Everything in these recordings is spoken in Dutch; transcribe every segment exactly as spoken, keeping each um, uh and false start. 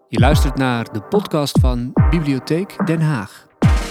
Je luistert naar de podcast van Bibliotheek Den Haag.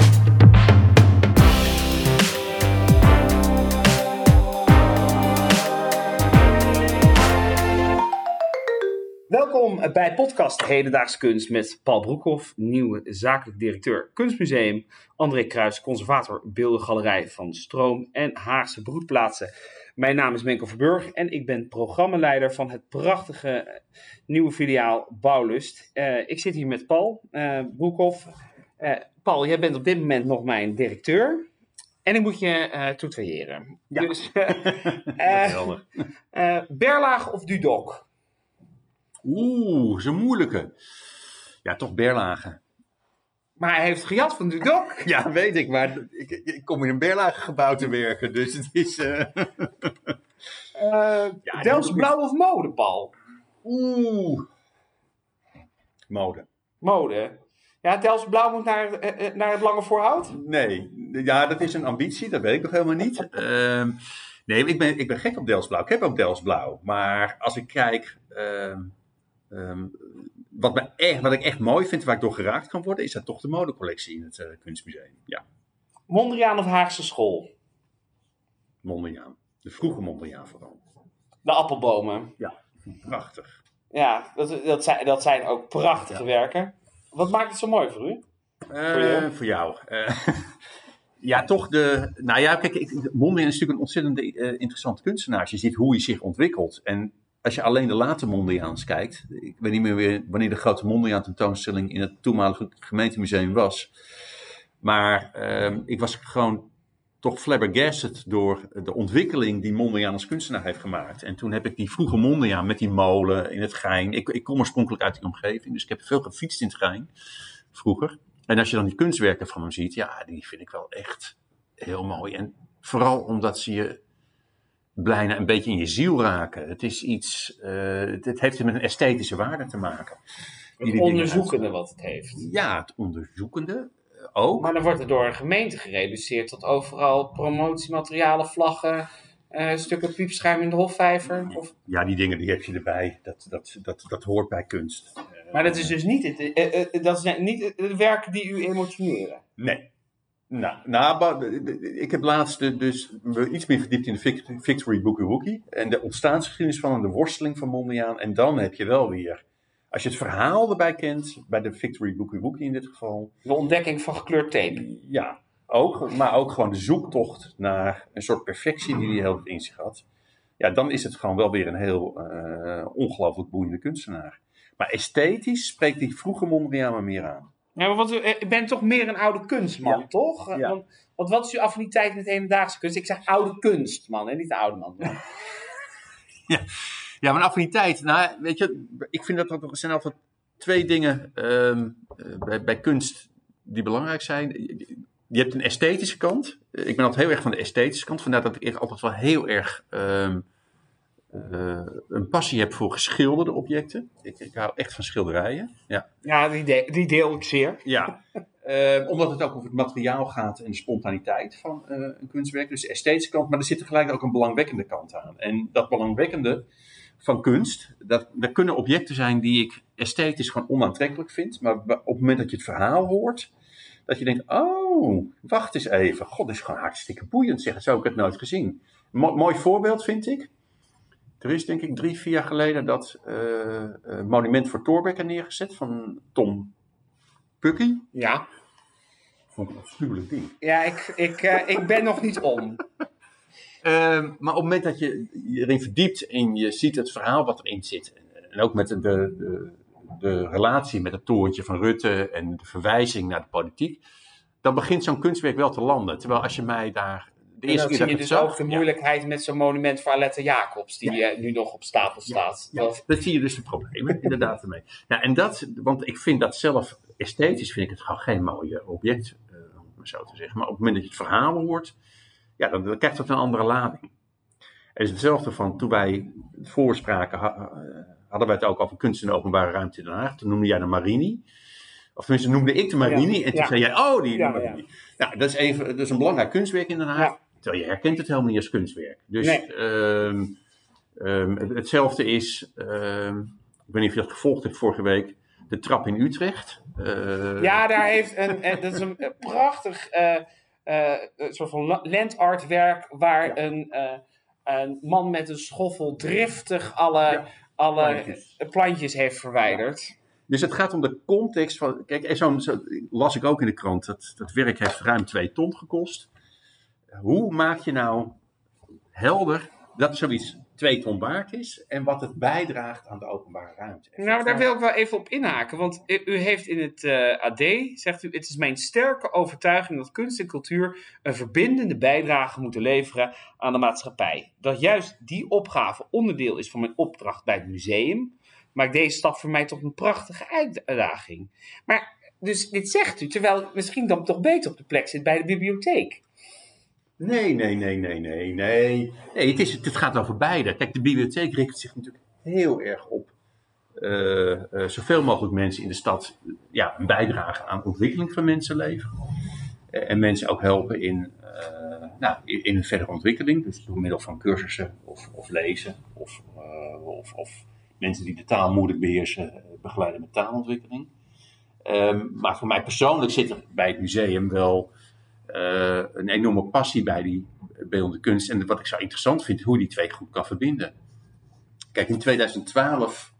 Welkom bij podcast Hedendaagse Kunst met Paul Broekhoff, nieuwe zakelijk directeur Kunstmuseum, André Kruis, conservator Beeldengalerij van Stroom en Haagse Broedplaatsen. Mijn naam is Menko Verburg en ik ben programmaleider van het prachtige nieuwe filiaal Bouwlust. Uh, ik zit hier met Paul uh, Broekhoff. Uh, Paul, jij bent op dit moment nog mijn directeur. En ik moet je uh, tutoyeren. Ja. Dus, uh, uh, uh, Berlage of Dudok? Oeh, zo'n moeilijke. Ja, toch Berlage. Maar hij heeft gejat van Dudok. Ja, weet ik, maar ik, ik kom in een Berlage gebouw te werken, dus het is... Uh... uh, ja, Delfts Blauw of mode, Paul? Oeh. Mode. Mode. Ja, Delfts Blauw moet naar, uh, naar het Lange Voorhout? Nee, ja, dat is een ambitie, dat weet ik nog helemaal niet. Uh, nee, ik ben, ik ben gek op Delfts Blauw. Ik heb ook Delfts Blauw, maar als ik kijk... Uh, um, Wat, me echt, wat ik echt mooi vind, waar ik door geraakt kan worden, is dat toch de modecollectie in het uh, kunstmuseum. Ja. Mondriaan of Haagse School? Mondriaan. De vroege Mondriaan vooral. De appelbomen. Ja, prachtig. Ja, dat, dat, zijn, dat zijn ook prachtige ja. werken. Wat maakt het zo mooi voor u? Uh, voor jou? Voor jou. Uh, ja, toch de... Nou ja, kijk, ik, Mondriaan is natuurlijk een ontzettend uh, interessant kunstenaar. Als je ziet hoe hij zich ontwikkelt. En als je alleen de late Mondriaans kijkt, ik weet niet meer weer wanneer de grote Mondriaan tentoonstelling in het toenmalige gemeentemuseum was. Maar uh, ik was gewoon toch flabbergasted door de ontwikkeling die Mondriaan als kunstenaar heeft gemaakt. En toen heb ik die vroege Mondriaan met die molen in het Gein. Ik, ik kom oorspronkelijk uit die omgeving, dus ik heb veel gefietst in het Gein vroeger. En als je dan die kunstwerken van hem ziet, ja, die vind ik wel echt heel mooi. En vooral omdat ze je bijna een beetje in je ziel raken. Het is iets, uh, het, het heeft met een esthetische waarde te maken. Het onderzoekende wat het heeft. Ja, het onderzoekende uh, ook. Maar dan wordt het door een gemeente gereduceerd tot overal promotiematerialen, vlaggen, uh, stukken piepschuim in de Hofvijver. Of... Ja, die dingen die heb je erbij. Dat, dat, dat, dat hoort bij kunst. Uh, maar dat is dus niet het, uh, uh, dat is niet de werken die u emotioneren? Nee. Nou, nou, ik heb laatst dus iets meer verdiept in de Victory Bookie Wookie. En de ontstaansgeschiedenis van en de worsteling van Mondriaan. En dan heb je wel weer, als je het verhaal erbij kent, bij de Victory Bookie Wookie in dit geval. De ontdekking van gekleurd tape. Ja, ook. Maar ook gewoon de zoektocht naar een soort perfectie die hij heel erg in zich had. Ja, dan is het gewoon wel weer een heel uh, ongelooflijk boeiende kunstenaar. Maar esthetisch spreekt die vroege Mondriaan maar meer aan. Ja, maar want u bent toch meer een oude kunstman, ja. toch? Ja. Want, want wat is uw affiniteit met hedendaagse kunst? Ik zeg oude kunstman, hè? Niet de oude man. ja. ja, mijn affiniteit. Nou, weet je, ik vind dat er zijn altijd twee dingen um, bij, bij kunst die belangrijk zijn. Je hebt een esthetische kant. Ik ben altijd heel erg van de esthetische kant. Vandaar dat ik altijd wel heel erg um, uh, een passie heb voor geschilderde objecten. Ik, ik hou echt van schilderijen. Ja, ja die, de, die deel ik zeer. Ja, uh, omdat het ook over het materiaal gaat en de spontaniteit van uh, een kunstwerk. Dus de esthetische kant, maar er zit tegelijk ook een belangwekkende kant aan. En dat belangwekkende van kunst, dat, dat kunnen objecten zijn die ik esthetisch gewoon onaantrekkelijk vind. Maar op het moment dat je het verhaal hoort, dat je denkt, oh, wacht eens even. God, dit is gewoon hartstikke boeiend, zeg. Zo heb ik het nooit gezien. Een mo- mooi voorbeeld vind ik. Er is denk ik drie, vier jaar geleden dat uh, uh, monument voor Thorbecke neergezet van Tom Pucky. Ja. Vond ik een afschuwelijk ding. Ja, ik, ik, uh, ik ben nog niet om. Uh, maar op het moment dat je je erin verdiept en je ziet het verhaal wat erin zit. En, en ook met de, de, de relatie met het torentje van Rutte en de verwijzing naar de politiek. Dan begint zo'n kunstwerk wel te landen. Terwijl als je mij daar... De en dan zie je dus zag, ook de moeilijkheid ja. met zo'n monument voor Alette Jacobs, die ja. nu nog op stapel staat. Ja, ja. Dat zie je dus de problemen inderdaad ermee. Ja, en dat, want ik vind dat zelf esthetisch, vind ik het gewoon geen mooie object, uh, om het maar zo te zeggen. Maar op het moment dat je het verhaal hoort, ja, dan, dan krijgt het een andere lading. Het is hetzelfde van toen wij het voorspraken, ha, uh, hadden wij het ook over kunst in de openbare ruimte in Den Haag. Toen noemde jij de Marini. Of tenminste noemde ik de Marini ja. en toen ja. zei jij, oh, die ja, Marini. Ja. Nou, dat is, even, dat is een belangrijk kunstwerk in Den Haag. Ja. Terwijl je herkent het helemaal niet als kunstwerk. Dus nee. um, um, hetzelfde is, um, ik weet niet of je dat gevolgd hebt vorige week, de trap in Utrecht. Uh, ja, daar heeft een, een, dat is een prachtig uh, uh, soort van landartwerk waar ja. een, uh, een man met een schoffel driftig alle, ja, alle plantjes. plantjes heeft verwijderd. Ja. Dus het gaat om de context van... Kijk, en zo, zo las ik ook in de krant. Dat, dat werk heeft ruim twee ton gekost. Hoe maak je nou helder dat zoiets twee ton waard is en wat het bijdraagt aan de openbare ruimte? Nou, daar wil ik wel even op inhaken. Want u heeft in het uh, A D, zegt u, het is mijn sterke overtuiging dat kunst en cultuur een verbindende bijdrage moeten leveren aan de maatschappij. Dat juist die opgave onderdeel is van mijn opdracht bij het museum, maakt deze stap voor mij tot een prachtige uitdaging. Maar, dus dit zegt u, terwijl misschien dan toch beter op de plek zit bij de bibliotheek. Nee, nee, nee, nee, nee, nee. Nee, het, is, het gaat over beide. Kijk, de bibliotheek richt zich natuurlijk heel erg op uh, uh, zoveel mogelijk mensen in de stad ja, een bijdrage aan de ontwikkeling van mensenleven. Uh, en mensen ook helpen in, uh, nou, in, in een verdere ontwikkeling. Dus door middel van cursussen of, of lezen. Of, uh, of, of mensen die de taal moeilijk beheersen, begeleiden met taalontwikkeling. Um, maar voor mij persoonlijk zit er bij het museum wel Uh, een enorme passie bij die beeldende kunst. En wat ik zo interessant vind, hoe die twee goed kan verbinden. Kijk, in tweeduizend twaalf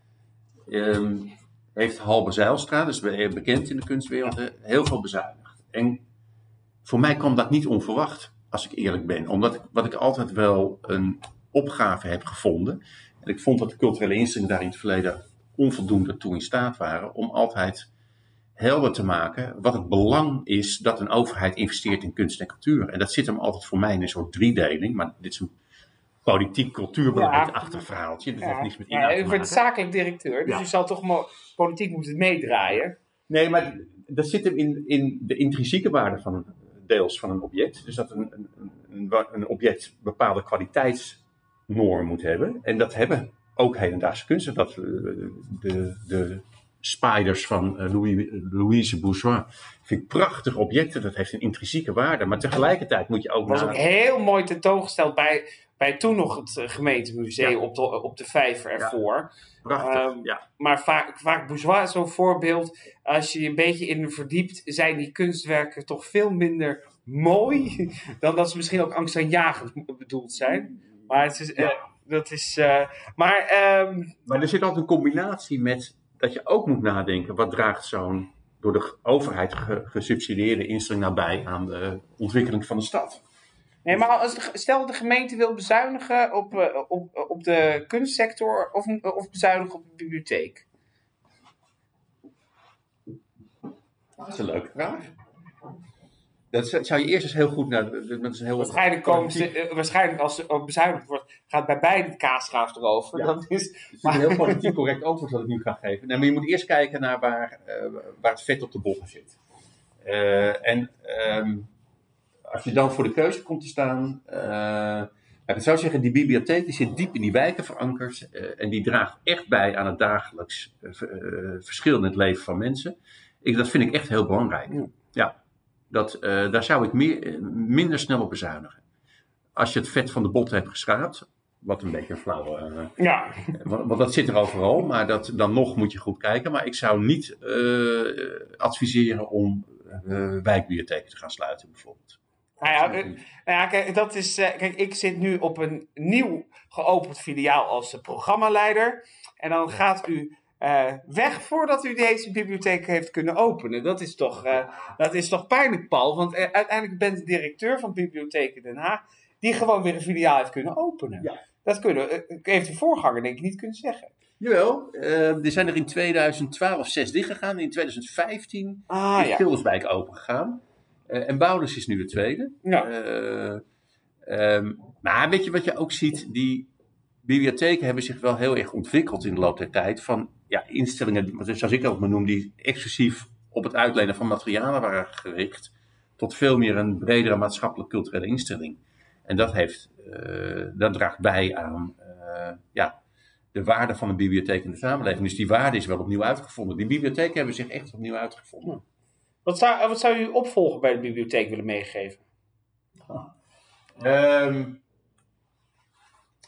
um, heeft Halbe Zijlstra, dus bekend in de kunstwereld, heel veel bezuinigd. En voor mij kwam dat niet onverwacht, als ik eerlijk ben. Omdat ik, wat ik altijd wel een opgave heb gevonden. En ik vond dat de culturele instellingen daar in het verleden onvoldoende toe in staat waren om altijd helder te maken wat het belang is dat een overheid investeert in kunst en cultuur. En dat zit hem altijd voor mij in een soort driedeling. Maar dit is een politiek cultuurbeleid ja. achterverhaaltje. Dat ja. heeft niks met inhoud ja, te u maken. bent zakelijk directeur, dus ja. u zal toch mo- politiek moeten meedraaien. Nee, maar dat zit hem in, in de intrinsieke waarde van een, deels van een object. Dus dat een, een, een, een object bepaalde kwaliteitsnormen moet hebben. En dat hebben ook hedendaagse kunsten. Dat de, de, de Spiders van Louis, Louise Bourgeois vind ik prachtige objecten. Dat heeft een intrinsieke waarde. Maar tegelijkertijd moet je ook... Dat was ook heel mooi tentoongesteld bij, bij toen nog het gemeentemuseum ja. op, de, op de vijver ervoor. Ja. Prachtig, um, ja. Maar vaak, vaak Bourgeois is zo'n voorbeeld. Als je je een beetje in verdiept, zijn die kunstwerken toch veel minder mooi dan dat ze misschien ook angstaanjagend bedoeld zijn. Maar het is... Ja. Uh, dat is uh, maar, um, maar er zit altijd een combinatie met dat je ook moet nadenken, wat draagt zo'n door de overheid gesubsidieerde instelling nou bij aan de ontwikkeling van de stad? Nee, maar als, stel dat de gemeente wil bezuinigen op, uh, op, op de kunstsector of, of bezuinigen op de bibliotheek? Dat is een leuke vraag. Dat zou je eerst eens heel goed naar... Dat is een heel waarschijnlijk, komen ze, uh, waarschijnlijk als er bezuinigd wordt, gaat bij beide de kaasschaaf erover. Ja. Dat is, het is maar... een heel politiek correct antwoord dat ik nu ga geven. Nee, maar je moet eerst kijken naar waar, uh, waar het vet op de botten zit. Uh, en um, als je dan voor de keuze komt te staan... Uh, ik zou zeggen, die bibliotheek die zit diep in die wijken verankerd. Uh, en die draagt echt bij aan het dagelijks uh, uh, verschil in het leven van mensen. Ik, dat vind ik echt heel belangrijk. Ja. ja. Dat, uh, daar zou ik meer, minder snel op bezuinigen. Als je het vet van de bot hebt geschraapt, wat een beetje een flauwe... Uh, ja. Want, want dat zit er overal, maar dat, dan nog moet je goed kijken. Maar ik zou niet uh, adviseren om uh, wijkbibliotheken te gaan sluiten, bijvoorbeeld. Nou ja, uh, nou ja kijk, dat is, uh, kijk, ik zit nu op een nieuw geopend filiaal als uh, programmaleider. En dan gaat u... Uh, weg voordat u deze bibliotheek heeft kunnen openen. Dat is toch, uh, dat is toch pijnlijk, Paul. Want uh, uiteindelijk bent de directeur van Bibliotheek Den Haag... die gewoon weer een filiaal heeft kunnen openen. Ja. Dat kunnen, uh, heeft de voorganger denk ik niet kunnen zeggen. Jawel, uh, er zijn er in tweeduizend twaalf zes dichtgegaan. In tweeduizend vijftien ah, is ja. Tilderswijk opengegaan. Uh, en Bouders is nu de tweede. Ja. Uh, um, maar weet je wat je ook ziet? Die bibliotheken hebben zich wel heel erg ontwikkeld in de loop der tijd. Van ja, instellingen, zoals ik dat maar noem, die exclusief op het uitlenen van materialen waren gericht. Tot veel meer een bredere maatschappelijk-culturele instelling. En dat, heeft, uh, dat draagt bij aan uh, ja, de waarde van een bibliotheek in de samenleving. Dus die waarde is wel opnieuw uitgevonden. Die bibliotheken hebben zich echt opnieuw uitgevonden. Ja. Wat zou, wat zou u opvolger bij de bibliotheek willen meegeven? Ah. Um,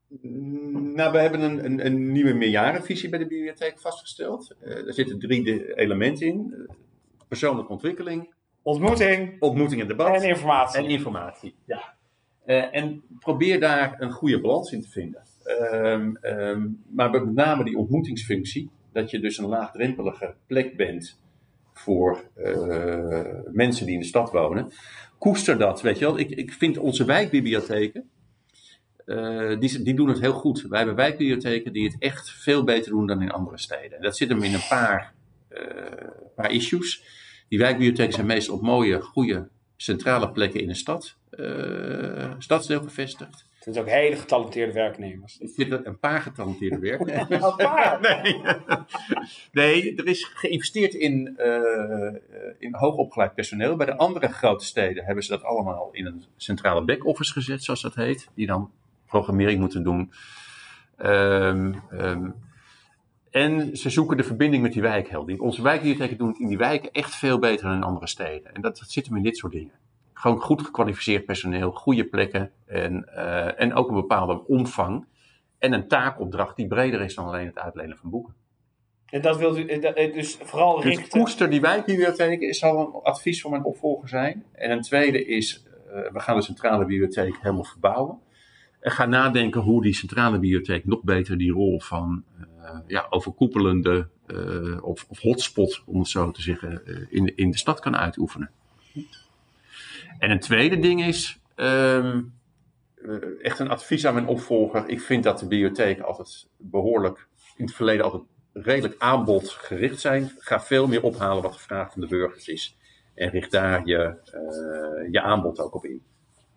Nou, we hebben een, een, een nieuwe meerjarenvisie bij de bibliotheek vastgesteld. Uh, daar zitten drie de elementen in. Uh, persoonlijke ontwikkeling. Ontmoeting. Ontmoeting en debat. En informatie. En informatie, ja. Uh, en probeer daar een goede balans in te vinden. Um, um, maar met name die ontmoetingsfunctie. Dat je dus een laagdrempelige plek bent voor uh, mensen die in de stad wonen. Koester dat, weet je wel. Ik, ik vind onze wijkbibliotheken, uh, die, die doen het heel goed. Wij hebben wijkbibliotheken die het echt veel beter doen dan in andere steden. En dat zit hem in een paar, uh, paar issues. Die wijkbibliotheken zijn meestal op mooie, goede, centrale plekken in een stad. Uh, stadsdeel gevestigd. Het zijn ook hele getalenteerde werknemers. Er zitten een paar getalenteerde werknemers. Een paar? Nee. nee, er is geïnvesteerd in, uh, in hoogopgeleid personeel. Bij de andere grote steden hebben ze dat allemaal in een centrale back-office gezet, zoals dat heet. Die dan programmering moeten doen. Um, um, en ze zoeken de verbinding met die wijk heel diep. Onze wijkbibliotheken doen het in die wijken echt veel beter dan in andere steden. En dat, dat zit hem in dit soort dingen. Gewoon goed gekwalificeerd personeel, goede plekken en, uh, en ook een bepaalde omvang. En een taakopdracht die breder is dan alleen het uitlenen van boeken. En dat wilt u dus vooral richten... Dus koester die wijkbibliotheek is al een advies van mijn opvolger zijn. En een tweede is, uh, we gaan de centrale bibliotheek helemaal verbouwen. En ga nadenken hoe die centrale bibliotheek nog beter die rol van uh, ja, overkoepelende uh, of, of hotspot, om het zo te zeggen, uh, in, in de stad kan uitoefenen. En een tweede ding is, um, uh, echt een advies aan mijn opvolger. Ik vind dat de bibliotheken altijd behoorlijk, in het verleden altijd redelijk aanbodgericht zijn. Ga veel meer ophalen wat de vraag van de burgers is. En richt daar je, uh, je aanbod ook op in.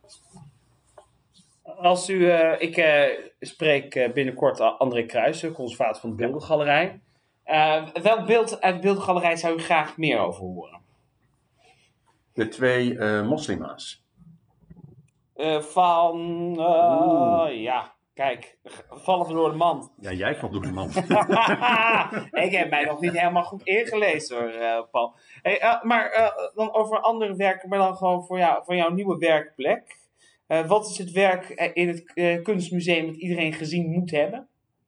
Als u, uh, ik uh, spreek uh, binnenkort André Kruijsen, conservator van de Beeldengalerij. Uh, welk beeld uit de Beeldengalerij zou u graag meer over horen? De twee uh, moslima's. Uh, van, uh, ja, kijk, vallen we door de mand. Ja, jij valt door de mand. Ik heb mij nog niet helemaal goed ingelezen hoor, uh, Paul. Hey, uh, maar uh, dan over andere werken, maar dan gewoon voor, jou, voor jouw nieuwe werkplek. Uh, wat is het werk in het uh, kunstmuseum dat iedereen gezien moet hebben?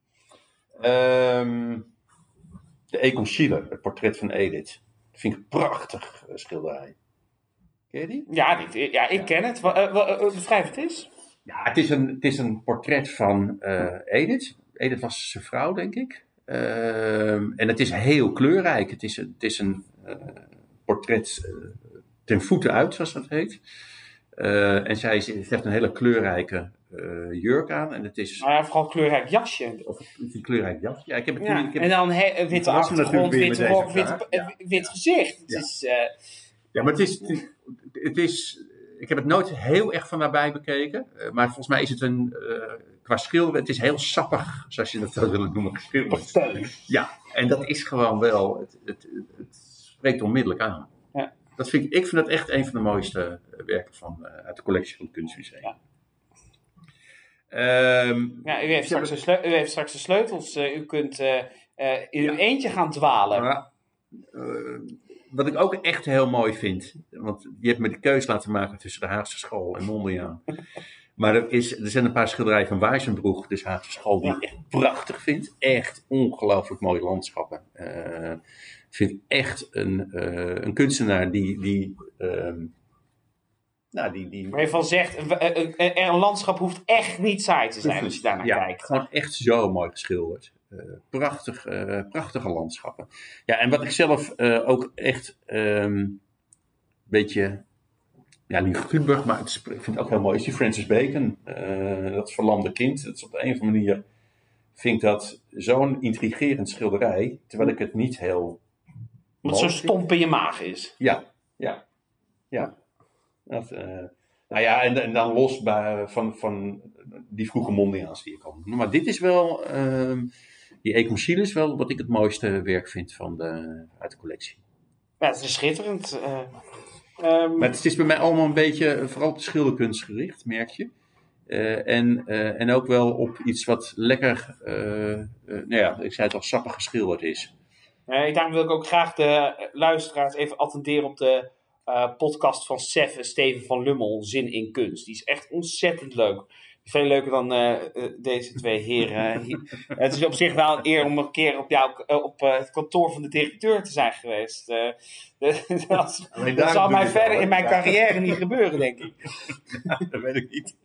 Um, de Econ Schiele, het portret van Edith. Dat vind ik een prachtig uh, schilderij. Ken je die? Ja, dit, ja ik ja. ken het. Uh, uh, beschrijf het eens. Ja, het is een, het is een portret van uh, Edith. Edith was zijn vrouw, denk ik. Uh, en het is heel kleurrijk. Het is, het is een uh, portret uh, ten voeten uit, zoals dat heet. Uh, en zij heeft een hele kleurrijke uh, jurk aan. En het is... Nou ja, vooral een kleurrijk jasje. Of een kleurrijk jasje. Ja, ik heb het ja, niet, ik heb en dan he, een witte achtergrond, witte rok, wit, ja. wit gezicht. Het ja. is, uh... ja, maar het is, het is... Ik heb het nooit heel erg van nabij bekeken. Uh, maar volgens mij is het een... Uh, qua schilderen, het is heel sappig, zoals je dat zou willen noemen, geschilderd. Ja, en dat is gewoon wel... Het, het, het spreekt onmiddellijk aan. Ja. Dat vind ik, ik vind dat echt een van de mooiste werken van, uh, uit de collectie van het Kunstmuseum. Ja. Um, ja, u, heeft straks de sleu- u heeft straks de sleutels. Uh, u kunt uh, uh, in uw ja. eentje gaan dwalen. Ja. Uh, wat ik ook echt heel mooi vind. Want je hebt me de keus laten maken tussen de Haagse School en Mondriaan. Maar er, is, er zijn een paar schilderijen van Wijzenbroek, dus Haagse School, die ja. ik echt prachtig vind. Echt ongelooflijk mooie landschappen. Uh, Ik vind echt een, uh, een kunstenaar die... die um, nou, die, die... Waar je van zegt, een, een, een landschap hoeft echt niet saai te zijn als je daarnaar ja, kijkt. Gewoon echt zo mooi geschilderd. Uh, prachtig, uh, prachtige landschappen. Ja, en wat ik zelf uh, ook echt een um, beetje... Ja, luguber, maar het is, ik vind het ook heel mooi, is die Francis Bacon. Uh, dat verlamde kind. Dat is op de een of andere manier... vind ik dat zo'n intrigerend schilderij, terwijl ik het niet heel... Omdat het zo stomp in je maag is. Ja, ja, ja. Dat, uh, nou ja, en, en dan los bij, van, van die vroege Mondriaans die ik al noemde. Maar dit is wel, uh, die Econ Schiele is wel wat ik het mooiste werk vind van de, uit de collectie. Ja, het is schitterend. Uh, um... Maar het is bij mij allemaal een beetje, vooral op de schilderkunst gericht, merk je. Uh, en, uh, en ook wel op iets wat lekker, uh, uh, nou ja, ik zei het al, sappig geschilderd is. Uh, daarom wil ik ook graag de luisteraars even attenderen op de uh, podcast van Sef, Steven van Lummel, Zin in Kunst. Die is echt ontzettend leuk. Veel leuker dan uh, uh, deze twee heren. Hier. Het is op zich wel een eer om een keer op, jou, uh, op uh, het kantoor van de directeur te zijn geweest. Uh, de, dat dat zal mij verder al, in mijn ja. carrière niet gebeuren, denk ik. Ja, dat weet ik niet.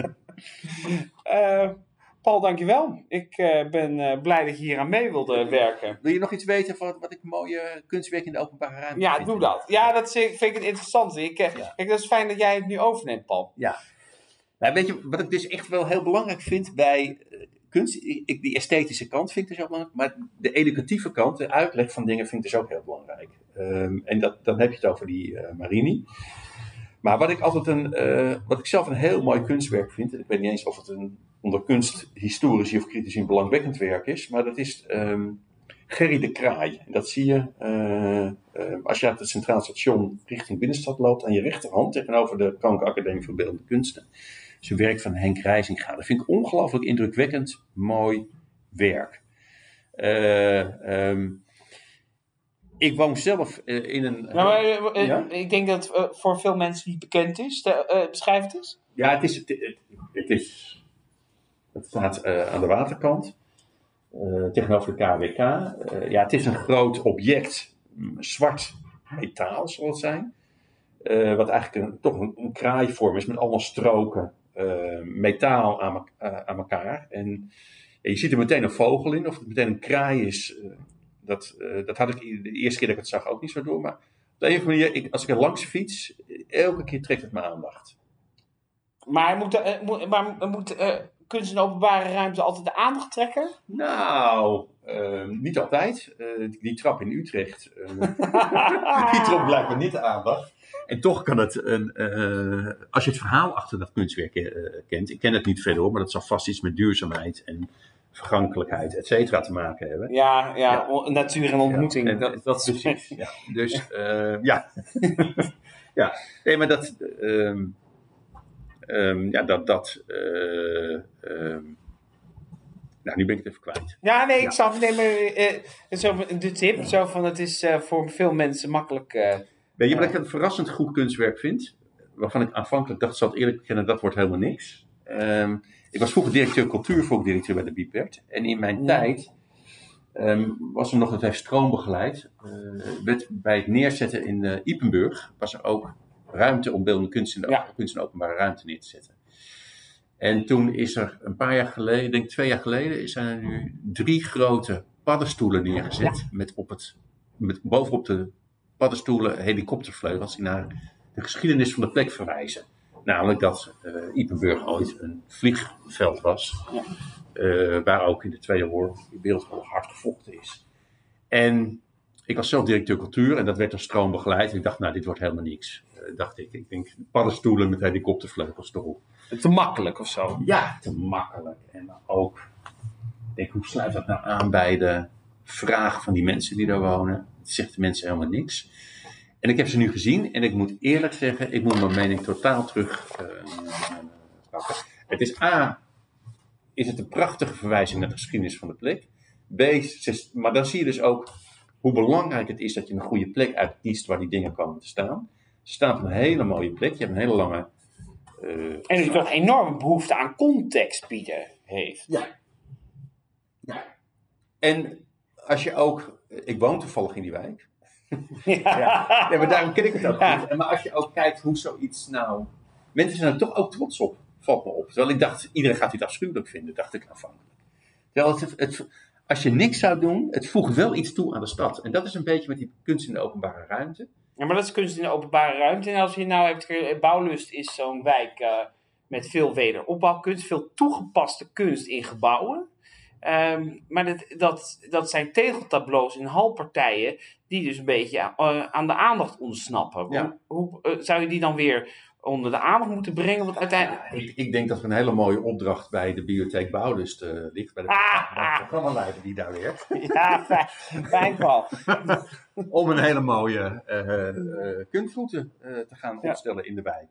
uh, Paul, dankjewel. Ik uh, ben uh, blij dat je hier aan mee wilde werken. Wil je nog iets weten van wat ik mooie kunstwerk in de openbare ruimte ja, vind? Ja, doe dat. Ja, dat vind ik het interessant. Ik, uh, ja. Kijk, dat is fijn dat jij het nu overneemt, Paul. Ja. Nou, weet je, wat ik dus echt wel heel belangrijk vind bij uh, kunst, ik, die esthetische kant vind ik dus heel belangrijk, maar de educatieve kant, de uitleg van dingen vind ik dus ook heel belangrijk. Um, en dat, dan heb je het over die uh, Marini. Maar wat ik altijd een, uh, wat ik zelf een heel mooi kunstwerk vind, en ik weet niet eens of het een onder kunsthistorici of critici een belangwekkend werk is, maar dat is um, Gerry de Kraai. En dat zie je uh, uh, als je uit het Centraal Station richting Binnenstad loopt, aan je rechterhand tegenover de Koninklijke Academie voor Beeldende Kunsten. Dat is een werk van Henk Rijzinga. Dat vind ik ongelooflijk indrukwekkend mooi werk. Uh, um, ik woon zelf uh, in een... Uh, nou, maar, uh, ja? Ik denk dat het uh, voor veel mensen niet bekend is. De, uh, beschrijf het eens. Ja, het is... Het, het, het, is, het staat uh, aan de waterkant. Uh, tegenover de K W K. Uh, ja, het is een groot object. Zwart metaal zal het zijn. Uh, wat eigenlijk een, toch een, een kraaivorm is met allemaal stroken. Uh, metaal aan, uh, aan elkaar. En ja, je ziet er meteen een vogel in. Of het meteen een kraai is. Uh, dat, uh, dat had ik de eerste keer dat ik het zag ook niet zo door. Maar op de een of andere manier, ik, als ik er langs fiets, elke keer trekt het mijn aandacht. Maar moet, uh, moet, maar moet uh, kunst in de openbare ruimte altijd de aandacht trekken? Nou, uh, niet altijd. Uh, die trap in Utrecht, uh, die trok blijkbaar niet de aandacht. En toch kan het, een, uh, als je het verhaal achter dat kunstwerk uh, kent, ik ken het niet verder hoor, maar dat zal vast iets met duurzaamheid en vergankelijkheid, et cetera, te maken hebben. Ja, ja, ja. Natuur en ontmoeting. Ja, en, dat, dat is precies. Ja. Dus, uh, ja. ja. Nee, maar dat, um, um, ja, dat, dat, uh, um, nou, nu ben ik het even kwijt. Ja, nee, ik ja. zal nemen, uh, zo, de tip, zo van, het is uh, voor veel mensen makkelijk... Uh, Weet je wat ik een verrassend goed kunstwerk vind? Waarvan ik aanvankelijk dacht, zal het eerlijk bekennen, dat wordt helemaal niks. Um, ik was vroeger directeur cultuurvolkdirecteur bij de Bipert. En in mijn ja. tijd um, was er nog, dat heeft Stroom begeleid. Uh, werd bij het neerzetten in uh, Ypenburg was er ook ruimte om beeldende kunst in de ja. kunst in openbare ruimte neer te zetten. En toen is er een paar jaar geleden, ik denk twee jaar geleden, zijn er nu drie grote paddenstoelen neergezet. Ja. Met op het, met bovenop de paddenstoelen helikoptervleugels die naar de geschiedenis van de plek verwijzen. Namelijk dat uh, Ypenburg ooit een vliegveld was. Ja. Uh, waar ook in de Tweede Wereldoorlog hard gevochten is. En ik was zelf directeur cultuur en dat werd door Stroom begeleid. En ik dacht, nou, dit wordt helemaal niks. Uh, dacht ik, ik denk paddenstoelen met helikoptervleugels erop. Te makkelijk of zo? Ja, te makkelijk. En ook, ik denk, hoe sluit dat nou aan bij de vraag van die mensen die daar wonen? Het zegt de mensen helemaal niks. En ik heb ze nu gezien en ik moet eerlijk zeggen, ik moet mijn mening totaal terug uh, pakken. Het is A, is het een prachtige verwijzing naar de geschiedenis van de plek. B, maar dan zie je dus ook hoe belangrijk het is dat je een goede plek uitkiest waar die dingen komen te staan. Ze staan op een hele mooie plek, je hebt een hele lange... Uh, en dat je toch een enorme behoefte aan context bieden heeft. Ja. Ja. En als je ook, ik woon toevallig in die wijk. Ja. Ja. Ja, maar daarom ken ik het ook ja. niet. Maar als je ook kijkt hoe zoiets nou... Mensen zijn er toch ook trots op, valt me op. Terwijl ik dacht, iedereen gaat dit afschuwelijk vinden, dacht ik aanvankelijk. Terwijl het, het, als je niks zou doen, het voegt wel iets toe aan de stad. En dat is een beetje met die kunst in de openbare ruimte. Ja, maar dat is kunst in de openbare ruimte. En als je nou hebt, Bouwlust is zo'n wijk uh, met veel wederopbouwkunst, veel toegepaste kunst in gebouwen. Um, maar dat, dat, dat zijn tegeltableaus in halpartijen die dus een beetje uh, aan de aandacht ontsnappen. Ja. Hoe, hoe uh, zou je die dan weer onder de aandacht moeten brengen? Want uiteindelijk... ja, ik, ik denk dat er een hele mooie opdracht bij de bibliotheek Bouwlust uh, ligt. Bij de ah, programmaleider die daar werkt. Ja, fijn, fijn Paul. Om een hele mooie uh, uh, kunstroute uh, te gaan opstellen ja. in de wijk.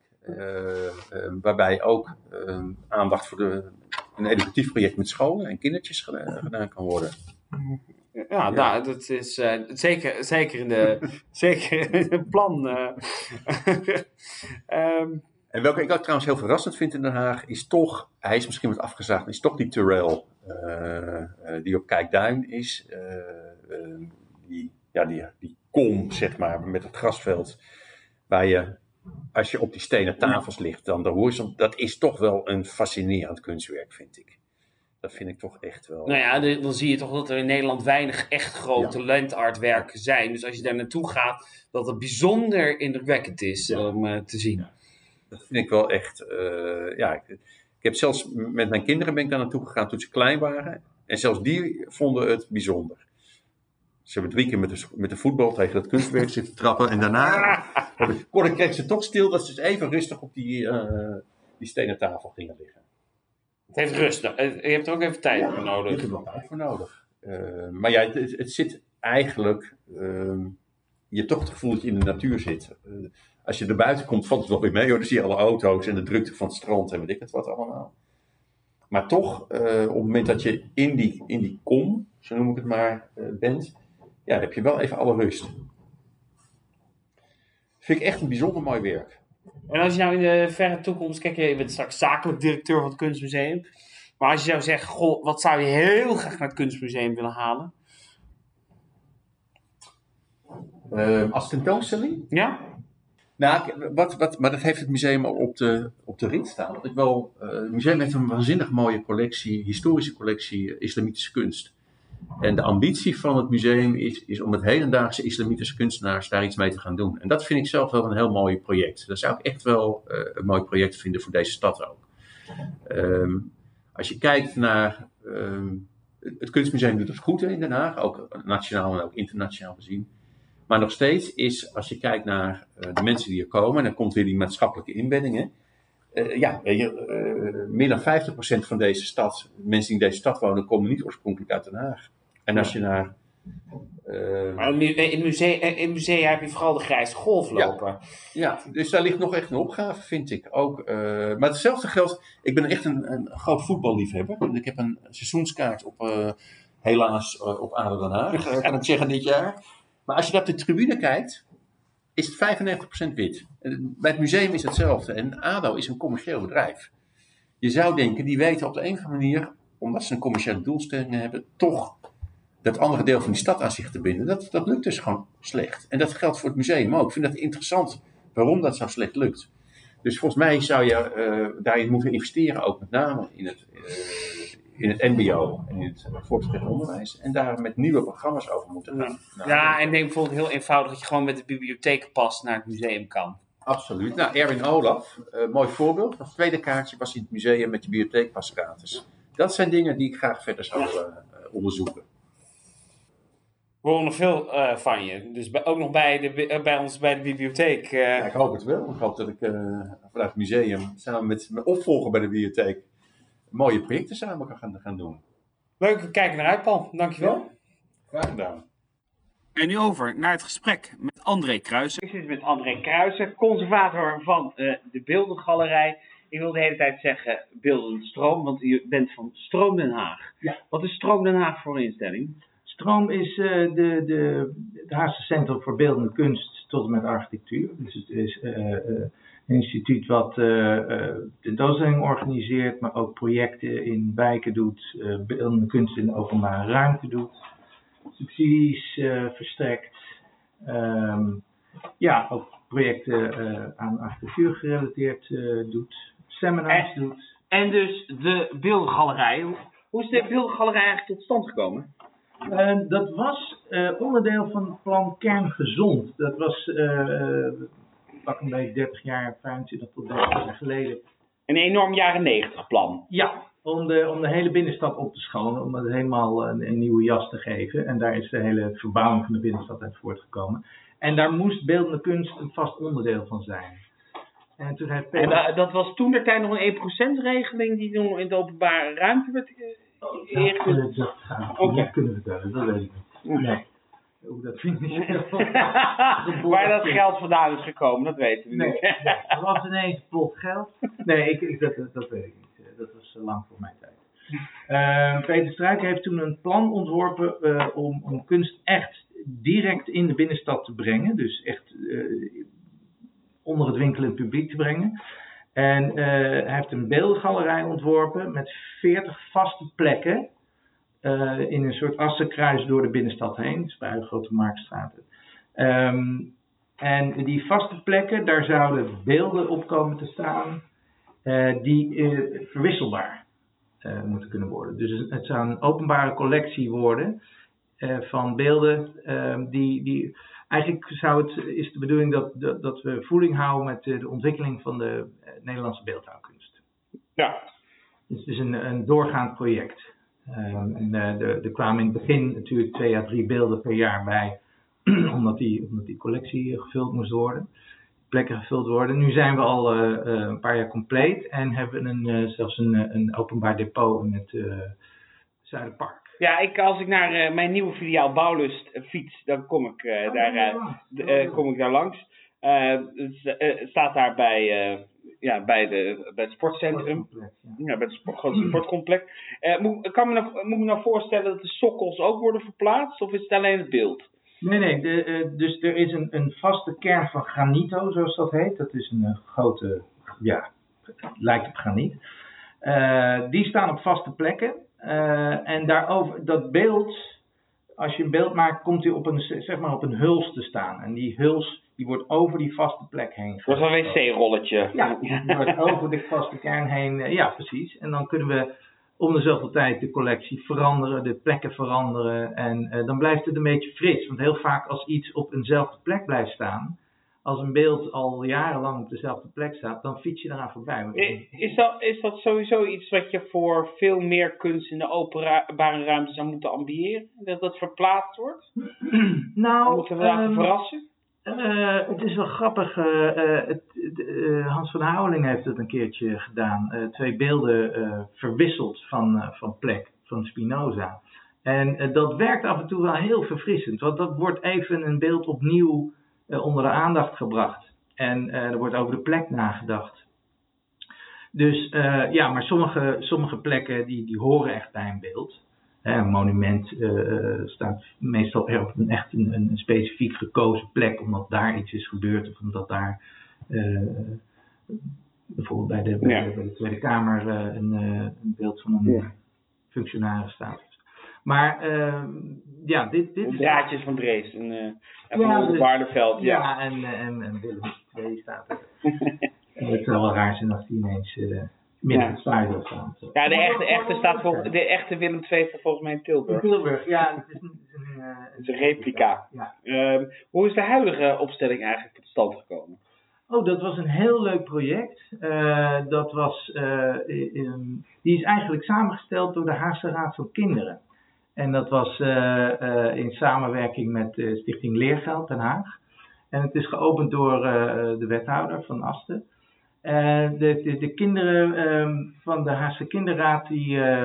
Uh, uh, waarbij ook uh, aandacht voor de, een educatief project met scholen en kindertjes gedaan, gedaan kan worden. Ja, ja. Nou, dat is uh, zeker, zeker in de zeker in het plan. Uh, um, En welke ik ook trouwens heel verrassend vind in Den Haag, is toch, hij is misschien wat afgezaagd, is toch die Terrell, uh, uh, die op Kijkduin is. Uh, uh, die, ja, die, die kom, zeg maar, met het grasveld, waar je, als je op die stenen tafels ligt, dan de horizon, dat is toch wel een fascinerend kunstwerk, vind ik. Dat vind ik toch echt wel... Nou ja, de, dan zie je toch dat er in Nederland weinig echt grote ja. landartwerken zijn. Dus als je daar naartoe gaat, dat het bijzonder indrukwekkend is ja. om uh, te zien. Ja. Dat vind ik wel echt... Uh, ja, ik, ik heb zelfs met mijn kinderen ben ik daar naartoe gegaan toen ze klein waren. En zelfs die vonden het bijzonder. Ze hebben drie keer met de, met de voetbal tegen dat kunstwerk zitten trappen. En daarna kon ik, kreeg ze toch stil dat ze eens even rustig op die, uh, die stenen tafel gingen liggen. Het heeft rust. Je hebt er ook even tijd ja, voor nodig. Je hebt er wel tijd voor nodig. Uh, maar ja, het, het zit eigenlijk... Uh, je hebt toch het gevoel dat je in de natuur zit. Uh, als je er buiten komt, valt het wel weer mee. Hoor. Dan zie je alle auto's en de drukte van het strand en weet ik het wat allemaal. Maar toch, uh, op het moment dat je in die, in die kom, zo noem ik het maar, uh, bent... Ja, dan heb je wel even alle rust. Vind ik echt een bijzonder mooi werk. En als je nou in de verre toekomst, kijk, je bent straks zakelijk directeur van het Kunstmuseum. Maar als je zou zeggen, goh, wat zou je heel graag naar het Kunstmuseum willen halen? Uh, als tentoonstelling? Ja. Nou, wat, wat, maar dat heeft het museum al op de, op de rit staan. Want ik wel, uh, het museum heeft een waanzinnig mooie collectie, historische collectie islamitische kunst. En de ambitie van het museum is, is om met hedendaagse islamitische kunstenaars daar iets mee te gaan doen. En dat vind ik zelf wel een heel mooi project. Dat zou ik echt wel uh, een mooi project vinden voor deze stad ook. Um, als je kijkt naar... Um, het Kunstmuseum doet het goed in Den Haag, ook nationaal en ook internationaal gezien. Maar nog steeds is, als je kijkt naar uh, de mensen die er komen, en dan komt weer die maatschappelijke inbeddingen. Uh, ja, uh, uh, meer dan vijftig procent van deze stad, mensen die in deze stad wonen, komen niet oorspronkelijk uit Den Haag. En als je naar... Uh, maar in musea, in musea heb je vooral de grijze golf lopen. Ja, ja, dus daar ligt nog echt een opgave, vind ik ook. Uh, maar hetzelfde geldt, ik ben echt een, een groot voetballiefhebber. Ik heb een seizoenskaart op, uh, helaas, uh, op A D O Den Haag, uh, kan ik zeggen, dit jaar. Maar als je naar de tribune kijkt, is het vijfennegentig procent wit. Bij het museum is hetzelfde. En A D O is een commercieel bedrijf. Je zou denken, die weten op de een of andere manier, omdat ze een commerciële doelstelling hebben, toch dat andere deel van die stad aan zich te binden. Dat, dat lukt dus gewoon slecht. En dat geldt voor het museum ook. Ik vind dat interessant waarom dat zo slecht lukt. Dus volgens mij zou je uh, daarin moeten investeren, ook met name in het, uh, in het M B O en in het voortgezet onderwijs. En daar met nieuwe programma's over moeten gaan. Ja, ja en denk bijvoorbeeld heel eenvoudig dat je gewoon met de bibliotheekpas naar het museum kan. Absoluut. Nou, Erwin Olaf, uh, mooi voorbeeld. Het tweede kaartje was in het museum met je bibliotheekpas gratis. Dat zijn dingen die ik graag verder zou uh, onderzoeken. We horen nog veel uh, van je. Dus bij, ook nog bij, de, uh, bij ons bij de bibliotheek. Uh... Ja, ik hoop het wel. Ik hoop dat ik uh, vanuit het museum samen met mijn opvolger bij de bibliotheek mooie projecten samen kan gaan, gaan doen. Leuk, we kijken naar uit, Paul. Dankjewel. Ja, graag gedaan. En nu over naar het gesprek met André Kruijsen. Ik zit met André Kruijsen, conservator van uh, de Beeldengalerij. Ik wil de hele tijd zeggen Beeldend Stroom, want u bent van Stroom Den Haag. Ja. Wat is Stroom Den Haag voor een instelling? Stroom is uh, de, de, het Haagse Centrum voor Beeldende Kunst tot en met Architectuur. Dus het is uh, uh, een instituut wat uh, uh, tentoonstellingen organiseert, maar ook projecten in wijken doet, uh, beeldende kunst in de openbare ruimte doet, subsidies uh, verstrekt. Um, ja, ook projecten uh, aan architectuur gerelateerd uh, doet, seminars en, doet. En dus de Beeldengalerij. Hoe is de Beeldengalerij eigenlijk tot stand gekomen? Uh, dat was uh, onderdeel van het plan Kerngezond. Dat was uh, pak een beetje dertig jaar, vijfentwintig tot dertig jaar geleden. Een enorm jaren negentig plan. Ja, om de, om de hele binnenstad op te schonen, om het helemaal een, een nieuwe jas te geven. En daar is de hele verbouwing van de binnenstad uit voortgekomen. En daar moest beeldende kunst een vast onderdeel van zijn. En, toen heeft Peter... en uh, dat was toen der tijd nog een één procent regeling die toen in de openbare ruimte werd Oh, dat, uh, dat ga ik okay. niet kunnen vertellen, dat weet ik niet. Nee. Hoe dat financieel... Waar dat geld vandaan is gekomen, dat weten we nee, niet. Nee, er was ineens pot geld. Nee, ik, ik, dat, dat weet ik niet. Dat was lang voor mijn tijd. Uh, Peter Struik heeft toen een plan ontworpen uh, om, om kunst echt direct in de binnenstad te brengen. Dus echt uh, onder het winkelend publiek te brengen. En uh, hij heeft een beeldengalerij ontworpen met veertig vaste plekken uh, in een soort assenkruis door de binnenstad heen. Dus bij de Grote Marktstraat. Um, en die vaste plekken, daar zouden beelden op komen te staan uh, die uh, verwisselbaar uh, moeten kunnen worden. Dus het zou een openbare collectie worden uh, van beelden uh, die... die Eigenlijk zou het, is de bedoeling dat, dat, dat we voeling houden met de, de ontwikkeling van de uh, Nederlandse beeldhouwkunst. Ja. Dus het is een, een doorgaand project. Um, en uh, de, er kwamen in het begin natuurlijk twee à drie beelden per jaar bij, omdat, die, omdat die collectie gevuld moest worden, plekken gevuld worden. Nu zijn we al uh, uh, een paar jaar compleet en hebben een, uh, zelfs een, een openbaar depot in het uh, Zuiderpark. Ja, ik, als ik naar uh, mijn nieuwe filiaal Bouwlust uh, fiets, dan kom ik, uh, oh, daar, uh, d- uh, kom ik daar langs. Uh, het uh, staat daar bij, uh, ja, bij, de, bij het sportcentrum, ja. Ja, bij het sport, grote sportcomplex. Uh, moet, kan me nou, moet ik me nou voorstellen dat de sokkels ook worden verplaatst, of is het alleen het beeld? Nee, nee, de, uh, dus er is een, een vaste kern van granito, zoals dat heet. Dat is een uh, grote, ja, lijkt op graniet. Uh, die staan op vaste plekken. Uh, en daarover, dat beeld, als je een beeld maakt, komt hij op een, zeg maar op een huls te staan. En die huls, die wordt over die vaste plek heen. Dat is een wc-rolletje. Ja, die wordt over de vaste kern heen. Uh, ja, precies. En dan kunnen we om de zoveel tijd de collectie veranderen, de plekken veranderen. En uh, dan blijft het een beetje fris. Want heel vaak als iets op eenzelfde plek blijft staan, als een beeld al jarenlang op dezelfde plek staat, dan fiets je eraan voorbij. Is dat, is dat sowieso iets wat je voor veel meer kunst in de openbare ruimte zou moeten ambiëren? Dat dat verplaatst wordt? Nou, moeten we laten um, verrassen? Uh, het is wel grappig. Uh, uh, het, uh, Hans van Houweling heeft het een keertje gedaan. Uh, twee beelden uh, verwisseld van, uh, van plek, van Spinoza. En uh, dat werkt af en toe wel heel verfrissend. Want dat wordt even een beeld opnieuw Uh, onder de aandacht gebracht. En uh, er wordt over de plek nagedacht. Dus uh, ja, maar sommige, sommige plekken die, die horen echt bij een beeld. Uh, een monument uh, staat meestal op een echt een, een specifiek gekozen plek, omdat daar iets is gebeurd of omdat daar uh, bijvoorbeeld bij de, bij, ja. de, bij de Tweede Kamer uh, een, uh, een beeld van een ja. functionaris staat. Maar uh, ja, dit... dit draadjes van Dresden en, uh, en ja, van Waardenveld. Ja, ja en, en, en Willem twee staat er. Het zou wel raar zijn als die ineens uh, midden in het stadion staat. Ja, de echte, echte, staat vol, de echte Willem twee staat volgens mij in Tilburg. In Tilburg, ja. Het is een, een, uh, het is een replica. Ja. Uh, hoe is de huidige opstelling eigenlijk tot stand gekomen? Oh, dat was een heel leuk project. Uh, dat was, uh, in, die is eigenlijk samengesteld door de Haagse Raad van Kinderen. En dat was uh, uh, in samenwerking met uh, Stichting Leergeld Den Haag. En het is geopend door uh, de wethouder van Asten. Uh, de, de, de kinderen um, van de Haagse Kinderraad die, uh,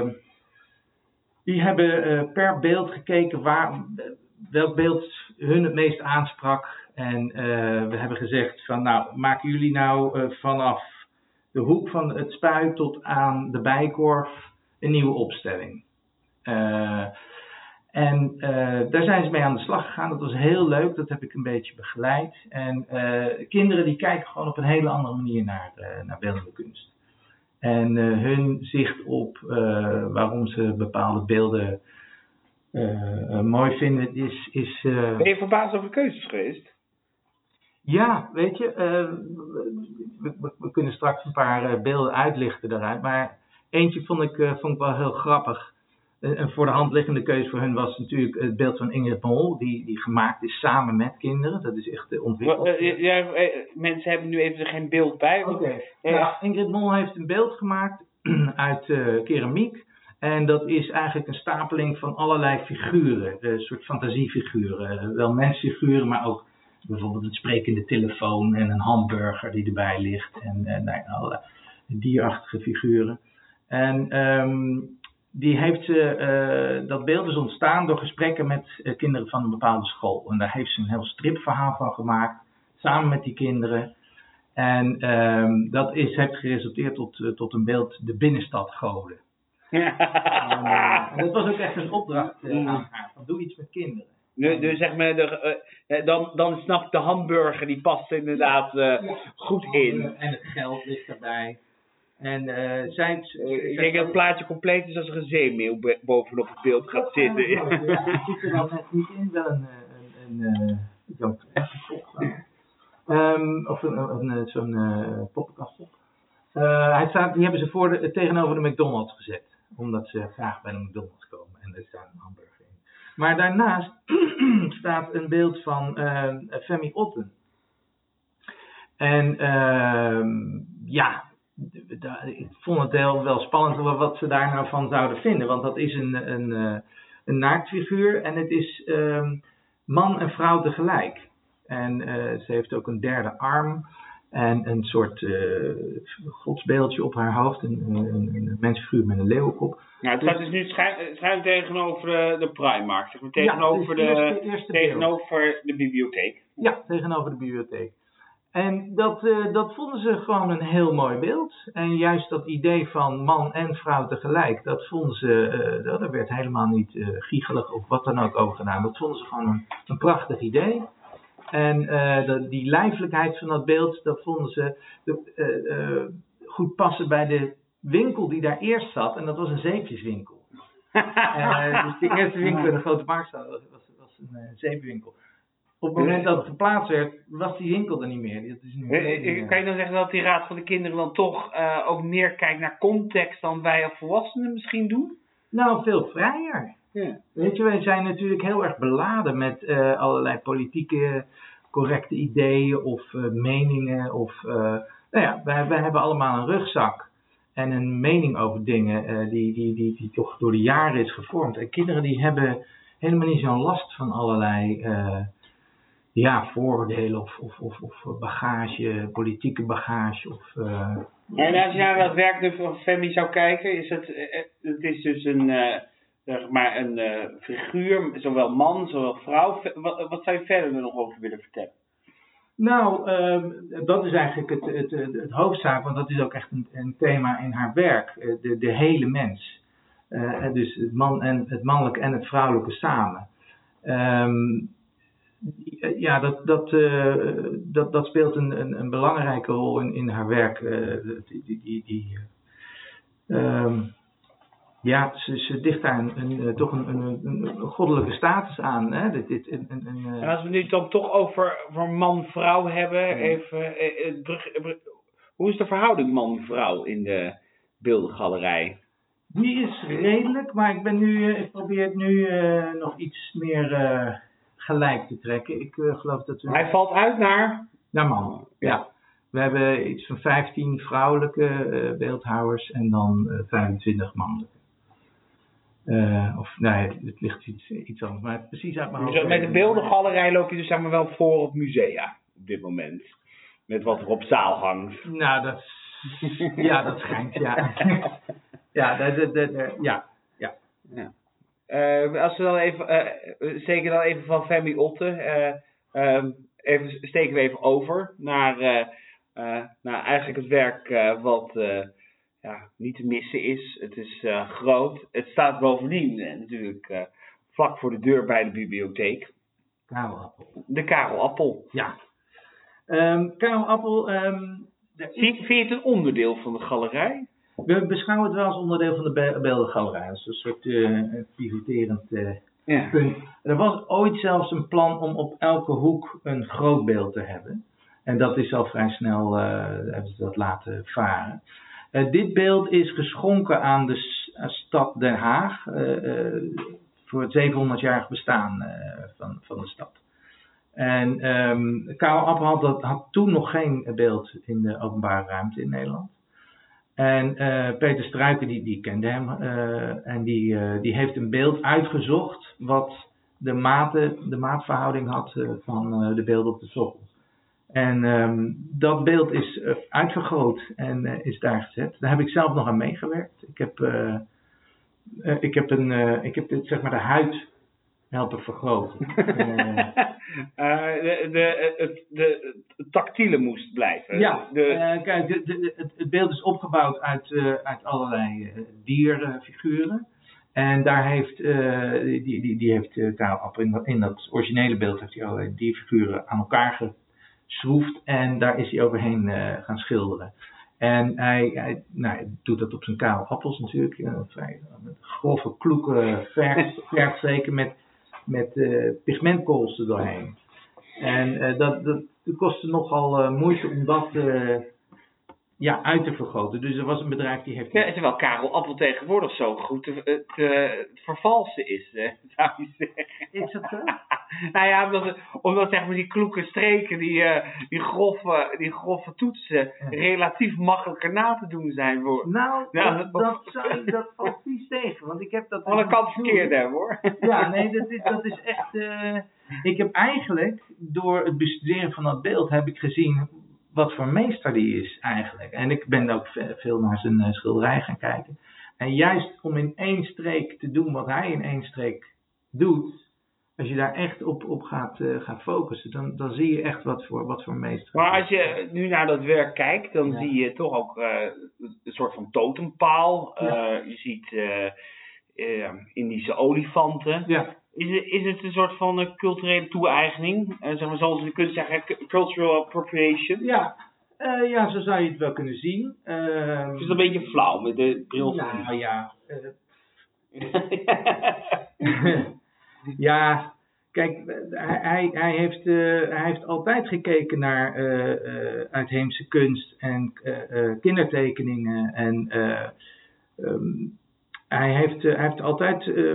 die hebben uh, per beeld gekeken waar, welk beeld hun het meest aansprak. En uh, we hebben gezegd van nou maken jullie nou uh, vanaf de hoek van het Spui tot aan de Bijkorf een nieuwe opstelling. Uh, en uh, daar zijn ze mee aan de slag gegaan. Dat was heel leuk. Dat heb ik een beetje begeleid. En uh, kinderen die kijken gewoon op een hele andere manier naar, uh, naar beeldende kunst. En uh, hun zicht op uh, waarom ze bepaalde beelden uh, uh, mooi vinden is... is uh... Ben je verbaasd over keuzes geweest? Ja, weet je. Uh, we, we, we kunnen straks een paar uh, beelden uitlichten daaruit. Maar eentje vond ik, uh, vond ik wel heel grappig. Een voor de hand liggende keuze voor hun was natuurlijk het beeld van Ingrid Mol, die, die gemaakt is samen met kinderen. Dat is echt ontwikkeld. Uh, ja, uh, mensen hebben nu even er geen beeld bij. Oké. Okay. Uh, ja, Ingrid Mol heeft een beeld gemaakt uit uh, keramiek. En dat is eigenlijk een stapeling van allerlei figuren. Een soort fantasiefiguren. Uh, wel mensfiguren, maar ook bijvoorbeeld een sprekende telefoon en een hamburger die erbij ligt. En uh, nou, allerlei dierachtige figuren. En... Um, Die heeft ze, uh, dat beeld is ontstaan door gesprekken met uh, kinderen van een bepaalde school. En daar heeft ze een heel stripverhaal van gemaakt, samen met die kinderen. En um, dat is, heeft geresulteerd tot, uh, tot een beeld de binnenstad goden. en, uh, en dat was ook echt een opdracht uh, aan haar, van doe iets met kinderen. Nu, dus zeg maar, de, uh, dan, dan snap ik de hamburger, die past inderdaad uh, ja, goed in. En het geld ligt erbij. En uh, zijn... Uh, ik denk dat het plaatje compleet is als er een zeemeeuw bovenop het beeld gaat zitten. Ja, ik zit er dan net niet in, wel een... een, een uh, ik denk echt een pop. Um, of een, een, een, zo'n uh, poppenkastpop. Uh, hij staat, die hebben ze voor de, tegenover de McDonald's gezet. Omdat ze graag bij de McDonald's komen. En er staat een hamburger in. Maar daarnaast staat een beeld van uh, Femi Otten. En uh, ja, ik vond het heel wel spannend wat ze daar nou van zouden vinden. Want dat is een, een, een, een naaktfiguur en het is uh, man en vrouw tegelijk. En uh, ze heeft ook een derde arm en een soort uh, godsbeeldje op haar hoofd. Een, een, een mensfiguur met een leeuwenkop. Nou, het gaat dus nu schuin, schuin tegenover de, de Primark, zeg maar, tegenover, ja, de, eerste, eerste tegenover de bibliotheek. Ja, tegenover de bibliotheek. En dat, uh, dat vonden ze gewoon een heel mooi beeld. En juist dat idee van man en vrouw tegelijk, dat vonden ze, uh, dat, daar werd helemaal niet uh, giechelig of wat dan ook over gedaan. Dat vonden ze gewoon een, een prachtig idee. En uh, de, die lijfelijkheid van dat beeld, dat vonden ze uh, uh, goed passen bij de winkel die daar eerst zat. En dat was een zeepjeswinkel. uh, dus de eerste winkel in de Grote Marktstraat was, was, was een uh, zeepwinkel. Op het moment dat het geplaatst werd, was die winkel er niet meer. Dat is nu een kan je dan zeggen dat die Raad van de Kinderen dan toch uh, ook meer kijkt naar context dan wij als volwassenen misschien doen? Nou, veel vrijer. Ja. Weet je, wij zijn natuurlijk heel erg beladen met uh, allerlei politieke correcte ideeën of uh, meningen. Of, uh, nou ja, wij, wij hebben allemaal een rugzak en een mening over dingen uh, die, die, die, die toch door de jaren is gevormd. En kinderen die hebben helemaal niet zo'n last van allerlei uh, ja, vooroordelen of, of, of, of bagage, politieke bagage. Of, uh, en als je naar dat werk van Femi zou kijken, is het, het is dus een... Uh, Zeg maar een uh, figuur, zowel man, zowel vrouw. Wat, wat zou je verder er nog over willen vertellen? Nou, uh, dat is eigenlijk het, het, het, het hoofdzaak, want dat is ook echt een, een thema in haar werk. Uh, de, de hele mens. Uh, dus het, man en, het mannelijke en het vrouwelijke samen. Um, ja, dat, dat, uh, dat, dat speelt een, een, een belangrijke rol in, in haar werk. Uh, die, die, die, die, um, Ja, ze, ze dicht daar een, een, toch een, een, een goddelijke status aan. Hè? Dit, dit, een, een, een, en als we nu dan toch over, over man-vrouw hebben, ja. even, eh, brug, brug, hoe is de verhouding man-vrouw in de beeldengalerij? Die is redelijk, maar ik ben nu, ik probeer het nu uh, nog iets meer uh, gelijk te trekken. Ik uh, geloof dat we... Hij valt uit naar? Naar man, ja. ja. We hebben iets van vijftien vrouwelijke uh, beeldhouwers en dan uh, vijfentwintig mannelijke. Uh, of nee, het, het ligt iets, iets anders, maar precies uit mijn hoofd. Dus met de beeldengalerij loop je dus zeg maar wel voor op musea op dit moment. Met wat er op zaal hangt. Nou, dat, ja, dat schijnt, ja. ja, dat, dat, dat, dat, ja, ja. ja. Uh, als we dan even, uh, zeker dan even van Femi Otten, uh, uh, even steken we even over naar, uh, uh, naar eigenlijk het werk uh, wat... Uh, Ja, niet te missen is. Het is uh, groot. Het staat bovendien uh, natuurlijk uh, vlak voor de deur bij de bibliotheek. Karel Appel. De Karel Appel. Ja. Um, Karel Appel. Um, Zie, vind je het een onderdeel van de galerij? We beschouwen het wel als onderdeel van de be- beeldengalerij. Als een soort uh, pivoterend uh, ja. punt. Er was ooit zelfs een plan om op elke hoek een groot beeld te hebben. En dat is al vrij snel, uh, hebben ze dat laten varen. Uh, dit beeld is geschonken aan de s- uh, stad Den Haag uh, uh, voor het zevenhonderdjarig bestaan uh, van, van de stad. En um, Karel Appel had, dat, had toen nog geen beeld in de openbare ruimte in Nederland. En uh, Peter Struiken die, die kende hem uh, en die, uh, die heeft een beeld uitgezocht wat de, mate, de maatverhouding had uh, van uh, de beelden op de sokkel. En um, dat beeld is uh, uitvergroot en uh, is daar gezet. Daar heb ik zelf nog aan meegewerkt. Ik heb, uh, uh, ik heb, een, uh, ik heb dit, zeg maar de huid helpen vergroten. uh, uh, de, de, het, de, het tactiele moest blijven. Ja, de, uh, kijk, de, de, het, het beeld is opgebouwd uit, uh, uit allerlei uh, dierenfiguren. En daar heeft, uh, die, die, die heeft uh, Karel Appel in dat, in dat originele beeld heeft hij allerlei dierfiguren aan elkaar geschroefd. En daar is hij overheen uh, gaan schilderen. En hij, hij, nou, hij doet dat op zijn Karel Appels natuurlijk. Uh, vrij, met grove, kloeke verfstreken met, met uh, pigmentkoolst er doorheen. En uh, dat, dat, dat kostte nogal uh, moeite om dat uh, ja, uit te vergroten. Dus er was een bedrijf die heeft... Ja, terwijl Karel Appel tegenwoordig zo goed te, te, te vervalsen is, hè, zou je zeggen. Is dat zo? Nou ja, omdat, omdat zeg maar die kloeke streken, die, uh, die, grove, die grove toetsen, ja. relatief makkelijker na te doen zijn. Voor... Nou, ja, dat, dat, zou, dat valt vies tegen, want ik heb dat... Alle kant verkeerd hebben, hoor. Ja, nee, dat is, dat is echt... Uh, ik heb eigenlijk, door het bestuderen van dat beeld, heb ik gezien wat voor meester die is eigenlijk. En ik ben ook veel naar zijn uh, schilderij gaan kijken. En juist om in één streek te doen wat hij in één streek doet, als je daar echt op, op gaat, uh, gaat focussen, dan, dan zie je echt wat voor, wat voor meester. Maar als je nu naar dat werk kijkt, dan ja. zie je toch ook uh, een soort van totempaal. Uh, ja. Je ziet uh, uh, Indische olifanten. Ja. Is het, is het een soort van uh, culturele toe-eigening? Uh, zeg maar, zoals je kunt zeggen, cultural appropriation? Ja. Uh, ja, zo zou je het wel kunnen zien. Uh, het is een beetje flauw met de bril. Nou ja. Uh, ja, kijk, hij, hij, heeft, uh, hij heeft altijd gekeken naar uh, uh, uitheemse kunst en uh, uh, kindertekeningen. En uh, um, hij, heeft, uh, hij heeft altijd uh,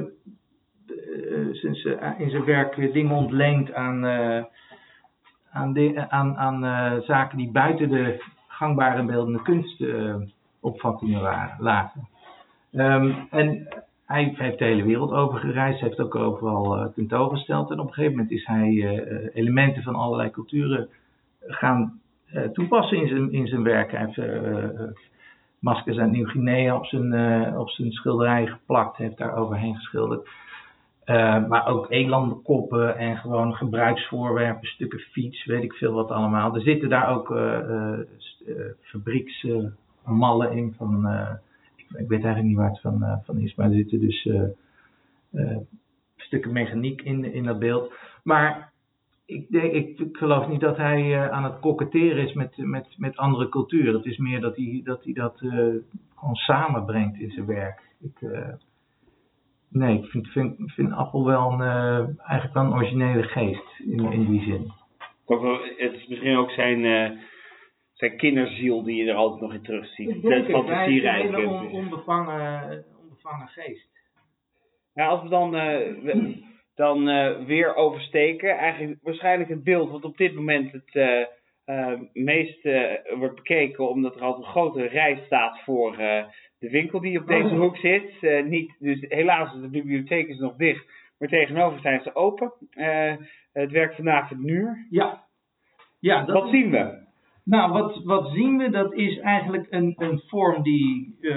uh, sinds, uh, in zijn werk dingen ontleend aan, uh, aan, de, aan, aan uh, zaken die buiten de gangbare beeldende kunstopvattingen uh, lagen. Um, en hij heeft de hele wereld over gereisd, heeft ook overal uh, tentoongesteld. En op een gegeven moment is hij uh, elementen van allerlei culturen gaan uh, toepassen in zijn, in zijn werk. Hij heeft uh, uh, maskers uit Nieuw-Guinea op zijn, uh, op zijn schilderij geplakt, heeft daar overheen geschilderd. Uh, maar ook elandenkoppen en gewoon gebruiksvoorwerpen, stukken fiets, weet ik veel wat allemaal. Er zitten daar ook uh, uh, uh, fabrieksmallen uh, in van... Uh, Ik weet eigenlijk niet waar het van, uh, van is, maar er zitten dus uh, uh, stukken mechaniek in, in dat beeld. Maar ik, denk, ik, ik geloof niet dat hij uh, aan het koketteren is met, met, met andere culturen. Het is meer dat hij dat, hij dat uh, gewoon samenbrengt in zijn werk. Ik, uh, nee, ik vind, vind, vind Appel wel een, uh, eigenlijk wel een originele geest in, in die zin. Het is misschien ook zijn... Uh... zijn kinderziel die je er altijd nog in terug ziet. Dat fantasierijk. Hij is een hele on, onbevangen, onbevangen geest. Ja, als we dan, uh, dan uh, weer oversteken, eigenlijk waarschijnlijk het beeld wat op dit moment het uh, uh, meest uh, wordt bekeken, omdat er altijd een grote rij staat voor uh, de winkel die op deze oh. hoek zit. Uh, niet, dus helaas, de bibliotheek is nog dicht, maar tegenover zijn ze open. Uh, het werk vandaag het muur. Ja. ja dat wat is... zien we? Nou, wat, wat zien we? Dat is eigenlijk een, een vorm die uh,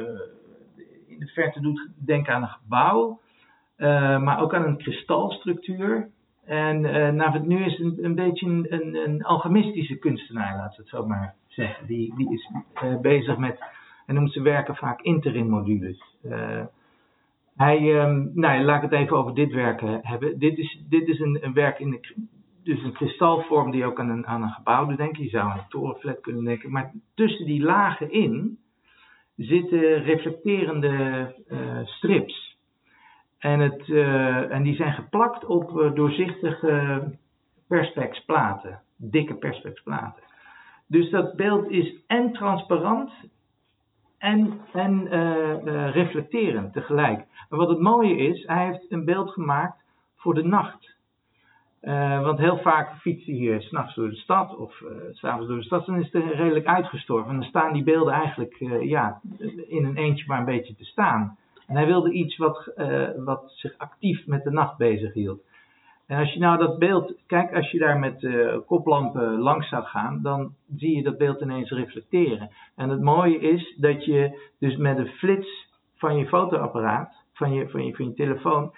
in de verte doet denken aan een gebouw, uh, maar ook aan een kristalstructuur. En uh, nou, nu is een, een beetje een, een, een alchemistische kunstenaar, laten we het zo maar zeggen. Die, die is uh, bezig met, hij noemt zijn werken vaak interim modules. Uh, hij, um, nou, laat ik het even over dit werk hebben. Dit is, dit is een, een werk in de... Dus een kristalvorm die ook aan een, aan een gebouw doet denken. Je zou aan een torenflat kunnen denken. Maar tussen die lagen in zitten reflecterende uh, strips. En, het, uh, en die zijn geplakt op uh, doorzichtige perspexplaten. Dikke perspexplaten. Dus dat beeld is en transparant en, en uh, uh, reflecterend tegelijk. En wat het mooie is, hij heeft een beeld gemaakt voor de nacht. Uh, want heel vaak fietsen hier 's nachts door de stad of uh, 's avonds door de stad, dan is het redelijk uitgestorven. En dan staan die beelden eigenlijk uh, ja, in een eentje maar een beetje te staan. En hij wilde iets wat, uh, wat zich actief met de nacht bezig hield. En als je nou dat beeld, kijk, als je daar met uh, koplampen langs zou gaan, dan zie je dat beeld ineens reflecteren. En het mooie is dat je dus met een flits van je fotoapparaat, van je, van je, van je telefoon,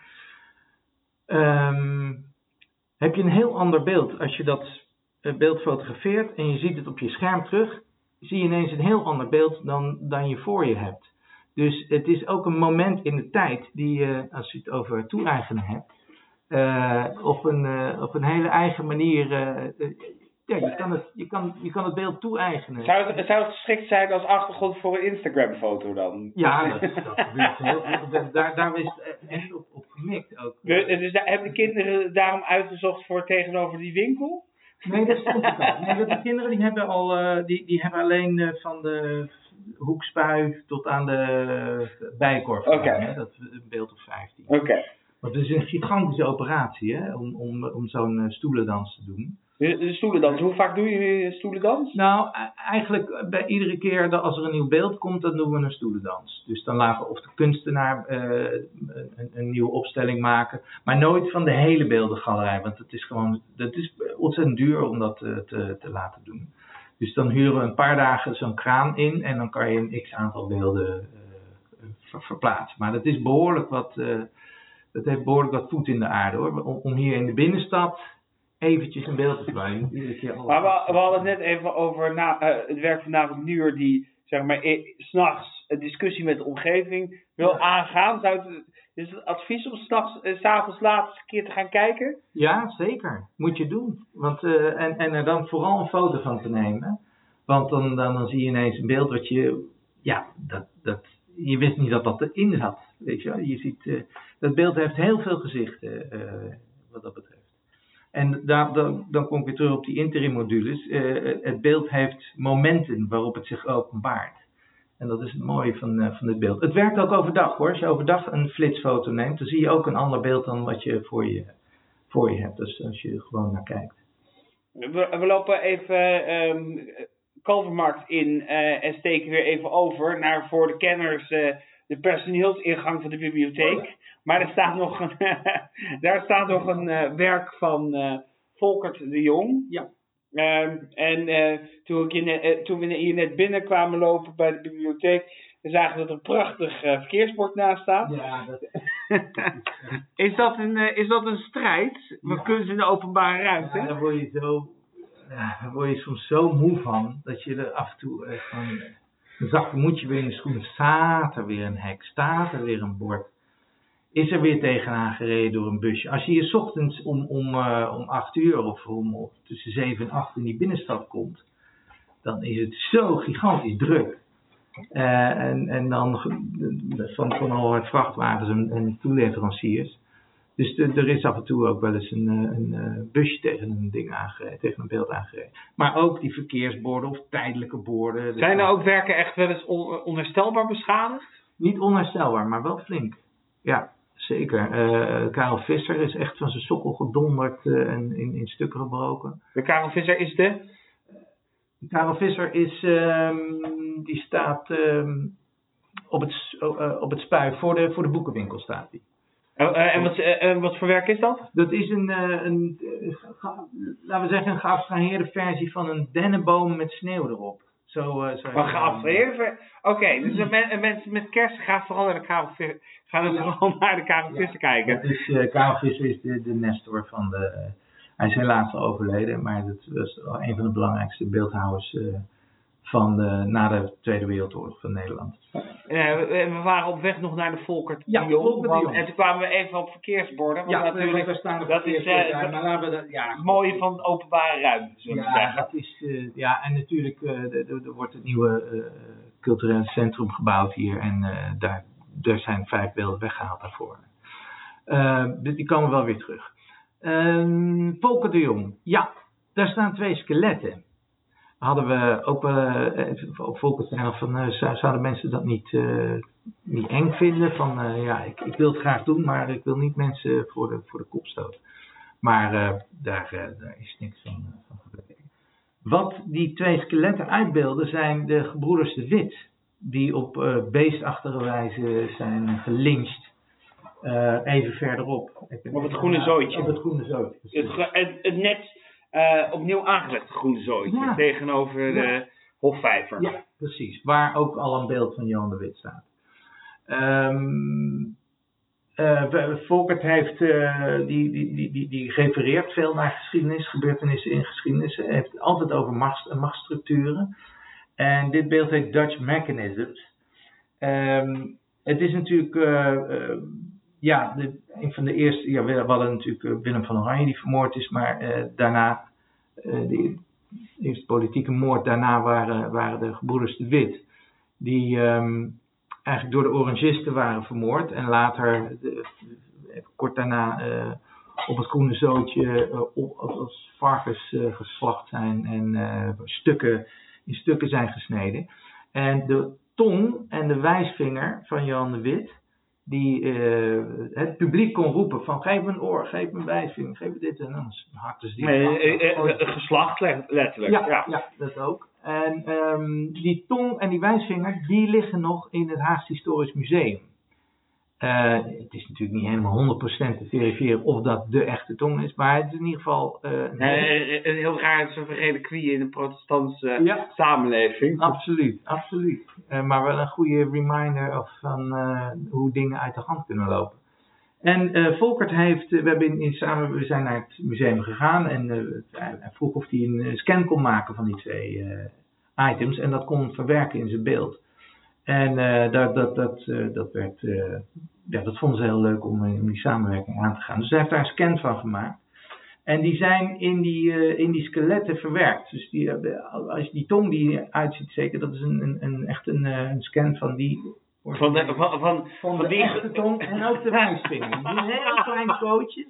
um, heb je een heel ander beeld. Als je dat beeld fotografeert en je ziet het op je scherm terug, zie je ineens een heel ander beeld dan, dan je voor je hebt. Dus het is ook een moment in de tijd die je, als je het over toe-eigenen hebt, uh, op, een, uh, op een hele eigen manier, uh, uh, ja, je kan, het, je, kan, je kan het beeld toe-eigenen. Zou het, zou het geschikt zijn als achtergrond voor een Instagram-foto dan? Ja, dat, dat gebeurt heel veel. Daar, daar is echt op, op gemikt ook. Dus, dus daar, hebben de kinderen daarom uitgezocht voor tegenover die winkel? Nee, dat stond ook al. Nee, de kinderen die hebben, al, uh, die, die hebben alleen uh, van de hoekspui tot aan de bijenkorf. Oké. Okay. Dat een beeld of vijftien. Oké. Okay. Want het is een gigantische operatie, hè, om, om, om zo'n uh, stoelendans te doen. De, de stoelendans, hoe vaak doe je een stoelendans? Nou, eigenlijk bij iedere keer dat als er een nieuw beeld komt, dan doen we een stoelendans. Dus dan laten we of de kunstenaar uh, een, een nieuwe opstelling maken, maar nooit van de hele beeldengalerij, want het is gewoon, dat is ontzettend duur om dat uh, te, te laten doen. Dus dan huren we een paar dagen zo'n kraan in en dan kan je een x aantal beelden uh, ver, verplaatsen. Maar dat is behoorlijk wat, uh, dat heeft behoorlijk wat voet in de aarde hoor, om, om hier in de binnenstad eventjes een beeld te krijgen. Maar we, we hadden het net even over na, uh, het werk van David Nuur die, zeg maar, e- 's nachts een discussie met de omgeving wil ja. aangaan. Zou het, is het advies om 's nachts, uh, 's avonds laat eens een keer te gaan kijken? Ja, zeker. Moet je doen. Want, uh, en, en er dan vooral een foto van te nemen. Want dan, dan, dan zie je ineens een beeld wat je, ja, dat, dat, je wist niet dat dat erin zat. Weet je, je ziet, uh, dat beeld heeft heel veel gezichten, uh, wat dat betreft. En daar, dan, dan kom ik weer terug op die interim modules. Uh, het beeld heeft momenten waarop het zich openbaart. En dat is het mooie van, uh, van dit beeld. Het werkt ook overdag hoor. Als je overdag een flitsfoto neemt, dan zie je ook een ander beeld dan wat je voor je, voor je hebt. Dus als je er gewoon naar kijkt. We, we lopen even um, Kalvermarkt in uh, en steken weer even over naar voor de kenners uh, de personeelsingang van de bibliotheek. Maar er staat nog een, daar staat nog een uh, werk van uh, Volkert de Jong. Ja. Uh, en uh, toen, ik net, uh, toen we hier net binnenkwamen lopen bij de bibliotheek, zagen we dat er een prachtig uh, verkeersbord naast staat. Ja, dat... is, dat een, uh, is dat een strijd? Met ja. kunst in de openbare ruimte? Ja, daar word je zo, ja, daar word je soms zo moe van dat je er af en toe uh, van, uh, dan zag moet je weer in de schoen, staat er weer een hek, staat er weer een bord. Is er weer tegenaan gereden door een busje. Als je hier 's ochtends om, om, uh, om acht uur of om of tussen zeven en acht in die binnenstad komt, dan is het zo gigantisch druk. Uh, en, en dan van, van allerlei vrachtwagens en, en toeleveranciers. Dus de, er is af en toe ook wel eens een, een, een busje tegen een ding aangereden, tegen een beeld aangereden. Maar ook die verkeersborden of tijdelijke borden. Zijn er ook werken echt wel eens on, onherstelbaar beschadigd? Niet onherstelbaar, maar wel flink. Ja. Zeker. Uh, Karel Visser is echt van zijn sokkel gedonderd uh, en in, in stukken gebroken. De Karel Visser is de? Karel Visser is, um, die staat um, op, het, uh, op het spui, voor de, voor de boekenwinkel staat hij. Uh, uh, en wat, uh, wat voor werk is dat? Dat is een, uh, een uh, ga, laten we zeggen, een geabstraheerde versie van een dennenboom met sneeuw erop. Zo, uh, zo maar geabstraheerde? Oké, okay, dus mensen men, met kerst gaan vooral naar de Karel Visser, gaan er ja. vooral naar de Karel Visser ja. kijken. Dat is, uh, Karel Visser is de, de nestor van de, uh, hij is helaas al overleden, maar dat was een van de belangrijkste beeldhouwers uh, van de, na de Tweede Wereldoorlog van Nederland. Uh, we, we waren op weg nog naar de Volkert ja, de Jong, Volkert de Jong. En toen kwamen we even op verkeersborden. Want ja, natuurlijk, daar staan dat is uh, maar laten we dat, ja, het mooie van de openbare ruimte, zullen we ja, zeggen. Dat is, uh, ja, en natuurlijk uh, er wordt het nieuwe uh, culturele centrum gebouwd hier en uh, daar, daar zijn vijf beelden weggehaald daarvoor. Uh, die komen wel weer terug. Uh, Volkert de Jong, ja, daar staan twee skeletten. Hadden we ook wel, uh, Volkert zei nog van, uh, zouden mensen dat niet, uh, niet eng vinden? Van, uh, ja, ik, ik wil het graag doen, maar ik wil niet mensen voor de, voor de kop stoten. Maar uh, daar, uh, daar is niks van, uh, van gebleken. Wat die twee skeletten uitbeelden zijn de gebroeders de Wit. Die op uh, beestachtige wijze zijn gelyncht. Uh, even verderop. Op het groene zooitje. Op het groene zooitje. Het, het, het net uh, opnieuw aangelegde groene zooitje. Ja. Tegenover ja. de Hofvijver. Ja, precies. Waar ook al een beeld van Johan de Wit staat. Um, uh, Volkert heeft, uh, die, die, die, die, die refereert veel naar geschiedenis, gebeurtenissen in geschiedenis. Hij heeft het altijd over macht, machtsstructuren. En dit beeld heet Dutch Mechanisms. Um, het is natuurlijk, uh, uh, ja, de, een van de eerste, ja, we hadden natuurlijk uh, Willem van Oranje die vermoord is, maar uh, daarna, uh, de eerste politieke moord, daarna waren, waren de gebroeders de Wit, die um, eigenlijk door de orangisten waren vermoord en later, de, de, kort daarna, uh, op het Groene Zootje uh, op, als varkens uh, geslacht zijn en uh, stukken, in stukken zijn gesneden. En de tong en de wijsvinger van Johan de Wit, die uh, het publiek kon roepen van geef me een oor, geef me een wijsvinger, geef me dit en anders hakten ze die. Nee, uh, uh, uh, geslacht letterlijk. Ja, ja. ja, dat ook. En um, die tong en die wijsvinger, die liggen nog in het Haagse Historisch Museum. Uh, het is natuurlijk niet helemaal honderd procent te verifiëren of dat de echte tong is, maar het is in ieder geval... Uh, nee, uh, heel raar, zo'n reliquie in een protestantse ja, samenleving. Absoluut, absoluut. Uh, maar wel een goede reminder of van uh, hoe dingen uit de hand kunnen lopen. En uh, Volkert heeft, uh, we, hebben in, in samen, we zijn naar het museum gegaan en uh, hij vroeg of hij een scan kon maken van die twee uh, items en dat kon verwerken in zijn beeld. En uh, dat, dat, dat, uh, dat, werd, uh, ja, dat vonden ze heel leuk om in die samenwerking aan te gaan. Dus hij heeft daar een scan van gemaakt. En die zijn in die, uh, in die skeletten verwerkt. Dus die, uh, als je die tong die uitziet, zeker, dat is een, een, een, echt een, uh, een scan van die... Van de, van, van, van van de die echte tong en ook de wijsvinger. Die is een heel klein kootje.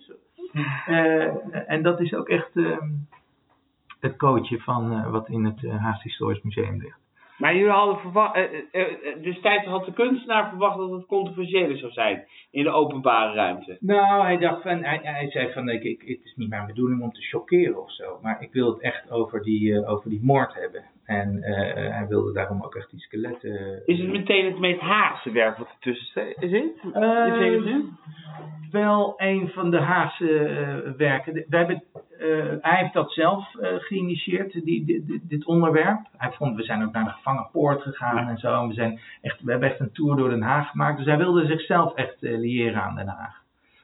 Uh, en dat is ook echt uh, het kootje van uh, wat in het uh, Haagse Historisch Museum ligt. Maar jullie hadden verwacht, uh, uh, destijds had de kunstenaar verwacht dat het controversiëler zou zijn in de openbare ruimte. Nou, hij dacht van, hij, hij zei van, ik, ik, het is niet mijn bedoeling om te chockeren of zo, maar ik wil het echt over die, uh, over die moord hebben. En uh, hij wilde daarom ook echt die skeletten... Is het meteen het meest Haagse werk wat ertussen zit? Uh, wel een van de Haagse uh, werken. We hebben, uh, hij heeft dat zelf uh, geïnitieerd, die, die, die, dit onderwerp. Hij vond, we zijn ook naar de Gevangenpoort gegaan ja. en zo. En we, zijn echt, we hebben echt een tour door Den Haag gemaakt. Dus hij wilde zichzelf echt uh, liëren aan Den Haag.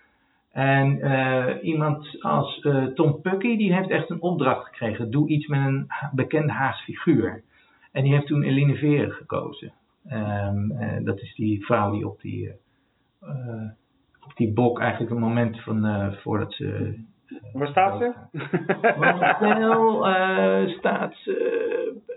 En uh, iemand als uh, Tom Pucky, die heeft echt een opdracht gekregen. Doe iets met een bekende Haagse figuur. En die heeft toen Eline Vere gekozen. Um, uh, dat is die vrouw die op die, uh, uh, op die bok eigenlijk een moment van uh, voordat ze... Uh, Waar staat ze? Momenteel uh, staat ze... Uh,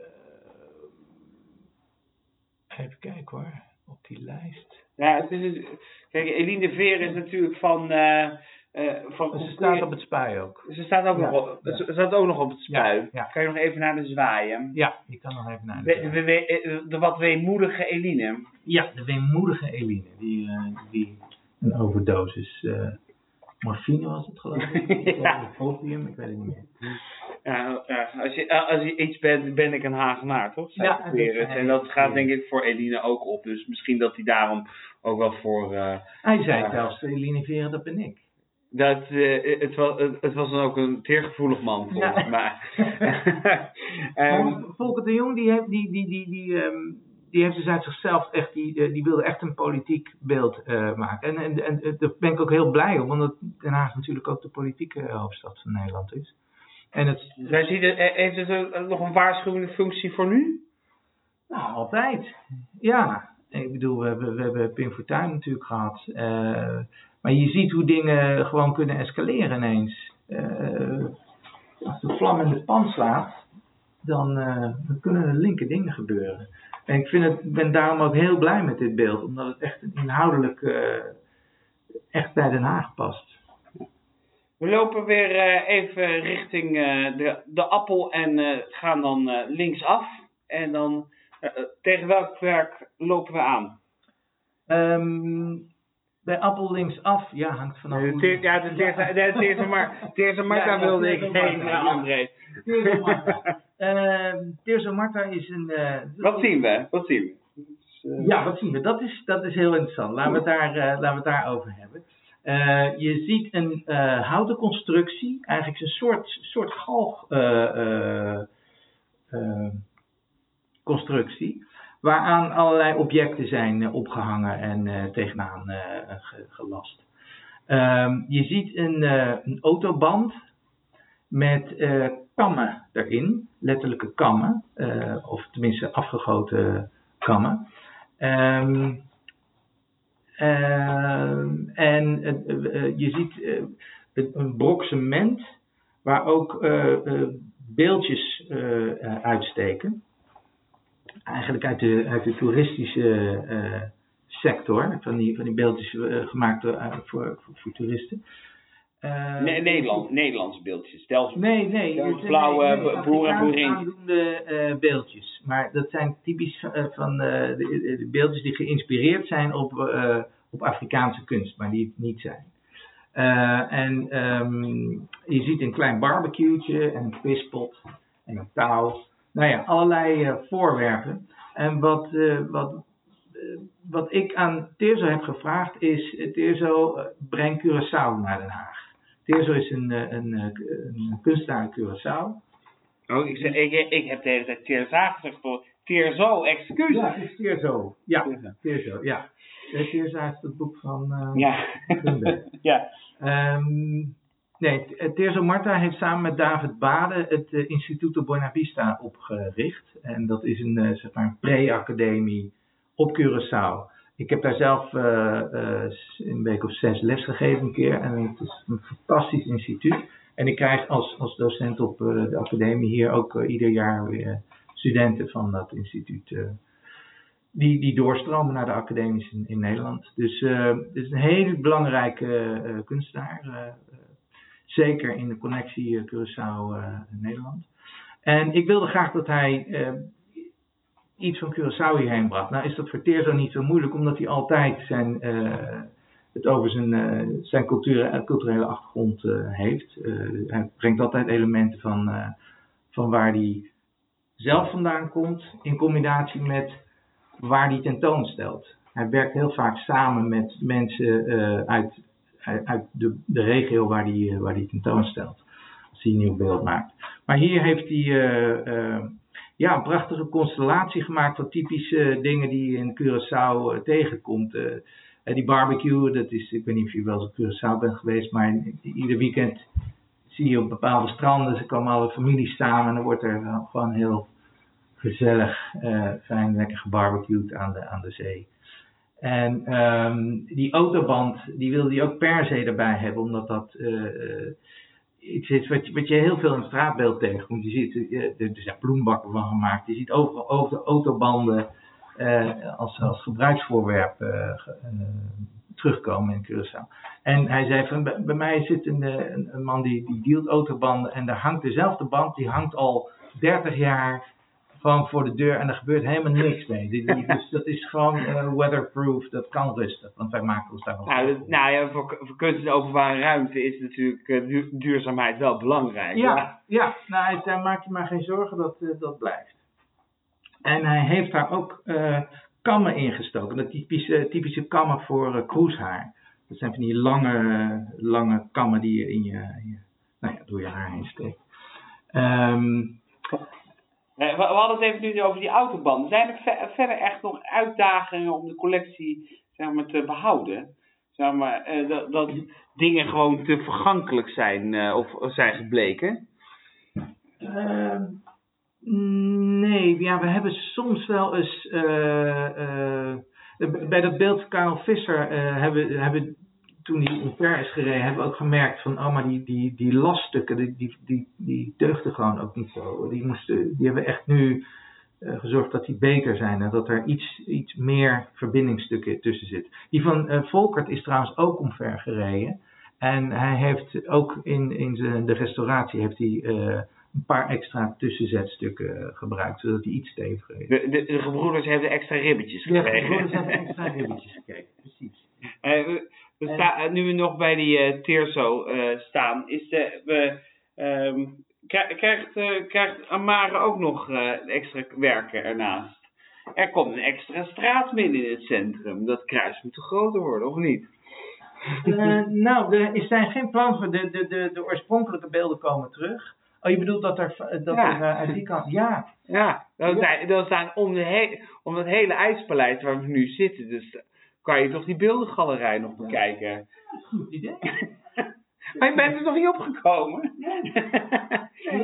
even kijken hoor, op die lijst. Ja, het is, kijk, Eline Vere is natuurlijk van... Uh, uh, van ze staat op het spui ook. Ze staat ook, ja, nog, op, ja. ze staat ook nog op het spui. Ja, ja. Kan je nog even naar de zwaaien? Ja, je kan nog even naar de zwaaien. De, de, de, de wat weemoedige Eline. Ja, de weemoedige Eline. Die, uh, die een overdosis uh, morfine was het geloof ik. Ja. Opium, ik weet het niet meer. Ja, ja, als, je, als je iets bent, ben ik een Hagenaar, toch? Ja, dat is, en dat gaat denk ik voor Eline ook op. Dus misschien dat hij daarom ook wel voor... Uh, hij zei uh, zelfs, Eline Vere, dat ben ik. Dat, uh, het, was, het was dan ook een teergevoelig man, volgens ja. mij. um, Volker de Jong, die heeft, die, die, die, die, um, die heeft dus uit zichzelf echt, die, die wilde echt een politiek beeld uh, maken. En, en, en daar ben ik ook heel blij om, omdat Den Haag natuurlijk ook de politieke hoofdstad van Nederland is. En het, Zij ziet het, heeft het een, nog een waarschuwende functie voor nu? Nou, altijd. Ja, ik bedoel, we hebben, we hebben Pim Fortuyn natuurlijk gehad. Uh, maar je ziet hoe dingen gewoon kunnen escaleren ineens. Uh, als de vlam in de pan slaat, dan, uh, dan kunnen er linker dingen gebeuren. En ik vind het, ben daarom ook heel blij met dit beeld, omdat het echt inhoudelijk uh, echt bij Den Haag past. We lopen weer uh, even richting uh, de, de Appel en uh, gaan dan uh, linksaf. En dan uh, tegen welk werk lopen we aan? Um, bij Appel linksaf, ja, hangt vanaf. Uh, te, ja, de Teerse Marta, Teerse Marta ja, wilde ik heen, uh, André. Teerse Marta. uh, Teerse Marta is een... Uh, wat zien we? Wat zien we? Dus, uh, ja, wat zien we? Dat is, dat is heel interessant. Laten we het daar, uh, laten we het daar over hebben. Uh, je ziet een uh, houten constructie, eigenlijk een soort, soort galg uh, uh, uh, constructie, waaraan allerlei objecten zijn uh, opgehangen en uh, tegenaan uh, ge, gelast. Uh, je ziet een, uh, een autoband met uh, kammen erin, letterlijke kammen, uh, of tenminste afgegoten kammen. Um, uh, en uh, uh, je ziet uh, een brok cement waar ook uh, uh, beeldjes uh, uh, uitsteken. Eigenlijk uit de, uit de toeristische uh, sector, van die, van die beeldjes uh, gemaakt uh, voor, voor, voor toeristen. Uh, nee, Nederland, Nederlandse beeldjes. Stel, nee, nee. Stel, blauwe nee, nee, boer en boerin. Aandoende uh, beeldjes. Maar dat zijn typisch uh, van uh, de, de beeldjes die geïnspireerd zijn op, uh, op Afrikaanse kunst, maar die het niet zijn. Uh, en um, je ziet een klein barbecue'tje en een vispot en een touw. Nou ja, allerlei uh, voorwerpen. En wat, uh, wat, uh, wat ik aan Teerzo heb gevraagd is, Teerzo, uh, breng Curaçao naar Den Haag. Teerzo is een, een, een, een kunstenaar in Curaçao. Oh, ik, zeg, ik, ik heb de hele tijd Teerza gezegd voor Teerzo, excuus. Ja, het is Teerzo. Ja, Teerzo, ja. Teerza is het boek van uh, ja. ja. Um, nee, Teerzo Marta heeft samen met David Bade het uh, Instituto Buenavista opgericht. En dat is een, uh, zeg maar een pre-academie op Curaçao. Ik heb daar zelf uh, uh, een week of zes les gegeven een keer. En het is een fantastisch instituut. En ik krijg als, als docent op uh, de academie hier ook uh, ieder jaar weer studenten van dat instituut. Uh, die, die doorstromen naar de academies in, in Nederland. Dus uh, het is een hele belangrijke uh, kunstenaar. Uh, uh, zeker in de connectie uh, Curaçao-Nederland. Uh, en ik wilde graag dat hij uh, iets van Curaçao hierheen bracht. Nou is dat voor Teerzo niet zo moeilijk, omdat hij altijd zijn, uh, het over zijn, uh, zijn cultuur, culturele achtergrond uh, heeft. Uh, hij brengt altijd elementen van, uh, van waar hij zelf vandaan komt, in combinatie met waar hij tentoonstelt. Hij werkt heel vaak samen met mensen uh, uit, uit de, de regio waar hij, uh, waar hij tentoonstelt. Als hij een nieuw beeld maakt. Maar hier heeft hij uh, uh, ja, een prachtige constellatie gemaakt van typische dingen die je in Curaçao uh, tegenkomt. Uh, die barbecue, dat is, ik weet niet of je wel eens op Curaçao bent geweest, maar ieder weekend zie je op bepaalde stranden, ze komen alle families samen en dan wordt er uh, gewoon heel gezellig, uh, fijn, lekker gebarbecued aan de, aan de zee. En um, die autoband, die wilde hij ook per se erbij hebben, omdat dat uh, iets is wat je, wat je heel veel in het straatbeeld tegenkomt. Je ziet, uh, er zijn bloembakken van gemaakt, je ziet overal over de autobanden uh, als, als gebruiksvoorwerp uh, uh, terugkomen in Curaçao. En hij zei van, bij, bij mij zit een, een, een man die, die dealt autobanden en daar hangt dezelfde band, die hangt al dertig jaar van voor de deur en er gebeurt helemaal niks mee. Dus dat is gewoon uh, weatherproof, dat kan rustig, want wij maken ons daar wel nou, dat, nou ja, voor, voor kunst in openbare ruimte is natuurlijk uh, duur, duurzaamheid wel belangrijk. Ja, ja. ja. Nou, daar maak je maar geen zorgen dat uh, dat blijft. En hij heeft daar ook uh, kammen ingestoken, dat typische, typische kammen voor uh, kroeshaar. Dat zijn van die lange, lange kammen die je, in je, je nou ja, door je haar heen steekt. Um, We hadden het even nu over die autobanden. Zijn er ver, verder echt nog uitdagingen om de collectie, zeg maar, te behouden? Zeg maar, uh, dat, dat dingen gewoon te vergankelijk zijn uh, of, of zijn gebleken? Uh, nee, ja, we hebben soms wel eens uh, uh, bij dat beeld Karel Visser uh, hebben, hebben toen hij omver is gereden, hebben we ook gemerkt van, oh, maar die, die, die laststukken, die, die, die, die deugden gewoon ook niet zo. Die, moesten, die hebben echt nu uh, gezorgd dat die beter zijn en dat er iets, iets meer verbindingsstukken tussen zit. Die van uh, Volkert is trouwens ook omver gereden. En hij heeft ook in, in zijn, de restauratie heeft hij uh, een paar extra tussenzetstukken gebruikt, zodat hij iets steviger is. De, de, de gebroeders hebben extra ribbetjes gekregen. De gebroeders hebben extra ribbetjes gekregen, precies. Uh, we sta, nu we nog bij die uh, Teerzo uh, staan, is de, we, um, krijgt, uh, krijgt Amare ook nog uh, extra werken ernaast. Er komt een extra straat midden in het centrum. Dat kruis moet te groter worden, of niet? Uh, nou, er zijn geen plannen voor. De, de, de, de oorspronkelijke beelden komen terug. Oh, je bedoelt dat er, dat ja. er uh, uit die kant... Ja. Ja, dat ja. zijn, dat zijn om, de he, om dat hele ijspaleis waar we nu zitten. Dus kan je toch die beeldengalerij nog bekijken? Ja, goed idee. Maar je bent er nog niet opgekomen? Nee. Nee,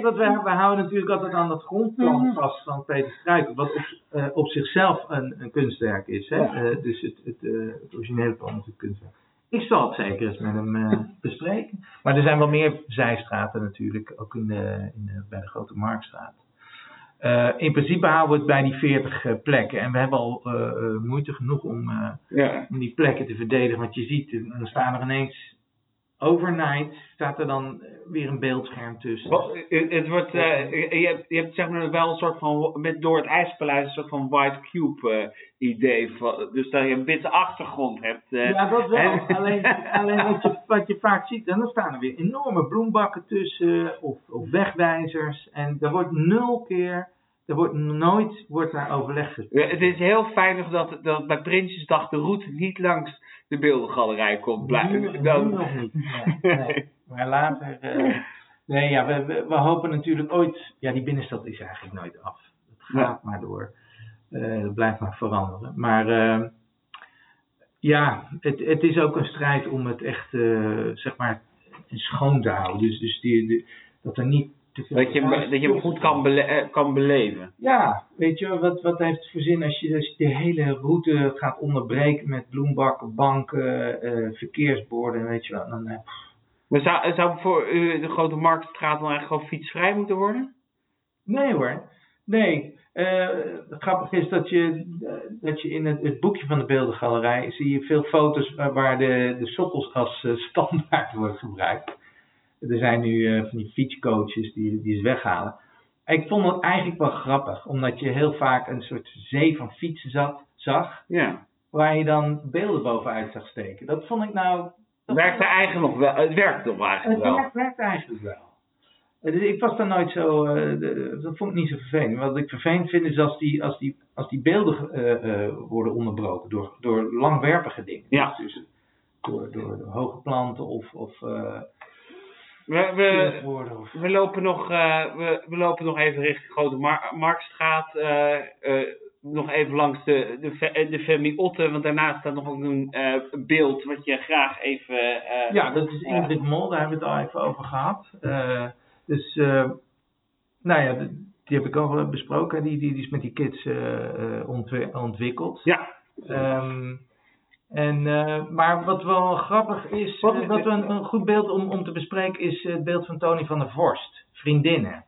wat we, we houden natuurlijk altijd aan dat grondplan vast van Peter Struiker, wat op, uh, op zichzelf een, een kunstwerk is. Hè? Ja. Uh, dus het, het, uh, het originele plan is een kunstwerk. Ik zal het zeker eens met hem uh, bespreken. Maar er zijn wel meer zijstraten natuurlijk, ook in de, in de, bij de Grote Marktstraat. Uh, in principe houden we het bij die veertig uh, plekken. En we hebben al uh, uh, moeite genoeg om, uh, ja. om die plekken te verdedigen. Want je ziet, dan staan er ineens... Overnight staat er dan weer een beeldscherm tussen. Wat, het, het wordt, uh, je, hebt, je hebt zeg maar wel een soort van, met door het IJspaleis een soort van white cube uh, idee. Van, dus dat je een witte achtergrond hebt. Uh, ja, dat wel. alleen alleen wat, je, wat je vaak ziet, dan staan er weer enorme bloembakken tussen of, of wegwijzers. En er wordt nul keer, er wordt nooit wordt daar overleg gesproken. Ja, het is heel fijn dat, dat bij Prinsjesdag de route niet langs de beeldengalerij komt. Nu, nu nog niet. Nee, nee. Maar later... Uh, nee, ja, we, we, we hopen natuurlijk ooit... Ja, die binnenstad is eigenlijk nooit af. Het gaat ja. maar door. Uh, het blijft maar veranderen. Maar uh, ja, het, het is ook een strijd om het echt, uh, zeg maar, schoon te houden. Dus, dus die, die, dat er niet... Dat je, dat je hem goed kan, bele- kan beleven. Ja, weet je, wat, wat heeft het voor zin als je, als je de hele route gaat onderbreken met bloembakken, banken, uh, verkeersborden, weet je wel. Dan, uh, maar zou, zou voor u de Grote Marktstraat dan eigenlijk gewoon fietsvrij moeten worden? Nee hoor, nee. Uh, het grappige is dat je, uh, dat je in het, het boekje van de beeldengalerij zie je veel foto's uh, waar de, de sokkels als uh, standaard wordt gebruikt. Er zijn nu uh, van die fietscoaches die, die het weghalen. Ik vond het eigenlijk wel grappig, omdat je heel vaak een soort zee van fietsen zat, zag, ja. waar je dan beelden bovenuit zag steken. Dat vond ik nou... Het werkte eigenlijk nog wel. Het werkt nog eigenlijk wel. Het werkt, werkt eigenlijk wel. Dus ik was daar nooit zo... Uh, de, dat vond ik niet zo vervelend. Wat ik vervelend vind is als die, als die, als die beelden uh, uh, worden onderbroken door, door langwerpige dingen. Ja. Dus door, door, door hoge planten of... of uh, We, we, we, lopen nog, uh, we, we lopen nog even richting Grote Mar- Marktstraat. Uh, uh, nog even langs de, de, de Femi Otte. Want daarnaast staat nog ook een uh, beeld wat je graag even... Uh, ja, dat is Ingrid Mol. Daar hebben we het al even over gehad. Uh, dus, uh, nou ja, die heb ik al besproken. Die, die, die is met die kids uh, ontw- ontwikkeld. Ja. Um, En, uh, maar wat wel grappig is, uh, dat we een, een goed beeld om, om te bespreken is het beeld van Tony van der Vorst, Vriendinnen.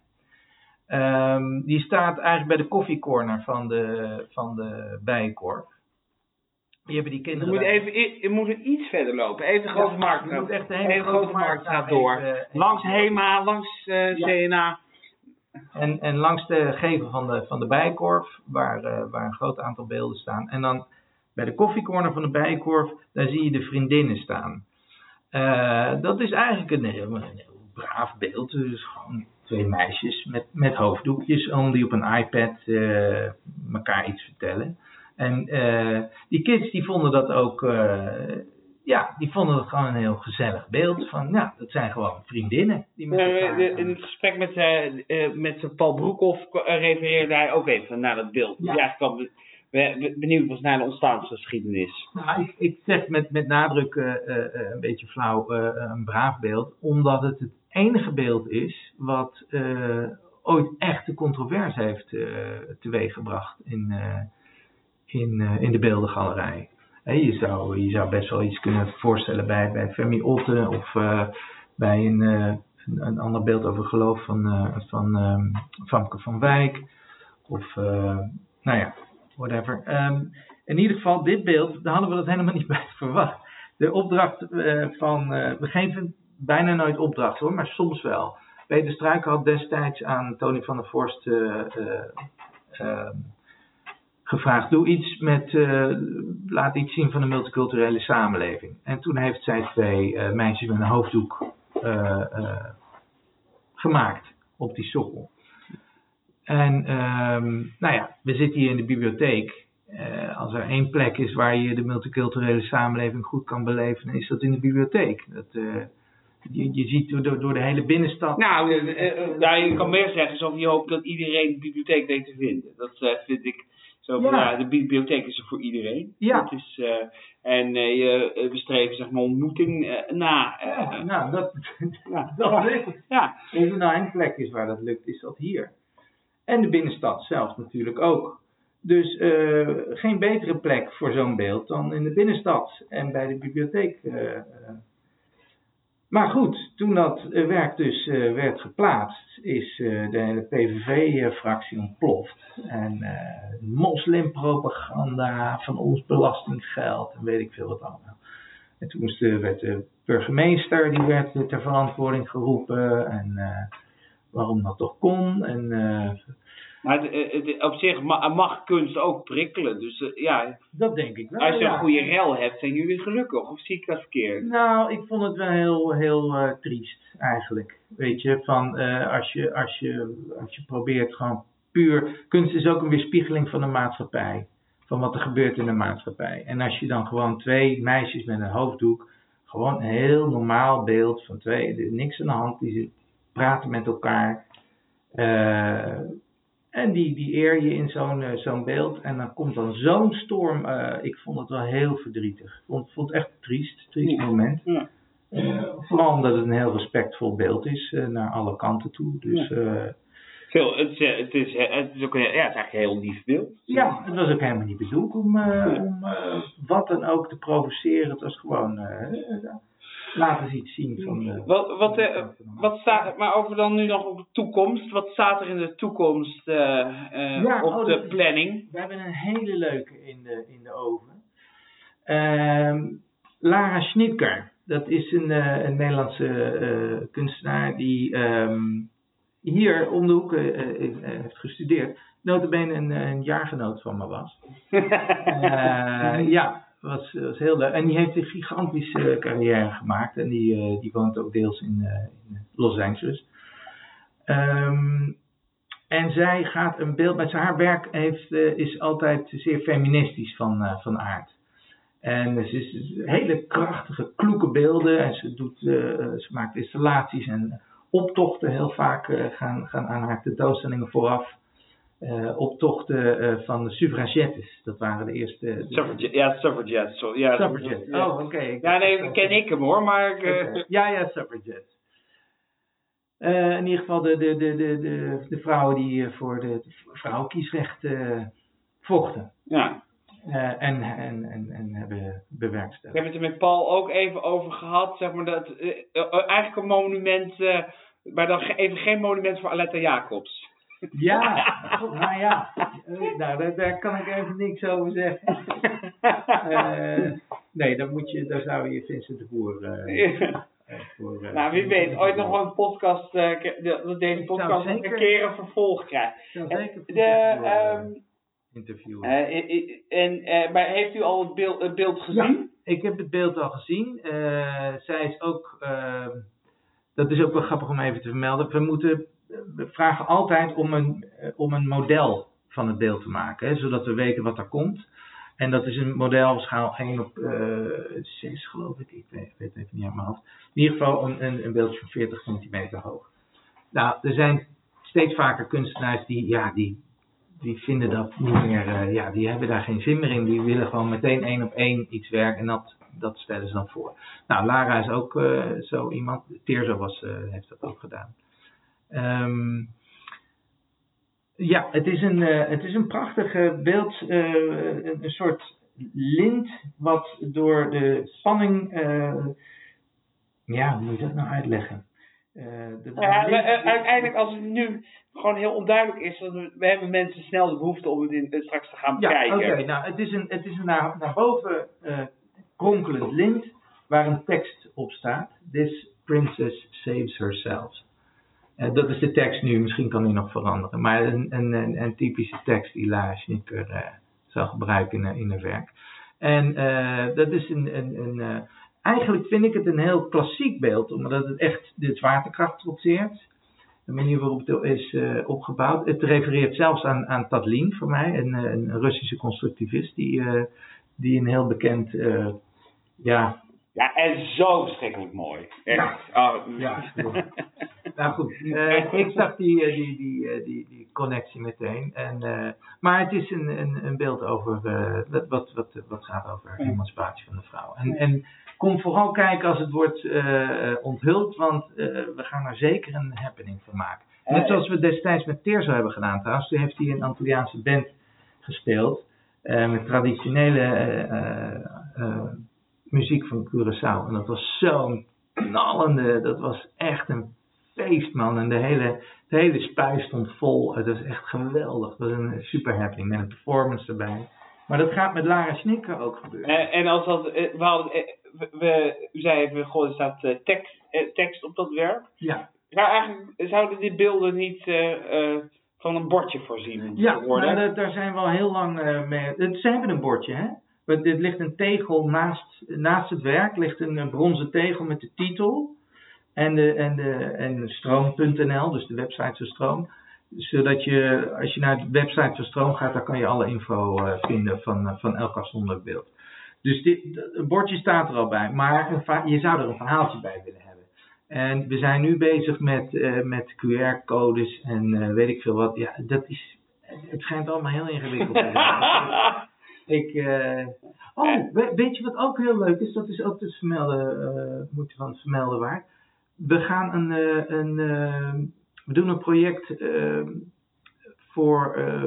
Um, die staat eigenlijk bij de koffiecorner van de, van de Bijenkorf. Die hebben die kinderen... Je moet, even, je moet iets verder lopen, even de Grote ja, Markt. Je moet echt de hele even Grote Markt gaat door. Even, langs Hema, langs uh, ja. C N A. En, en langs de gevel van de, van de Bijenkorf, waar, uh, waar een groot aantal beelden staan. En dan... Bij de koffiecorner van de Bijenkorf, daar zie je de vriendinnen staan. Uh, dat is eigenlijk een heel, een heel braaf beeld. Dus gewoon twee meisjes met, met hoofddoekjes om die op een iPad uh, elkaar iets vertellen. En uh, die kids die vonden dat ook, uh, ja, die vonden het gewoon een heel gezellig beeld. Van, ja, dat zijn gewoon vriendinnen. Die met elkaar, uh, in het gesprek met, uh, uh, met Paul Broekhoff uh, refereerde hij ook even naar dat beeld. Ja. Ja, kwam benieuwd was naar de ontstaansgeschiedenis. Nou, ik, ik zeg met, met nadruk uh, uh, een beetje flauw uh, een braaf beeld, omdat het het enige beeld is wat uh, ooit echt de controverse heeft uh, teweeggebracht in, uh, in, uh, in de beeldengalerij. Hey, je, zou, je zou best wel iets kunnen voorstellen bij, bij Femi Otte of uh, bij een, uh, een, een ander beeld over geloof van, uh, van um, Famke van Wijk of uh, nou ja, whatever. Um, in ieder geval, dit beeld, daar hadden we dat helemaal niet bij verwacht. De opdracht uh, van, uh, we geven bijna nooit opdracht hoor, maar soms wel. Peter Struiker had destijds aan Tony van der Vorst uh, uh, uh, gevraagd, doe iets met, uh, laat iets zien van de multiculturele samenleving. En toen heeft zij twee uh, meisjes met een hoofddoek uh, uh, gemaakt op die sokkel. En um, nou ja, we zitten hier in de bibliotheek. Uh, als er één plek is waar je de multiculturele samenleving goed kan beleven, dan is dat in de bibliotheek. Dat, uh, je, je ziet door, door de hele binnenstad... Nou, uh, uh, ja, je kan meer zeggen, alsof je hoopt dat iedereen de bibliotheek weet te vinden. Dat uh, vind ik Zo van, Ja. ja, de bibliotheek is er voor iedereen. Ja. Dat is, uh, en uh, je uh, bestreeft zeg maar ontmoeting uh, na. Uh, Ja, nou, dat, ja. dat ja. lukt. Ja. Als er nou een plek is waar dat lukt, is dat hier. En de binnenstad zelf natuurlijk ook. Dus uh, geen betere plek voor zo'n beeld dan in de binnenstad en bij de bibliotheek. Uh, uh. Maar goed, toen dat uh, werk dus uh, werd geplaatst, is uh, de hele P V V-fractie ontploft. En uh, moslimpropaganda van ons belastinggeld en weet ik veel wat allemaal. En toen moest de, werd de burgemeester, die werd uh, ter verantwoording geroepen en uh, waarom dat toch kon. En, uh, maar het, het, op zich mag kunst ook prikkelen, dus uh, ja. Dat denk ik wel. Als je ja. een goede rel hebt, zijn jullie gelukkig, of zie ik dat verkeerd? Nou, ik vond het wel heel, heel uh, triest eigenlijk. Weet je, van uh, als je, als je, als je probeert gewoon puur... Kunst is ook een weerspiegeling van de maatschappij. Van wat er gebeurt in de maatschappij. En als je dan gewoon twee meisjes met een hoofddoek, gewoon een heel normaal beeld van twee, er is niks aan de hand, die praten met elkaar. Uh, en die, die eer je in zo'n uh, zo'n beeld. En dan komt dan zo'n storm. Uh, ik vond het wel heel verdrietig. Ik vond, vond het echt triest. Triest Ja. moment. Ja. Uh, vooral omdat het een heel respectvol beeld is. Uh, naar alle kanten toe. Dus, uh, Veel, het, is, het, is, het is ook een, ja, het is eigenlijk een heel lief beeld. ja, het was ook helemaal niet bedoeld om, uh, om uh, wat dan ook te provoceren. Het was gewoon... Uh, uh, laten ze iets zien van... Uh, wat, wat, uh, wat staat, maar over dan nu nog op de toekomst. Wat staat er in de toekomst uh, uh, ja, op oh, de dat, planning? We hebben een hele leuke in de, in de oven. Uh, Lara Schnitger. Dat is een, uh, een Nederlandse uh, kunstenaar die um, hier om de hoek uh, uh, heeft gestudeerd. Nota bene een, een jaargenoot van me was. uh, ja, was, was heel leuk. En die heeft een gigantische carrière gemaakt. En die, uh, die woont ook deels in, uh, in Los Angeles. Um, en zij gaat een beeld... Met haar werk heeft, uh, is altijd zeer feministisch van, uh, van aard. En ze is hele krachtige, kloeke beelden. En ze, doet, uh, ze maakt installaties en optochten. Heel vaak uh, gaan, gaan aan haar tentoonstellingen vooraf. Uh, optochten uh, van de suffragettes. Dat waren de eerste... De, Suffragette, ja, suffragettes. So, ja, suffragettes. Ja. Oh, oké. Okay. Ja, nee, ken ik hem hoor, maar... Ik, uh... okay. Ja, ja, suffragettes. Uh, in ieder geval de, de, de, de, de, de vrouwen die uh, voor de, de vrouwenkiesrecht uh, vochten. Ja. Uh, en, en, en, en hebben bewerkstelligd. Ik heb het er met Paul ook even over gehad, zeg maar, dat uh, uh, eigenlijk een monument, uh, maar dan ge- even geen monument voor Aletta Jacobs. Ja, nou ja, uh, nou, daar, daar kan ik even niks over zeggen. Uh, nee, dan moet je, daar zou je Vincent de Boer... Uh, ja. Voor, uh, nou, wie weet, ooit nog wel een podcast, uh, dat deze podcast nog een keer een vervolg krijgt. Zeker de, um, interview. Uh, en, uh, maar heeft u al het beeld, het beeld gezien? Ja, ik heb het beeld al gezien. Uh, zij is ook, uh, dat is ook wel grappig om even te vermelden. We moeten, we vragen altijd om een, uh, om een model van het beeld te maken, hè, zodat we weten wat er komt. En dat is een model op schaal één op zes, geloof ik. Ik weet, weet even niet uit mijn hoofd. In ieder geval een, een, een beeldje van veertig centimeter hoog. Nou, er zijn steeds vaker kunstenaars die, ja, die, die vinden dat niet meer, uh, ja, die hebben daar geen zin meer in. Die willen gewoon meteen één op één iets werken en dat, dat stellen ze dan voor. Nou, Lara is ook uh, zo iemand. Teerzo was, uh, heeft dat ook gedaan. Um, Ja, het is een, uh, het is een prachtig uh, beeld, uh, een, een soort lint wat door de spanning, uh, ja, hoe moet je dat nou uitleggen? Uh, de, de ja, lint, uh, uiteindelijk als het nu gewoon heel onduidelijk is, dan we, we hebben mensen snel de behoefte om het in, uh, straks te gaan ja, bekijken. Oké, okay, nou het is een, het is een naar, naar boven uh, kronkelend lint waar een tekst op staat. This princess saves herself. Uh, dat is de tekst nu, misschien kan die nog veranderen. Maar een, een, een, een typische tekst die Lara Schnitger uh, zou gebruiken in, in haar werk. En uh, dat is een... een, een uh, eigenlijk vind ik het een heel klassiek beeld, omdat het echt de zwaartekracht trotseert. De manier waarop het is uh, opgebouwd. Het refereert zelfs aan, aan Tatlin voor mij, een, een Russische constructivist die, uh, die een heel bekend... Uh, ja, Ja, en zo verschrikkelijk mooi. Echt. Ja. Oh. Ja, nou goed, uh, ik zag die, uh, die, die, uh, die, die connectie meteen. En, uh, maar het is een, een, een beeld over uh, wat, wat, wat gaat over emancipatie van de vrouw. En, en kom vooral kijken als het wordt uh, onthuld, want uh, we gaan er zeker een happening van maken. Net zoals we destijds met Teerzo hebben gedaan trouwens. Toen heeft hij een Antilliaanse band gespeeld uh, met traditionele uh, uh, muziek van Curaçao. En dat was zo'n knallende, dat was echt een feest, man. En de hele, de hele spui stond vol. Het was echt geweldig. Het was een super happening met een performance erbij. Maar dat gaat met Lara Snikker ook gebeuren. En, en als dat, we hadden, we, we, u zei even, goh, er staat uh, tekst, uh, tekst op dat werk. Ja. Zou eigenlijk, zouden die beelden niet uh, uh, van een bordje voorzien ja, worden? Ja, daar zijn we al heel lang uh, mee. Ze hebben een bordje, hè? Er ligt een tegel naast, naast het werk, ligt een, een bronzen tegel met de titel en de, en de, en stroom punt n l, dus de website van Stroom. Zodat je, als je naar de website van Stroom gaat, dan kan je alle info uh, vinden van, uh, van elk afzonderlijk beeld. Dus dit, een bordje staat er al bij, maar een, je zou er een verhaaltje bij willen hebben. En we zijn nu bezig met, uh, met Q R-codes en uh, weet ik veel wat. Ja, dat is, het schijnt allemaal heel ingewikkeld te zijn. Ik, uh... Oh, weet je wat ook heel leuk is? Dat is ook te vermelden, uh, moet je van het vermelden waard. We gaan een, uh, een uh, we doen een project uh, voor uh,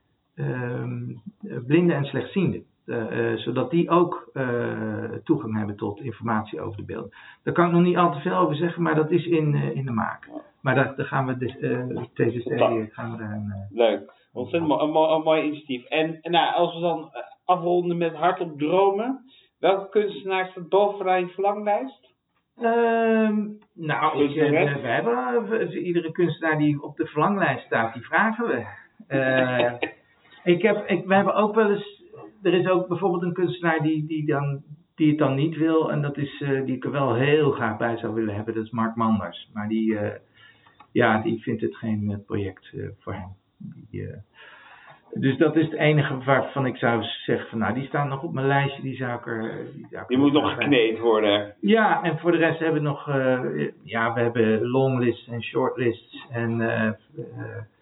um, blinden en slechtzienden. Uh, uh, zodat die ook uh, toegang hebben tot informatie over de beelden. Daar kan ik nog niet al te veel over zeggen, maar dat is in, uh, in de maak. Maar daar, daar gaan we de, uh, T C C gaan we daar een, uh, leuk. Ontzettend mooi, een, mooi, een mooi initiatief. En, en nou, als we dan afronden met hardop dromen, welke kunstenaar staat bovenaan je verlanglijst? Uh, nou, ik, uh, we, we hebben uh, iedere kunstenaar die op de verlanglijst staat, die vragen we. Uh, ik heb, ik, we hebben ook wel eens, er is ook bijvoorbeeld een kunstenaar die, die, dan, die het dan niet wil, en dat is, uh, die ik er wel heel graag bij zou willen hebben, dat is Mark Manders. Maar die, uh, ja, die vindt het geen uh, project uh, voor hem. Die, uh, dus dat is het enige waarvan ik zou zeggen van nou, die staan nog op mijn lijstje, die zou ik er... Die, zou ik die moet nog gekneed worden. Ja, en voor de rest hebben we nog, uh, ja, we hebben longlists en shortlists en... Uh, uh,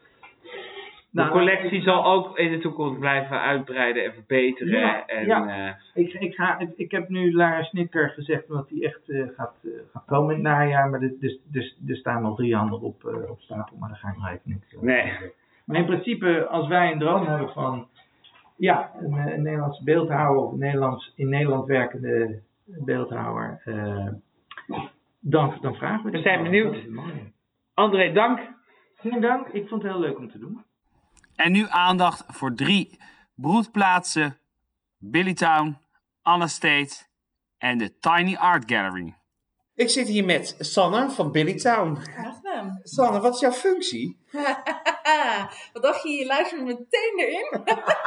de nou, collectie zal ook in de toekomst blijven uitbreiden en verbeteren. Ja, en, ja. Uh, ik, ik, ga, ik, ik heb nu Lara Snikker gezegd dat die echt uh, gaat, uh, gaat komen in het najaar, maar er, dus, dus, er staan nog drie handen op, uh, op stapel, maar daar ga ik nog even niks over. Nee. Maar in principe, als wij een droom hebben van ja, een, een Nederlandse beeldhouwer of een Nederlands, in Nederland werkende beeldhouwer, uh, dan, dan vragen we. We zijn benieuwd. André, dank. Geen dank, ik vond het heel leuk om te doen. En nu aandacht voor drie broedplaatsen: Billytown, Anna State en de Tiny Art Gallery. Ik zit hier met Sanne van Billytown. Graag gedaan. Sanne, wat is jouw functie? Wat dacht je, je luistert meteen erin?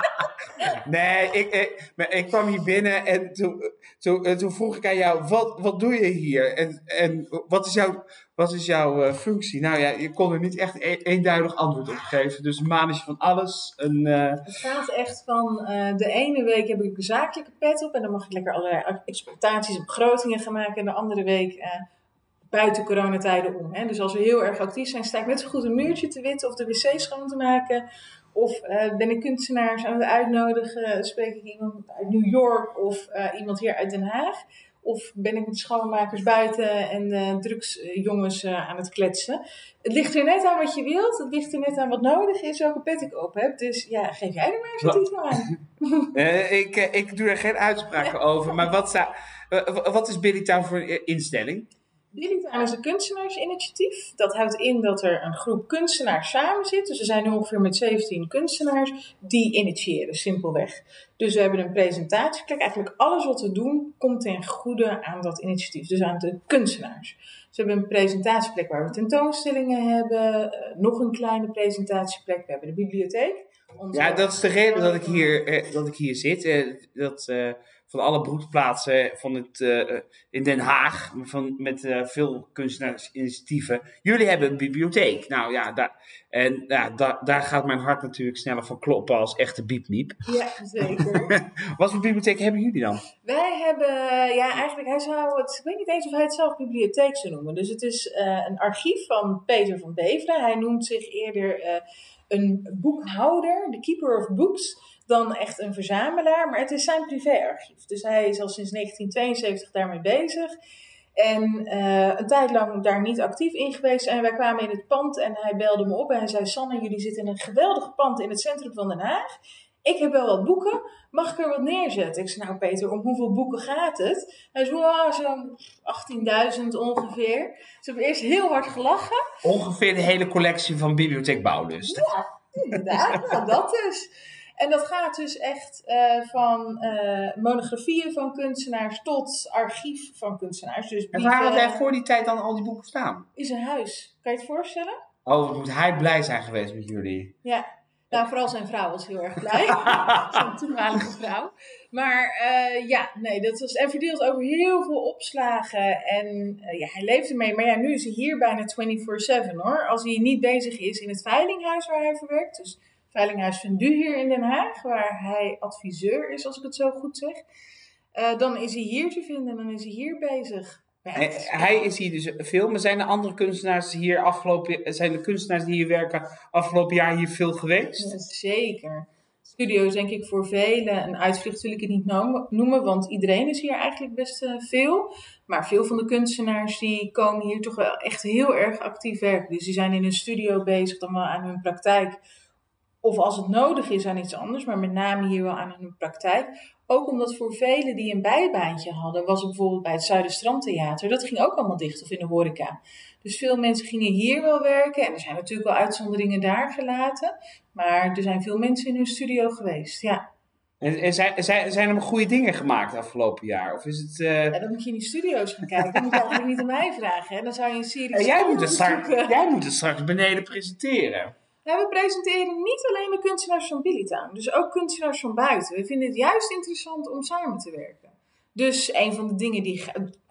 Nee, ik, ik, ik kwam hier binnen en toen, toen, toen vroeg ik aan jou, wat, wat doe je hier? En, en wat is jouw, wat is jouw uh, functie? Nou ja, je kon er niet echt een, eenduidig antwoord op geven. Dus een manetje van alles. Een, uh... Het gaat echt van, uh, de ene week heb ik een zakelijke pet op en dan mag ik lekker allerlei expectaties en begrotingen gaan maken. En de andere week... Uh, buiten coronatijden om. Hè? Dus als we heel erg actief zijn, sta ik net zo goed een muurtje te witten of de wc schoon te maken. Of uh, ben ik kunstenaars aan het uitnodigen, spreek ik iemand uit New York of uh, iemand hier uit Den Haag. Of ben ik met schoonmakers buiten en uh, drugsjongens uh, aan het kletsen. Het ligt er net aan wat je wilt, het ligt er net aan wat nodig is, welke pet ik op heb. Dus ja, geef jij er maar eens een titel aan. uh, ik, uh, ik doe er geen uitspraken over, maar wat, zou, uh, wat is Billytown voor uh, instelling? Billytown is een kunstenaarsinitiatief. Dat houdt in dat er een groep kunstenaars samen zit. Dus we zijn nu ongeveer met zeventien kunstenaars die initiëren, simpelweg. Dus we hebben een presentatieplek. Eigenlijk alles wat we doen komt ten goede aan dat initiatief. Dus aan de kunstenaars. Dus we hebben een presentatieplek waar we tentoonstellingen hebben. Uh, nog een kleine presentatieplek. We hebben de bibliotheek. Ja, dat is de reden dat ik hier, eh, dat ik hier zit. Eh, dat... Uh... van alle broedplaatsen van het, uh, in Den Haag, van, met uh, veel kunstenaarsinitiatieven. Jullie hebben een bibliotheek. Nou ja, daar, en, ja da, daar gaat mijn hart natuurlijk sneller van kloppen als echte biepmiep. Ja, zeker. Wat voor bibliotheek hebben jullie dan? Wij hebben, ja eigenlijk, hij zou het, ik weet niet eens of hij het zelf bibliotheek zou noemen. Dus het is uh, een archief van Peter van Beveren. Hij noemt zich eerder uh, een boekhouder, de keeper of books, dan echt een verzamelaar. Maar het is zijn privéarchief. Dus hij is al sinds negentien tweeënzeventig daarmee bezig. En uh, een tijd lang daar niet actief in geweest. En wij kwamen in het pand en hij belde me op en hij zei: Sanne, jullie zitten in een geweldig pand in het centrum van Den Haag. Ik heb wel wat boeken, mag ik er wat neerzetten? Ik zei: nou Peter, om hoeveel boeken gaat het? Hij zei: oh, zo'n achttienduizend ongeveer. Dus we hebben eerst heel hard gelachen. Ongeveer de hele collectie van Bibliotheek Bouwlust. Ja, inderdaad. Nou, dat dus. En dat gaat dus echt uh, van uh, monografieën van kunstenaars tot archief van kunstenaars. Dus en waar had hij voor die tijd dan al die boeken staan? In zijn huis. Kan je het voorstellen? Oh, wat moet hij blij zijn geweest met jullie. Ja, nou vooral zijn vrouw was heel erg blij. Zijn toenmalige vrouw. Maar uh, ja, nee, dat was en verdeeld over heel veel opslagen. En uh, ja, hij leeft ermee. Maar ja, nu is hij hier bijna vierentwintig zeven hoor. Als hij niet bezig is in het veilinghuis waar hij voor werkt. Dus Veilinghuis Vendu hier in Den Haag, waar hij adviseur is, als ik het zo goed zeg. Uh, dan is hij hier te vinden, dan is hij hier bezig. Ja, hij, hij is hier dus veel, maar zijn de andere kunstenaars hier afgelopen, zijn de kunstenaars die hier werken afgelopen jaar hier veel geweest? Ja, zeker. Studio is denk ik voor velen, een uitvlucht wil ik het niet noemen, want iedereen is hier eigenlijk best uh, veel. Maar veel van de kunstenaars die komen hier toch wel echt heel erg actief werken. Dus die zijn in hun studio bezig, dan wel aan hun praktijk. Of als het nodig is aan iets anders, maar met name hier wel aan hun praktijk. Ook omdat voor velen die een bijbaantje hadden, was het bijvoorbeeld bij het Zuiderstrandtheater. Dat ging ook allemaal dicht, of in de horeca. Dus veel mensen gingen hier wel werken. En er zijn natuurlijk wel uitzonderingen daar gelaten. Maar er zijn veel mensen in hun studio geweest, ja. En, en zijn, zijn, zijn er goede dingen gemaakt afgelopen jaar? Of is het... Uh... Ja, dan moet je in die studio's gaan kijken. Dan moet je eigenlijk niet aan mij vragen. Hè? Dan zou je een serie... En jij, moet het straks, jij moet het straks beneden presenteren. Ja, we presenteren niet alleen de kunstenaars van Billytown, dus ook kunstenaars van buiten. We vinden het juist interessant om samen te werken. Dus een van de dingen die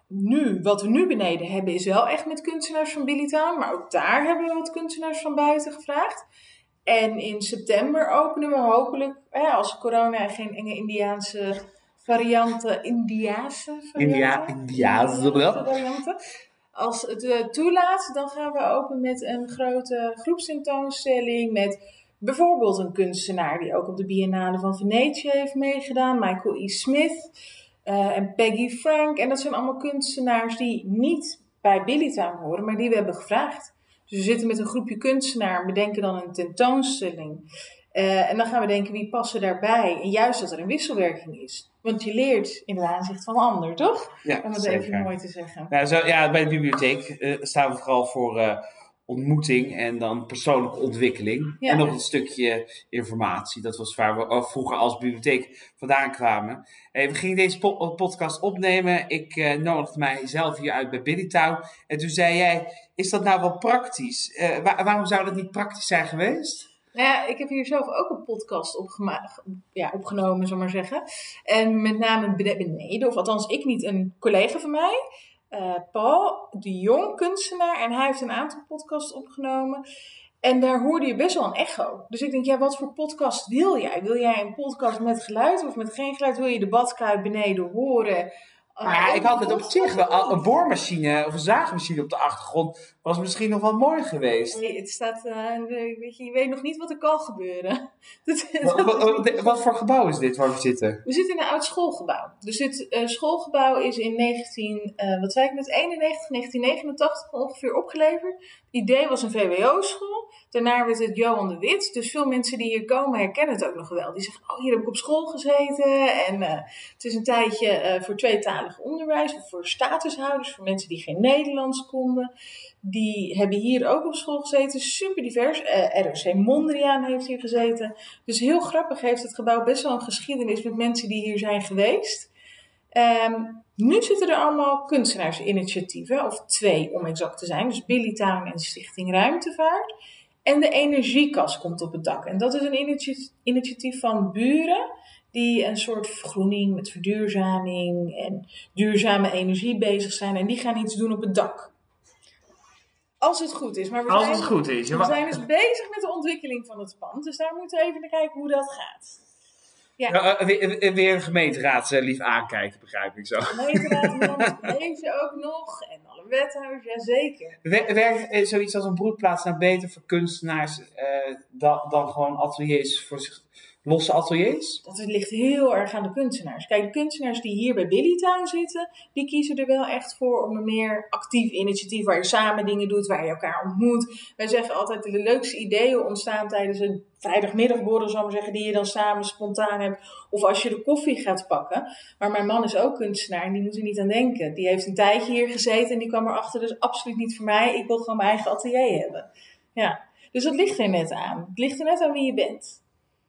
nu, wat we nu beneden hebben, is wel echt met kunstenaars van Billytown. Maar ook daar hebben we wat kunstenaars van buiten gevraagd. En in september openen we hopelijk, ja, als corona geen enge Indiaanse varianten, Indiaanse varianten, India, Indiaanse varianten. Als het uh, toelaat, dan gaan we open met een grote groepstentoonstelling met bijvoorbeeld een kunstenaar die ook op de Biennale van Venetië heeft meegedaan, Michael E. Smith uh, en Peggy Frank. En dat zijn allemaal kunstenaars die niet bij Billytown horen, maar die we hebben gevraagd. Dus we zitten met een groepje kunstenaar, bedenken dan een tentoonstelling. Uh, en dan gaan we denken, wie passen daarbij? En juist dat er een wisselwerking is. Want je leert in de aanzicht van een ander, toch? Ja, om het zeker. even mooi te zeggen. Nou, zo, ja, bij de bibliotheek uh, staan we vooral voor uh, ontmoeting en dan persoonlijke ontwikkeling. Ja. En nog een stukje informatie. Dat was waar we vroeger als bibliotheek vandaan kwamen. Hey, we gingen deze po- podcast opnemen. Ik uh, nodigde mijzelf hier uit bij Billytown. En toen zei jij, is dat nou wel praktisch? Uh, waar, waarom zou dat niet praktisch zijn geweest? Nou ja, ik heb hier zelf ook een podcast opgema- ja, opgenomen, zal maar zeggen. En met name beneden, of althans ik niet, een collega van mij, uh, Paul de Jong, kunstenaar. En hij heeft een aantal podcasts opgenomen. En daar hoorde je best wel een echo. Dus ik denk, ja, wat voor podcast wil jij? Wil jij een podcast met geluid of met geen geluid? Wil je de badkuip beneden horen? Maar ja, ik had het op zich wel, een boormachine of een zaagmachine op de achtergrond was misschien nog wel mooi geweest. Nee, het staat, uh, weet je, je weet nog niet wat er kan gebeuren. Dat, wat, wat, wat voor gebouw is dit waar we zitten? We zitten in een oud schoolgebouw. Dus dit uh, schoolgebouw is in negentien, uh, wat zei ik net, eenennegentig, negentien negenentachtig ongeveer opgeleverd. Het idee was een V W O-school. Daarna werd het Johan de Wit. Dus veel mensen die hier komen herkennen het ook nog wel. Die zeggen, oh, hier heb ik op school gezeten. En uh, het is een tijdje uh, voor tweetalig onderwijs. Of voor statushouders, voor mensen die geen Nederlands konden. Die hebben hier ook op school gezeten. Super divers. Uh, R O C Mondriaan heeft hier gezeten. Dus heel grappig heeft het gebouw best wel een geschiedenis met mensen die hier zijn geweest. Um, nu zitten er allemaal kunstenaarsinitiatieven. Of twee om exact te zijn. Dus Billytown en Stichting Ruimtevaart. En de energiekas komt op het dak. En dat is een initiatief van buren die een soort vergroening met verduurzaming en duurzame energie bezig zijn. En die gaan iets doen op het dak. Als het goed is. Maar we Als zijn, het goed is. Ja, we maar- zijn dus bezig met de ontwikkeling van het pand. Dus daar moeten we even naar kijken hoe dat gaat. Ja. Ja, uh, weer, weer een gemeenteraad uh, lief aankijken, begrijp ik zo. De gemeenteraad, college ook nog. En alle wethouders, jazeker. Wer- Werkt uh, zoiets als een broedplaats nou beter voor kunstenaars uh, dan, dan gewoon ateliers voor zich, losse ateliers? Dat ligt heel erg aan de kunstenaars. Kijk, de kunstenaars die hier bij Billytown zitten, die kiezen er wel echt voor om een meer actief initiatief waar je samen dingen doet, waar je elkaar ontmoet. Wij zeggen altijd de leukste ideeën ontstaan tijdens een vrijdagmiddagborrel, zal ik maar zeggen, die je dan samen spontaan hebt. Of als je de koffie gaat pakken. Maar mijn man is ook kunstenaar en die moet er niet aan denken. Die heeft een tijdje hier gezeten en die kwam erachter, dus absoluut niet voor mij. Ik wil gewoon mijn eigen atelier hebben. Ja, dus dat ligt er net aan. Het ligt er net aan wie je bent.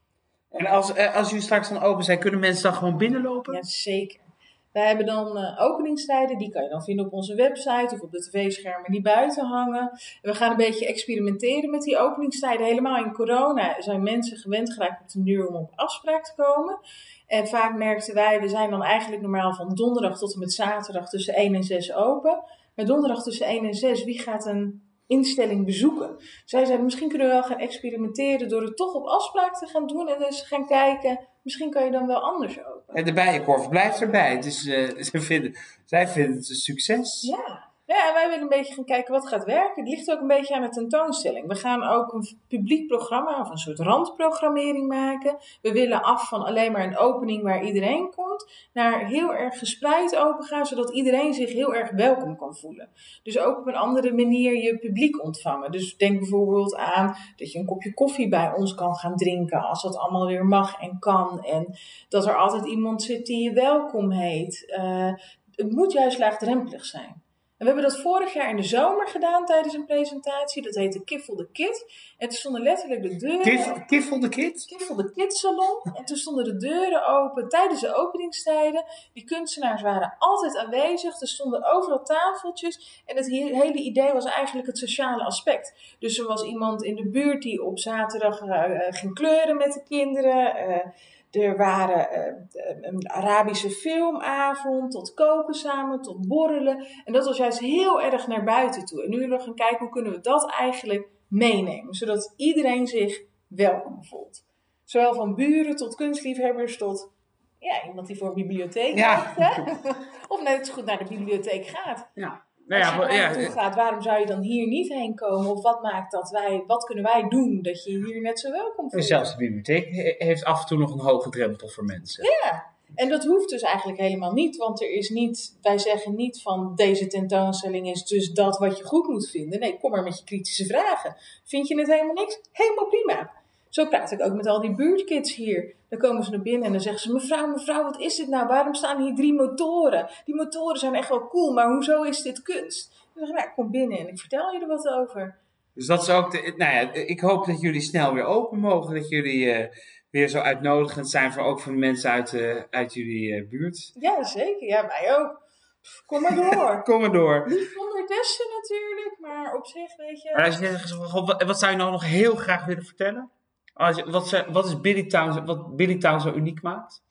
En als, uh, als jullie straks dan open zijn, kunnen mensen dan gewoon binnenlopen? Ja, zeker. Wij hebben dan uh, openingstijden, die kan je dan vinden op onze website of op de tv-schermen die buiten hangen. En we gaan een beetje experimenteren met die openingstijden. Helemaal in corona zijn mensen gewend geraakt op de duur om op afspraak te komen. En vaak merkten wij, we zijn dan eigenlijk normaal van donderdag tot en met zaterdag tussen één en zes open. Maar donderdag tussen één en zes, wie gaat een instelling bezoeken? Zij zeiden, misschien kunnen we wel gaan experimenteren door het toch op afspraak te gaan doen en dus gaan kijken, misschien kan je dan wel anders open. En de bijenkorf blijft erbij. Dus uh, ze vinden, zij vinden het een succes. Ja. Ja, en wij willen een beetje gaan kijken wat gaat werken. Het ligt ook een beetje aan de tentoonstelling. We gaan ook een publiek programma of een soort randprogrammering maken. We willen af van alleen maar een opening waar iedereen komt, naar heel erg gespreid open gaan, zodat iedereen zich heel erg welkom kan voelen. Dus ook op een andere manier je publiek ontvangen. Dus denk bijvoorbeeld aan dat je een kopje koffie bij ons kan gaan drinken, als dat allemaal weer mag en kan. En dat er altijd iemand zit die je welkom heet. Uh, het moet juist laagdrempelig zijn. En we hebben dat vorig jaar in de zomer gedaan tijdens een presentatie. Dat heette Kiffel de Kid. En toen stonden letterlijk de deuren... Kif, Kiffel de Kid? Kiffel de Kid Salon. En toen stonden de deuren open tijdens de openingstijden. Die kunstenaars waren altijd aanwezig. Er stonden overal tafeltjes. En het hele idee was eigenlijk het sociale aspect. Dus er was iemand in de buurt die op zaterdag uh, ging kleuren met de kinderen. Uh, Er waren uh, een Arabische filmavond, tot koken samen, tot borrelen. En dat was juist heel erg naar buiten toe. En nu willen we gaan kijken hoe kunnen we dat eigenlijk meenemen. Zodat iedereen zich welkom voelt. Zowel van buren tot kunstliefhebbers tot ja, iemand die voor een bibliotheek Ja. gaat. Hè? Of net zo goed naar de bibliotheek gaat. Ja. Nou Als ja, je maar- er ja, naartoe gaat, waarom zou je dan hier niet heen komen? Of wat maakt dat wij, wat kunnen wij doen dat je hier net zo welkom voelt? zelfs de bibliotheek he- heeft af en toe nog een hoge drempel voor mensen. Ja, en dat hoeft dus eigenlijk helemaal niet, want er is niet, wij zeggen niet van deze tentoonstelling is dus dat wat je goed moet vinden. Nee, kom maar met je kritische vragen. Vind je het helemaal niks? Helemaal prima. Zo praat ik ook met al die buurtkids hier. Dan komen ze naar binnen en dan zeggen ze, mevrouw, mevrouw, wat is dit nou? Waarom staan hier drie motoren? Die motoren zijn echt wel cool, maar hoezo is dit kunst? Dan zeg ik, nou, kom binnen en ik vertel je er wat over. Dus dat is ook, de, nou ja, ik hoop dat jullie snel weer open mogen. Dat jullie uh, weer zo uitnodigend zijn, voor, ook voor de mensen uit, uh, uit jullie uh, buurt. Ja, zeker. Ja, wij ook. Pff, kom maar door. Kom maar door. Niet ondertussen natuurlijk, maar op zich, weet je. Maar als je zegt, God, wat, wat zou je nou nog heel graag willen vertellen? Als je, wat, ze- wat is Billytown, wat Billytown zo uniek maakt?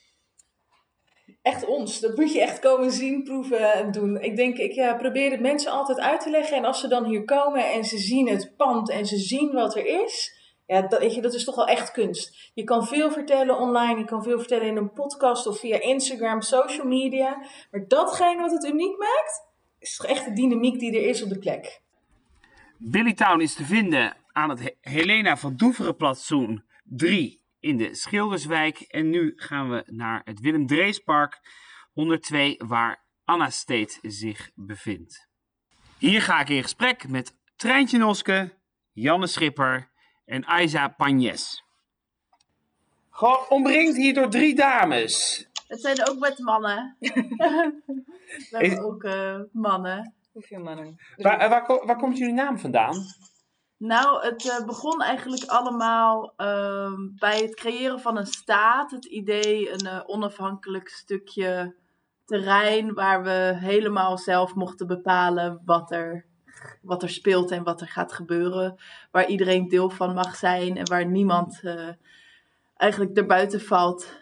Echt ons. Dat moet je echt komen zien, proeven en doen. Ik denk, ik uh, probeer het mensen altijd uit te leggen. En als ze dan hier komen en ze zien het pand en ze zien wat er is. Ja, dat, weet je, dat is toch wel echt kunst. Je kan veel vertellen online. Je kan veel vertellen in een podcast of via Instagram, social media. Maar datgene wat het uniek maakt, is toch echt de dynamiek die er is op de plek. Billytown is te vinden aan het He- Helena van Doeveren plantsoen drie in de Schilderswijk. En nu gaan we naar het Willem Dreespark honderdtwee, waar Anna Steed zich bevindt. Hier ga ik in gesprek met Treintje Noske, Janne Schipper en Aisa Pagnes. Gewoon omringd hier door drie dames. Het zijn ook met mannen. We hebben ook uh, mannen. Hoeveel mannen? Waar, waar, ko- waar komt jullie naam vandaan? Nou, het uh, begon eigenlijk allemaal uh, bij het creëren van een staat. Het idee, een uh, onafhankelijk stukje terrein waar we helemaal zelf mochten bepalen wat er, wat er speelt en wat er gaat gebeuren. Waar iedereen deel van mag zijn en waar niemand uh, eigenlijk erbuiten valt.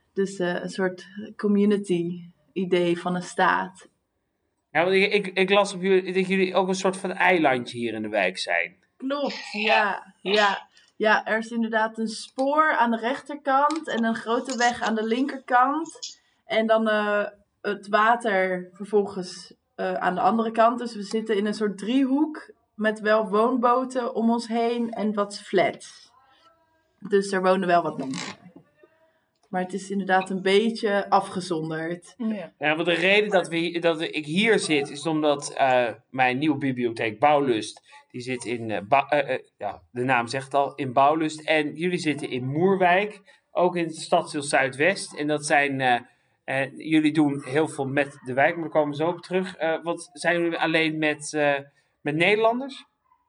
Dus uh, een soort community idee van een staat. Ja, want ik, ik, ik las op jullie dat jullie ook een soort van eilandje hier in de wijk zijn. Klopt, ja. Ja, ja er is inderdaad een spoor aan de rechterkant en een grote weg aan de linkerkant. En dan uh, het water vervolgens uh, aan de andere kant. Dus we zitten in een soort driehoek met wel woonboten om ons heen en wat flats. Dus er wonen wel wat mensen. Maar het is inderdaad een beetje afgezonderd. Ja, ja, want de reden dat, we, dat ik hier zit is omdat uh, mijn nieuwe bibliotheek Bouwlust, die zit in, uh, bou, uh, uh, ja, de naam zegt het al, in Bouwlust. En jullie zitten in Moerwijk, ook in het stadsdeel Zuidwest. En dat zijn, uh, uh, jullie doen heel veel met de wijk, maar daar komen we zo op terug. Uh, wat zijn jullie alleen met, uh, met Nederlanders?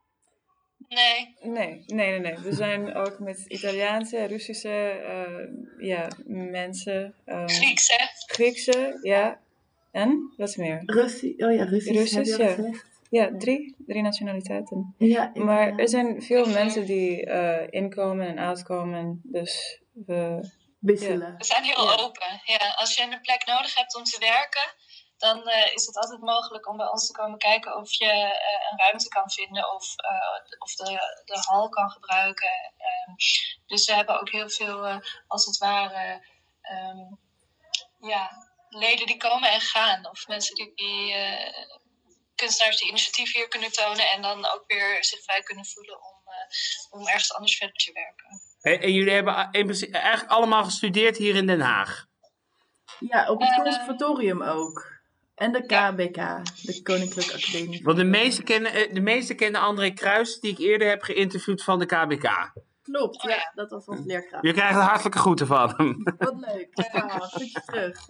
Nee. Nee, nee, nee, nee. We zijn ook met Italiaanse, Russische uh, ja, mensen. Uh, Griekse. Griekse, ja. En? Wat meer? Russi- oh ja, Russisch, Russisch, heb je al ja. gezegd. Ja, drie. Drie nationaliteiten. Ja, maar er zijn veel mensen die uh, inkomen en uitkomen. Dus we... wisselen. Ja. We zijn heel ja. open. Ja, als je een plek nodig hebt om te werken, dan uh, is het altijd mogelijk om bij ons te komen kijken of je uh, een ruimte kan vinden of, uh, of de, de hal kan gebruiken. Um, dus we hebben ook heel veel, uh, als het ware, um, ja, leden die komen en gaan. Of mensen die, die uh, kunstenaars die initiatief hier kunnen tonen en dan ook weer zich vrij kunnen voelen om, uh, om ergens anders verder te werken. En, en jullie hebben in principe eigenlijk allemaal gestudeerd hier in Den Haag? Ja, op het Uh, conservatorium ook. En de K B K, de Koninklijke Academie. Want de meeste kennen, de meeste kennen André Kruijs, die ik eerder heb geïnterviewd van de K B K. Klopt, ja, dat was ons leerkracht. Je krijgt een hartelijke groeten van hem. Wat leuk, ja, goedje terug.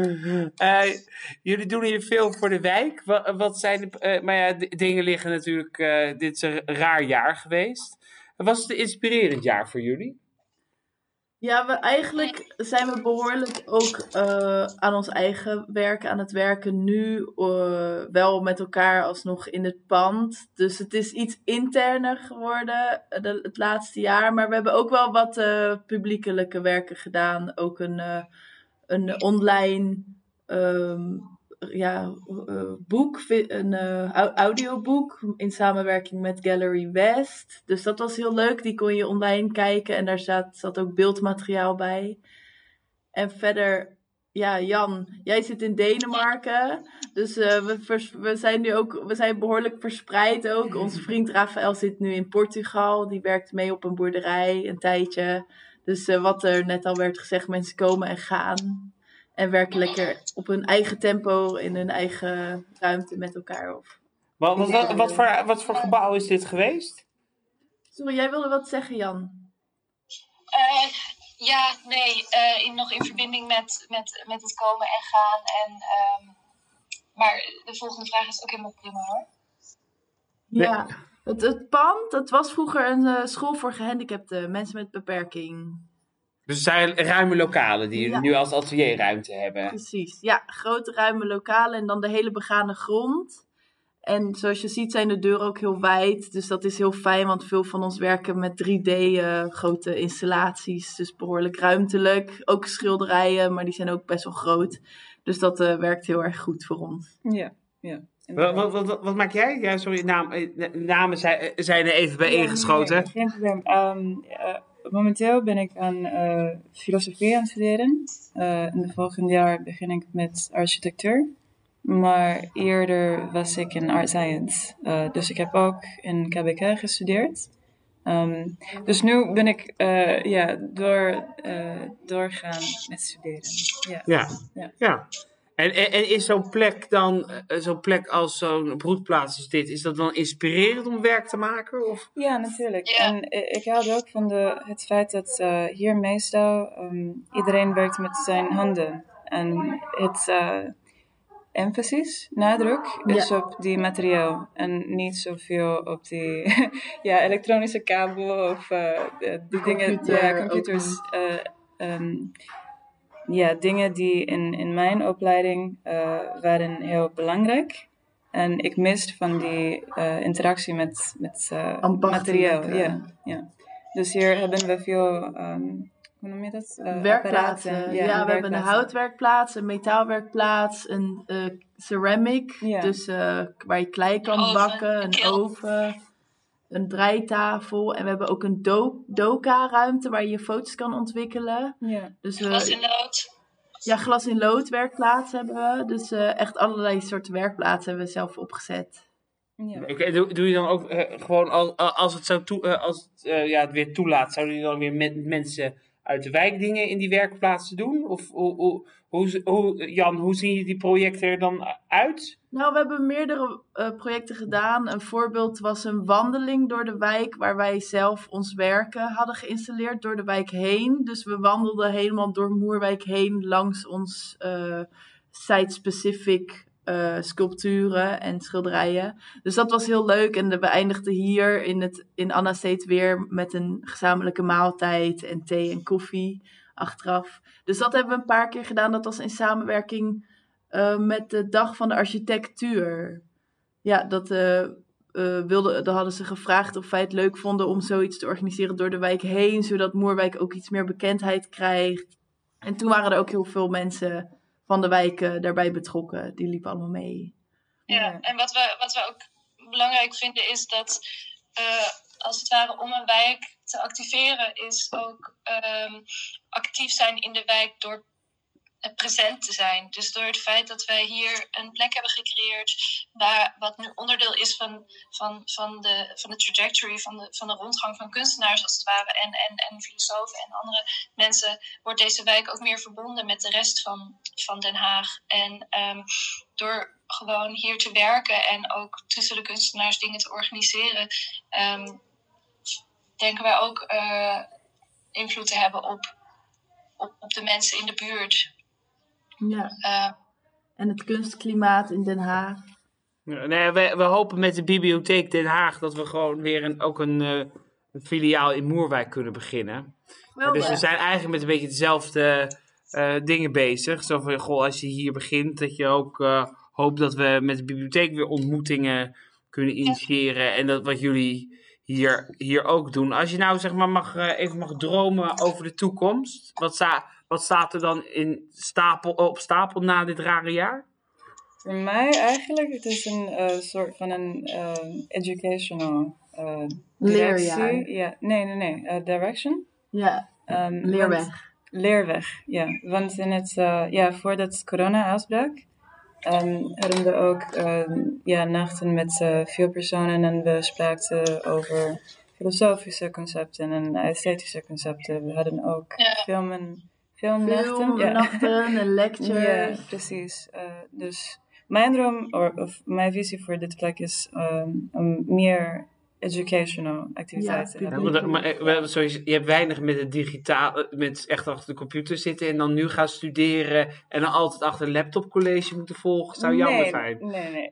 Uh, jullie doen hier veel voor de wijk. Wat, wat zijn de, uh, maar ja, d- dingen liggen natuurlijk, uh, dit is een raar jaar geweest. Was het een inspirerend jaar voor jullie? Ja, we, eigenlijk zijn we behoorlijk ook uh, aan ons eigen werk aan het werken nu. Uh, wel met elkaar alsnog in het pand. Dus het is iets interner geworden de, het laatste jaar. Maar we hebben ook wel wat uh, publiekelijke werken gedaan. Ook een, uh, een online um, ja, uh, boek, een uh, audioboek in samenwerking met Gallery West. Dus dat was heel leuk. Die kon je online kijken en daar zat, zat ook beeldmateriaal bij. En verder, ja, Jan, jij zit in Denemarken. Dus uh, we, vers, we zijn nu ook, we zijn behoorlijk verspreid ook. Onze vriend Rafael zit nu in Portugal. Die werkt mee op een boerderij een tijdje. Dus uh, wat er net al werd gezegd, mensen komen en gaan. En werken lekker op hun eigen tempo, in hun eigen ruimte met elkaar. Of... Wat, wat, wat, wat, voor, wat voor gebouw is dit geweest? Sorry, jij wilde wat zeggen, Jan? Uh, ja, nee, uh, in, nog in verbinding met, met, met het komen en gaan. En, um, maar de volgende vraag is ook helemaal prima hoor. Ja, het, het pand, het was vroeger een uh, school voor gehandicapten, mensen met beperking. Dus het zijn ruime lokalen die jullie Ja. nu als atelierruimte hebben. Precies, ja, grote ruime lokalen en dan de hele begane grond. En zoals je ziet zijn de deuren ook heel wijd, dus dat is heel fijn, want veel van ons werken met drie D uh, grote installaties, dus behoorlijk ruimtelijk. Ook schilderijen, maar die zijn ook best wel groot, dus dat uh, werkt heel erg goed voor ons. Ja, ja. Wat, wat, wat, wat maak jij? Ja, sorry, naam, namen zijn, zijn er even bij ingeschoten. Nee, nee, geen probleem. Um, uh, momenteel ben ik aan uh, filosofie aan het studeren. Uh, in het volgende jaar begin ik met architectuur. Maar eerder was ik in art science. Uh, dus ik heb ook in K B K gestudeerd. Um, dus nu ben ik uh, ja, door, uh, doorgaan met studeren. Ja. Ja, ja. ja. En, en, en is zo'n plek dan, zo'n plek als zo'n broedplaats als dit, is dat dan inspirerend om werk te maken? Of? Ja, natuurlijk. Ja. En uh, ik hou ook van de, het feit dat uh, hier meestal um, iedereen werkt met zijn handen. En het uh, emphasis, nadruk, is Ja. op die materiaal. En niet zoveel op die ja, elektronische kabel of uh, die dingen, Computer ja, ook computers. niet. Uh, um, ja, dingen die in, in mijn opleiding uh, waren heel belangrijk. En ik miste van die uh, interactie met, met uh, Ambachtelijk, materiaal. uh. Ja, ja. Dus hier hebben we veel um, hoe noem je dat? Uh, werkplaatsen. apparaten. Ja, ja we hebben een houtwerkplaats, een metaalwerkplaats, een uh, ceramic, ja. dus uh, waar je klei kan oven, bakken, een, een oven, een draaitafel. En we hebben ook een do- doka-ruimte waar je je foto's kan ontwikkelen. Ja. Dus, uh, glas in lood. Ja, glas in lood werkplaats hebben we. Dus uh, echt allerlei soorten werkplaatsen hebben we zelf opgezet. Ja. Okay, doe, doe je dan ook uh, gewoon als, als het, zo toe, uh, als het, uh, ja, het weer toelaat, zouden je dan weer met mensen uit de wijk dingen in die werkplaatsen doen? Of hoe, hoe, hoe, hoe, Jan, hoe zien die projecten er dan uit? Nou, we hebben meerdere uh, projecten gedaan. Een voorbeeld was een wandeling door de wijk waar wij zelf ons werken hadden geïnstalleerd door de wijk heen. Dus we wandelden helemaal door Moerwijk heen langs ons uh, site-specific Uh, sculpturen en schilderijen. Dus dat was heel leuk. En we eindigden hier in, het, in Anna Steed weer met een gezamenlijke maaltijd en thee en koffie achteraf. Dus dat hebben we een paar keer gedaan. Dat was in samenwerking uh, met de Dag van de Architectuur. Ja, dat, uh, uh, wilde, dat hadden ze gevraagd of wij het leuk vonden om zoiets te organiseren door de wijk heen, zodat Moerwijk ook iets meer bekendheid krijgt. En toen waren er ook heel veel mensen van de wijken daarbij betrokken. Die liepen allemaal mee. Ja, ja. En wat we, wat we ook belangrijk vinden is dat uh, als het ware om een wijk te activeren is ook um, actief zijn in de wijk door present te zijn. Dus door het feit dat wij hier een plek hebben gecreëerd waar, wat nu onderdeel is van, van, van, de, van de trajectory, van de, van de rondgang van kunstenaars als het ware en, en, en filosofen en andere mensen, wordt deze wijk ook meer verbonden met de rest van, van Den Haag. En um, door gewoon hier te werken en ook tussen de kunstenaars dingen te organiseren, um, denken wij ook uh, invloed te hebben op, op, op de mensen in de buurt. Ja, uh, en het kunstklimaat in Den Haag. Ja, nee, we, we hopen met de Bibliotheek Den Haag dat we gewoon weer een, ook een, uh, een filiaal in Moerwijk kunnen beginnen. Wel, dus ja. we zijn eigenlijk met een beetje dezelfde uh, dingen bezig. Zo van, goh, als je hier begint, dat je ook uh, hoopt dat we met de bibliotheek weer ontmoetingen kunnen initiëren. Ja. En dat wat jullie hier, hier ook doen. Als je nou zeg maar mag, uh, even mag dromen over de toekomst, wat sta... Wat staat er dan in stapel, op stapel na dit rare jaar? Voor mij eigenlijk, het is een uh, soort van een uh, educational uh, leerjaar. Ja, nee, nee, nee. Uh, direction? Ja, um, leerweg. Want, leerweg, ja. Want in het, uh, ja, voordat het corona uitbrak, um, hadden we ook uh, ja, nachten met uh, veel personen en we spraken over filosofische concepten en esthetische concepten. We hadden ook ja. filmen. Filmnachten, ja. nachten en lectures. Ja, precies. Uh, dus mijn droom, of, of mijn visie voor dit plek is um, um, meer educational activiteiten. Ja, ja, maar, maar, zoals, je hebt weinig met het digitaal, met echt achter de computer zitten en dan nu gaan studeren en dan altijd achter een laptopcollege moeten volgen. Zou jammer nee, zijn. Nee, nee.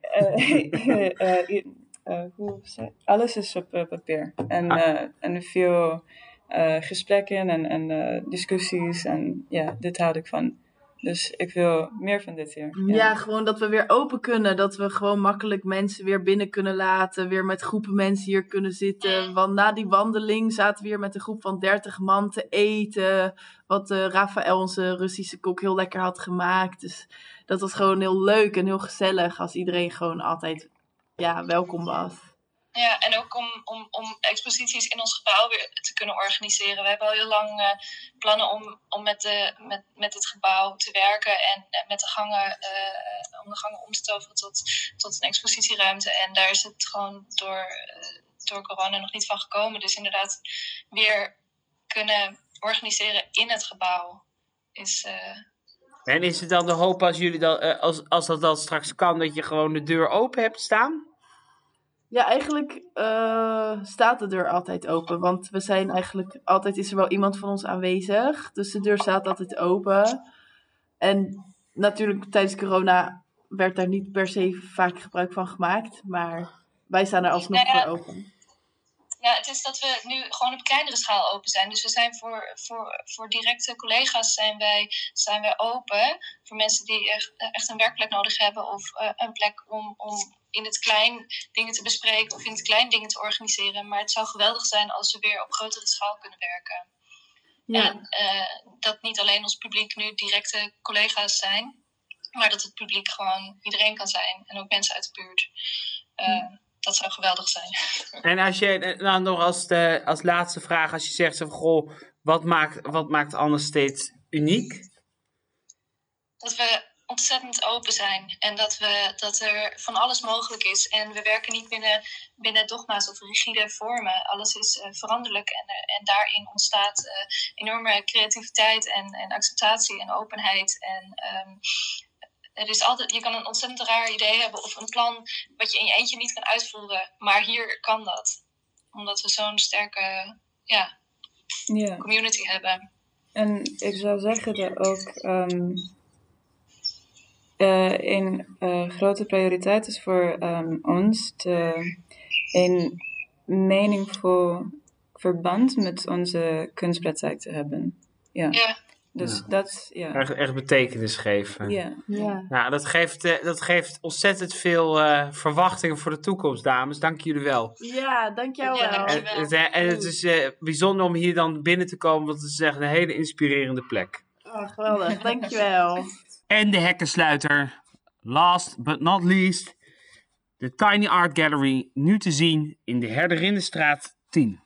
Uh, uh, uh, uh, hoe zeg, alles is op uh, papier. En, ah. uh, en veel uh, gesprekken en, en uh, discussies. En ja, dit houd ik van. Dus ik wil meer van dit hier. Ja. ja, gewoon dat we weer open kunnen. Dat we gewoon makkelijk mensen weer binnen kunnen laten. Weer met groepen mensen hier kunnen zitten. Want na die wandeling zaten we weer met een groep van dertig man te eten. Wat uh, Rafael, onze Russische kok, heel lekker had gemaakt. Dus dat was gewoon heel leuk en heel gezellig. Als iedereen gewoon altijd ja, welkom was. Ja, en ook om, om, om exposities in ons gebouw weer te kunnen organiseren. We hebben al heel lang uh, plannen om, om met, de, met, met dit gebouw te werken en uh, met de gangen, uh, om de gangen om te toveren tot, tot een expositieruimte. En daar is het gewoon door, uh, door corona nog niet van gekomen. Dus inderdaad weer kunnen organiseren in het gebouw is... Uh... En is het dan de hoop als, jullie dan, uh, als, als dat dan straks kan, dat je gewoon de deur open hebt staan? Ja, eigenlijk uh, staat de deur altijd open. Want we zijn eigenlijk, altijd is er wel iemand van ons aanwezig. Dus de deur staat altijd open. En natuurlijk tijdens corona werd daar niet per se vaak gebruik van gemaakt. Maar wij staan er alsnog ja, ja. voor open. Ja, het is dat we nu gewoon op kleinere schaal open zijn. Dus we zijn voor, voor, voor directe collega's zijn wij, zijn wij open. Voor mensen die echt, echt een werkplek nodig hebben. Of uh, een plek om... om in het klein dingen te bespreken of in het klein dingen te organiseren. Maar het zou geweldig zijn als we weer op grotere schaal kunnen werken. Ja. En uh, dat niet alleen ons publiek nu directe collega's zijn, maar dat het publiek gewoon iedereen kan zijn. En ook mensen uit de buurt. Uh, ja. Dat zou geweldig zijn. En als je, nou nog als, de, als laatste vraag, als je zegt, van, goh, wat maakt, wat maakt Anne steeds uniek? Dat we ontzettend open zijn en dat, we, dat er van alles mogelijk is. En we werken niet binnen, binnen dogma's of rigide vormen. Alles is uh, veranderlijk en, uh, en daarin ontstaat uh, enorme creativiteit en, en acceptatie en openheid. En um, er is altijd, je kan een ontzettend raar idee hebben of een plan wat je in je eentje niet kan uitvoeren. Maar hier kan dat. Omdat we zo'n sterke ja, ja. community hebben. En ik zou zeggen dat ook um, uh, een uh, grote prioriteit is voor um, ons te, een meningvol verband met onze kunstpraktijk te hebben. Ja. ja. Dus ja. dat, ja. Echt, echt betekenis geven. Ja. Ja. Nou, dat geeft, uh, dat geeft ontzettend veel uh, verwachtingen voor de toekomst, dames. Dank jullie wel. Ja, dankjewel Ja, wel. dank je. En, en, en het is uh, bijzonder om hier dan binnen te komen, want het is echt een hele inspirerende plek. Oh, geweldig, dankjewel. En de hekkensluiter, last but not least, de Tiny Art Gallery, nu te zien in de Herderinnestraat tien.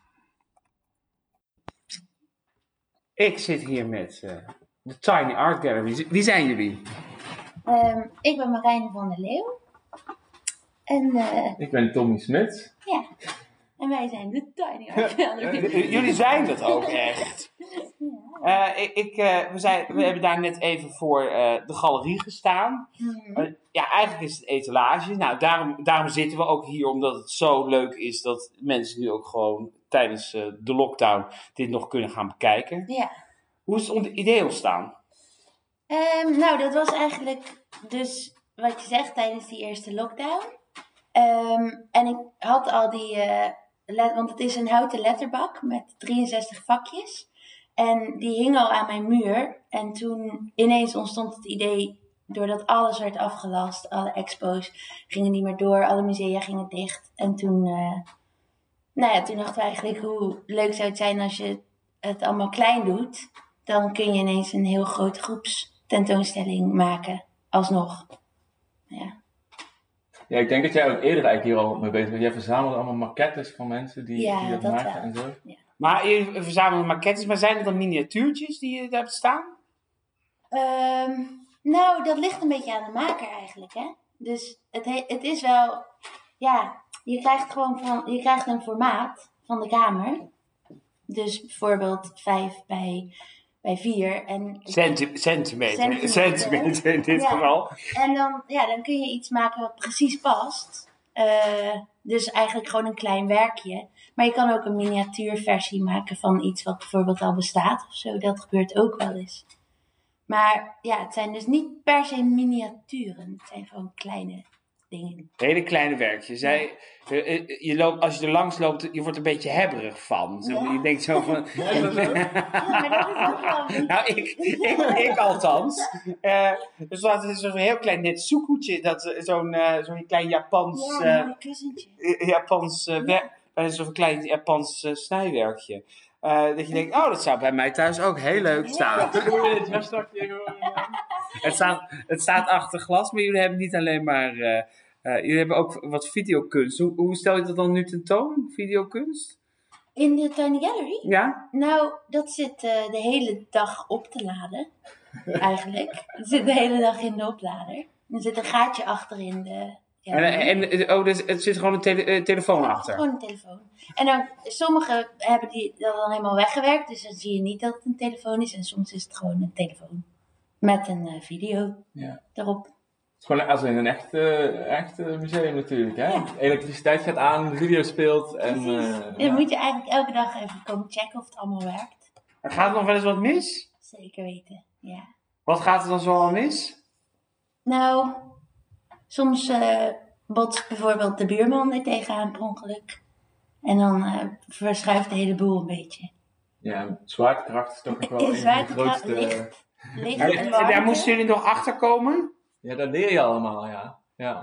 Ik zit hier met uh, de Tiny Art Gallery. Wie zijn jullie? Um, ik ben Marijn van der Leeuw. En, uh, ik ben Tommy Smit. Ja. En wij zijn de Tiny Art Gallery. Jullie zijn dat ook echt. Ja. Uh, ik, ik, uh, we, zijn, we hebben daar net even voor uh, de galerie gestaan. Mm-hmm. Uh, ja, eigenlijk is het een etalage. Nou, daarom, daarom zitten we ook hier, omdat het zo leuk is dat mensen nu ook gewoon tijdens uh, de lockdown dit nog kunnen gaan bekijken. Ja. Hoe is het idee ontstaan? Um, nou, dat was eigenlijk dus wat je zegt tijdens die eerste lockdown. Um, en ik had al die, uh, let, want het is een houten letterbak met drieënzestig vakjes. En die hing al aan mijn muur. En toen ineens ontstond het idee, doordat alles werd afgelast, alle expos gingen niet meer door, alle musea gingen dicht. En toen, uh, nou ja, toen dachten we eigenlijk, hoe leuk zou het zijn als je het allemaal klein doet. Dan kun je ineens een heel grote groepstentoonstelling maken, alsnog. Ja. Ja, ik denk dat jij ook eerder eigenlijk hier al mee bezig bent. Jij verzamelde allemaal maquettes van mensen die, ja, die dat, dat maken wel. en zo. Ja. Maar je verzamelt maquettes, maar zijn het dan miniatuurtjes die je daar staan? Um, nou, dat ligt een beetje aan de maker eigenlijk, hè. Dus het, he- het is wel, ja, je krijgt gewoon van, je krijgt een formaat van de kamer. Dus bijvoorbeeld vijf bij, bij vier. En Centi- centimeter. Centimeter. Centimeter in dit Ja. geval. En dan, ja, dan kun je iets maken wat precies past. Uh, dus eigenlijk gewoon een klein werkje. Maar je kan ook een miniatuurversie maken van iets wat bijvoorbeeld al bestaat of zo. Dat gebeurt ook wel eens. Maar ja, het zijn dus niet per se miniaturen. Het zijn gewoon kleine dingen. Hele kleine werkjes. Zij, je, je loopt, als je er langs loopt, je wordt een beetje hebberig van. Zo, Ja. Je denkt zo van... Ja, maar dat is ook wel een beetje... Nou, ik, ik, ik althans. Uh, dus dat is zo'n heel klein net soekoetje. Dat, zo'n, uh, zo'n klein Japans... Ja, een uh, mooi kussentje. Japans uh, werk, uh, zo'n klein Japans uh, snijwerkje. Uh, dat je denkt, oh, dat zou bij mij thuis ook heel leuk staan. Ja, dan doe je dit weststrakje gewoon. Ja. Het staat, het staat achter glas, maar jullie hebben niet alleen maar... Uh, uh, jullie hebben ook wat videokunst. Hoe, hoe stel je dat dan nu tentoon? Videokunst? In de Tiny Gallery? Ja? Nou, dat zit uh, de hele dag op te laden. Eigenlijk. Het zit de hele dag in de oplader. Er zit een gaatje achter in de... Ja, en, en oh, dus het zit gewoon een tele- uh, telefoon ja, achter? Gewoon een telefoon. En dan, sommigen hebben die dat dan helemaal weggewerkt. Dus dan zie je niet dat het een telefoon is. En soms is het gewoon een telefoon. Met een uh, video Ja. erop. Het is gewoon als in een echt, uh, echt uh, museum natuurlijk. Hè? Ja. Elektriciteit gaat aan, de video speelt. En, uh, En dan ja. moet je eigenlijk elke dag even komen checken of het allemaal werkt. Er gaat nog wel eens wat mis? Zeker weten, ja. Wat gaat er dan zo al mis? Nou, soms uh, botst bijvoorbeeld de buurman er tegenaan per ongeluk. En dan uh, verschuift de hele boel een beetje. Ja, zwaartekracht is toch nog wel een van de Zwaartekracht, grootste... licht. Licht En, en en warmte. daar moesten jullie nog achter komen? Ja, dat leer je allemaal, ja. ja.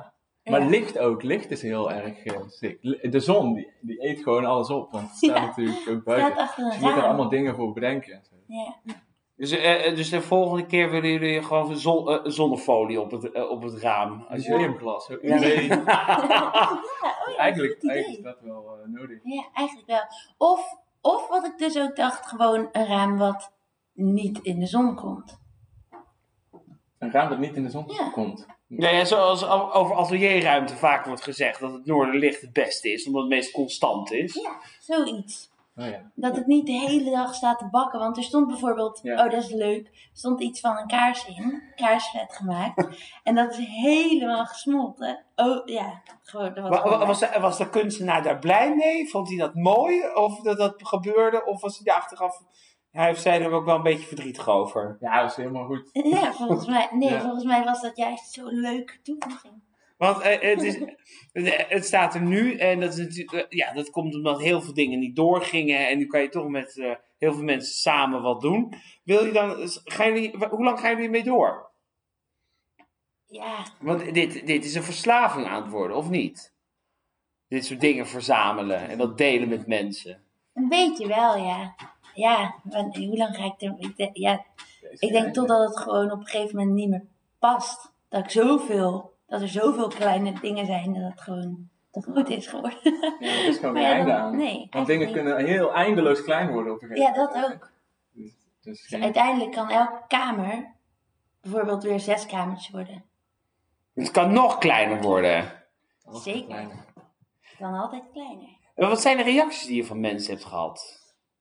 Maar Ja. licht ook. Licht is heel erg uh, sick. De zon, die, die eet gewoon alles op. Want het staat Ja. natuurlijk ook Het buiten. staat achter een Dus je moet er raam. allemaal dingen voor bedenken. en zo. Ja. Dus, uh, dus de volgende keer willen jullie gewoon zon, uh, zonnefolie op het, uh, op het raam. Als je... Museumglas. zo. Ja. Nee. Ja, oh ja, Eigenlijk, goed idee. eigenlijk is dat wel uh, nodig. Ja, eigenlijk wel. Of, of wat ik dus ook dacht, gewoon een raam wat niet in de zon komt. Een raam dat niet in de zon Ja. komt. Ja, ja, zoals o- over atelierruimte vaak wordt gezegd dat het noorderlicht het beste is, omdat het meest constant is. Ja, zoiets. Oh ja. Dat het niet de hele dag staat te bakken. Want er stond bijvoorbeeld, Ja. oh dat is leuk, er stond iets van een kaars in, kaarsvet gemaakt. En dat is helemaal gesmolten. Oh ja, gewoon. Dat was Wa- wa- gewoon- Was de, was de kunstenaar daar blij mee? Vond hij dat mooi? Of dat dat gebeurde? Of was hij daar achteraf... Hij heeft zij er ook wel een beetje verdrietig over. Ja, dat is helemaal goed. Ja, volgens mij, nee, Ja. volgens mij was dat juist zo'n leuke toevoeging. Want eh, het, is, het staat er nu en dat, is natuurlijk, eh, ja, dat komt omdat heel veel dingen niet doorgingen. En nu kan je toch met eh, heel veel mensen samen wat doen. Wil je dan, gaan jullie, hoe lang gaan jullie mee door? Ja, Want dit, dit is een verslaving aan het worden, of niet? Dit soort dingen verzamelen en dat delen met mensen. een beetje wel, ja. Ja, want hoe lang ga ik er... Ik denk, ja, ik denk totdat het gewoon op een gegeven moment niet meer past. Dat ik zoveel, dat er zoveel kleine dingen zijn dat het gewoon te groot is geworden. Ja, er is gewoon Maar geen ja, einde dan- aan. nee, Want dingen eigenlijk kunnen heel eindeloos klein worden op een gegeven Ja, moment. dat ook. Dus, dus Dus geen- uiteindelijk kan elke kamer bijvoorbeeld weer zes kamers worden. Het kan nog kleiner worden. alles Zeker. kleiner. Het kan altijd kleiner. En wat zijn de reacties die je van mensen hebt gehad?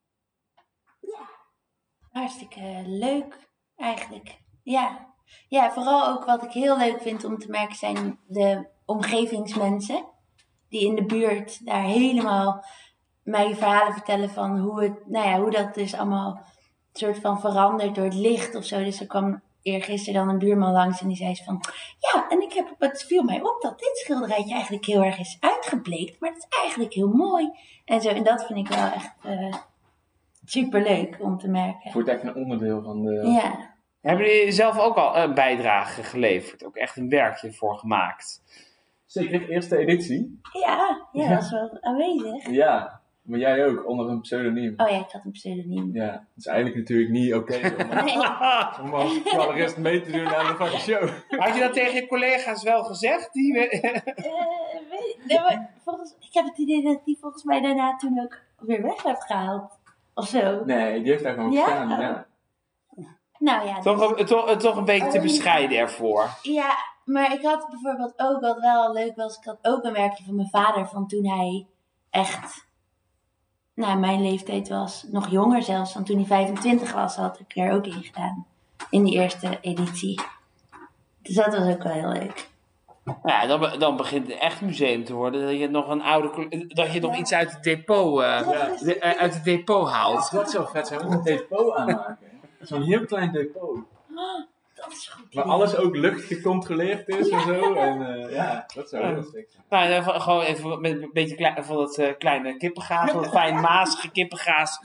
Hartstikke leuk, eigenlijk. Ja. Ja, vooral ook wat ik heel leuk vind om te merken zijn de omgevingsmensen. Die in de buurt daar helemaal mij verhalen vertellen van hoe, het, nou ja, hoe dat dus allemaal soort van verandert door het licht of zo. Dus er kwam eergisteren dan een buurman langs en die zei van... Ja, en ik heb, het viel mij op dat dit schilderijtje eigenlijk heel erg is uitgebleekt. Maar het is eigenlijk heel mooi. En zo, en dat vind ik wel echt uh, super leuk om te merken. Het wordt echt een onderdeel van de... Ja. Hebben jullie zelf ook al een bijdrage geleverd? Ook echt een werkje voor gemaakt? Zeker de eerste editie. Ja, ja, dat is wel aanwezig. Ja, maar jij ook, onder een pseudoniem. Oh ja, ik had een pseudoniem. Ja, dat is eigenlijk natuurlijk niet oké om, Nee. om als galerist mee te doen aan de fucking show. Had je dat tegen je collega's wel gezegd? Die we... Eh, weet, nee, maar volgens, ik heb het idee dat die volgens mij daarna toen ook weer weg heeft gehaald. Of zo. Nee, die heeft daar gewoon Ja? gestaan. Oh. Ja. Nou ja, toch, een, toch, toch een beetje te bescheiden ervoor. ja, maar ik had bijvoorbeeld ook, wat wel leuk was, ik had ook een werkje van mijn vader van toen hij echt, nou mijn leeftijd was, nog jonger zelfs, van toen hij vijfentwintig was, had ik er ook in gedaan. In die eerste editie. Dus dat was ook wel heel leuk. Ja, dan, be- dan begint het echt museum te worden. Dat je nog een oude, colle- dat je nog iets uit het depot, eh, Ja. de- eh, uit het depot haalt. Dat zou vet zijn, we moeten een depot aanmaken. Zo'n heel klein depot. Dat is goed. Waar idee. alles ook luchtgecontroleerd is en zo. En uh, ja, dat zou heel sick zijn. Nou, dan van- gewoon even met een beetje klein, van dat uh, kleine kippengaas, van dat fijn mazige kippengaas.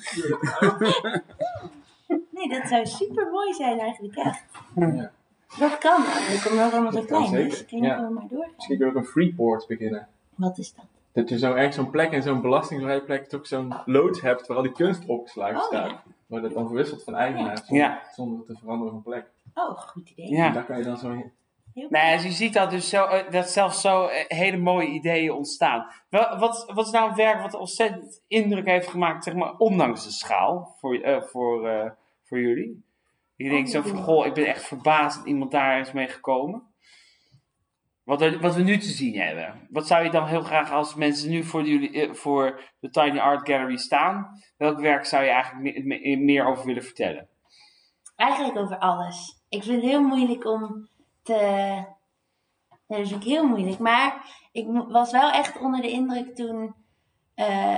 Nee, dat zou super mooi zijn eigenlijk echt. Ja. Dat kan eigenlijk, omdat het allemaal zo Dat kan klein is. zeker, Kun je ja. gewoon maar doorgaan. Misschien kunnen we ook een Freeport beginnen. Wat is dat? Dat je zo ergens zo'n plek in zo'n belastingvrije plek toch zo'n loods hebt waar al die kunst opgeslagen Oh, staat. ja. Waar dat dan verwisselt van eigenaar zonder, Ja. zonder het te veranderen van plek. Oh, goed idee. Ja. En daar kan je dan zo in. Heel Nee, dus je ziet dat dus zo, eh, dat zelfs zo eh, hele mooie ideeën ontstaan. Wel, wat, wat is nou een werk wat ontzettend indruk heeft gemaakt, zeg maar, ondanks de schaal, voor, eh, voor, eh, voor jullie? Je denkt zo van, goh, ik ben echt verbaasd dat iemand daar is mee gekomen. Wat, er, wat we nu te zien hebben. Wat zou je dan heel graag, als mensen nu voor, jullie, eh, voor de Tiny Art Gallery staan, welk werk zou je eigenlijk me- me- meer over willen vertellen? Eigenlijk over alles. Ik vind het heel moeilijk om te... Nee, dat vind ik heel moeilijk. Maar ik mo- was wel echt onder de indruk toen... eh,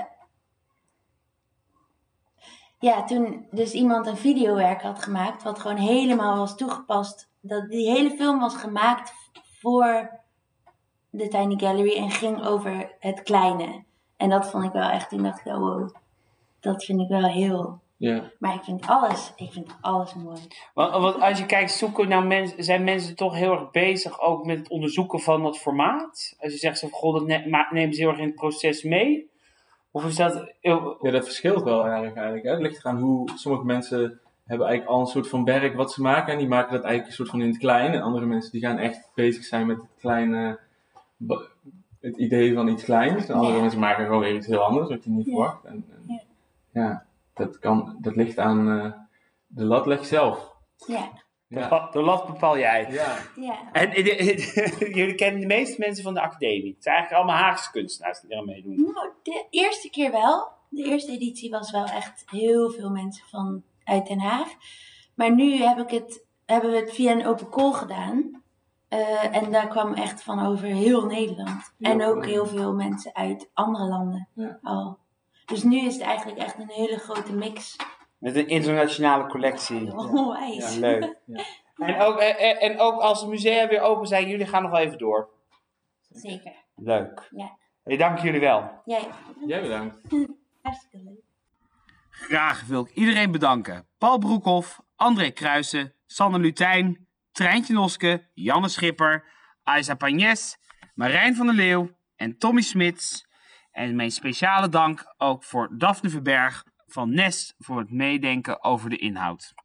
Ja, toen dus iemand een videowerk had gemaakt, wat gewoon helemaal was toegepast. Dat die hele film was gemaakt voor de Tiny Gallery en ging over het kleine. En dat vond ik wel echt, toen dacht ik, oh, wow, dat vind ik wel heel... Je Ja. Maar ik vind alles, ik vind alles mooi. Want, want als je kijkt, zoeken nou mensen, zijn mensen toch heel erg bezig ook met het onderzoeken van dat formaat? Als je zegt, zo, goh, dat ne- ma- nemen ze heel erg in het proces mee? Of is dat... heel- Ja, dat verschilt wel erg eigenlijk. Hè? Het ligt eraan hoe sommige mensen hebben eigenlijk al een soort van werk wat ze maken. En die maken dat eigenlijk een soort van in het klein. En andere mensen die gaan echt bezig zijn met het kleine... ba- Het idee van iets kleins. En andere Ja. mensen maken gewoon weer iets heel anders wat je niet Ja. verwacht. En, en, Ja. ja, dat, kan, dat ligt aan uh, de lat leg zelf. Ja, Ja. De lat bepaal jij. Ja. ja. En eh, eh, jullie kennen de meeste mensen van de academie. Het zijn eigenlijk allemaal Haagse kunstenaars die er meedoen. Nou, de eerste keer wel. De eerste editie was wel echt heel veel mensen van uit Den Haag. Maar nu heb ik het, hebben we het via een open call gedaan. Uh, en daar kwam echt van over heel Nederland. Ja, en ook cool. heel veel mensen uit andere landen Ja. al. Dus nu is het eigenlijk echt een hele grote mix. Met een internationale collectie. Onwijs. Ja, leuk. Ja. En ook, en, en ook als de musea weer open zijn, jullie gaan nog wel even door. Zeker. Leuk. Ja. Hey, dank jullie wel. Jij. Jij bedankt. Hartstikke leuk. Graag wil ik iedereen bedanken. Paul Broekhoff, André Kruijsen, Sanne Lutijn, Treintje Noske, Janne Schipper, Aisa Pagnes, Marijn van der Leeuw en Tommy Smits. En mijn speciale dank ook voor Daphne Verberg van Nest voor het meedenken over de inhoud.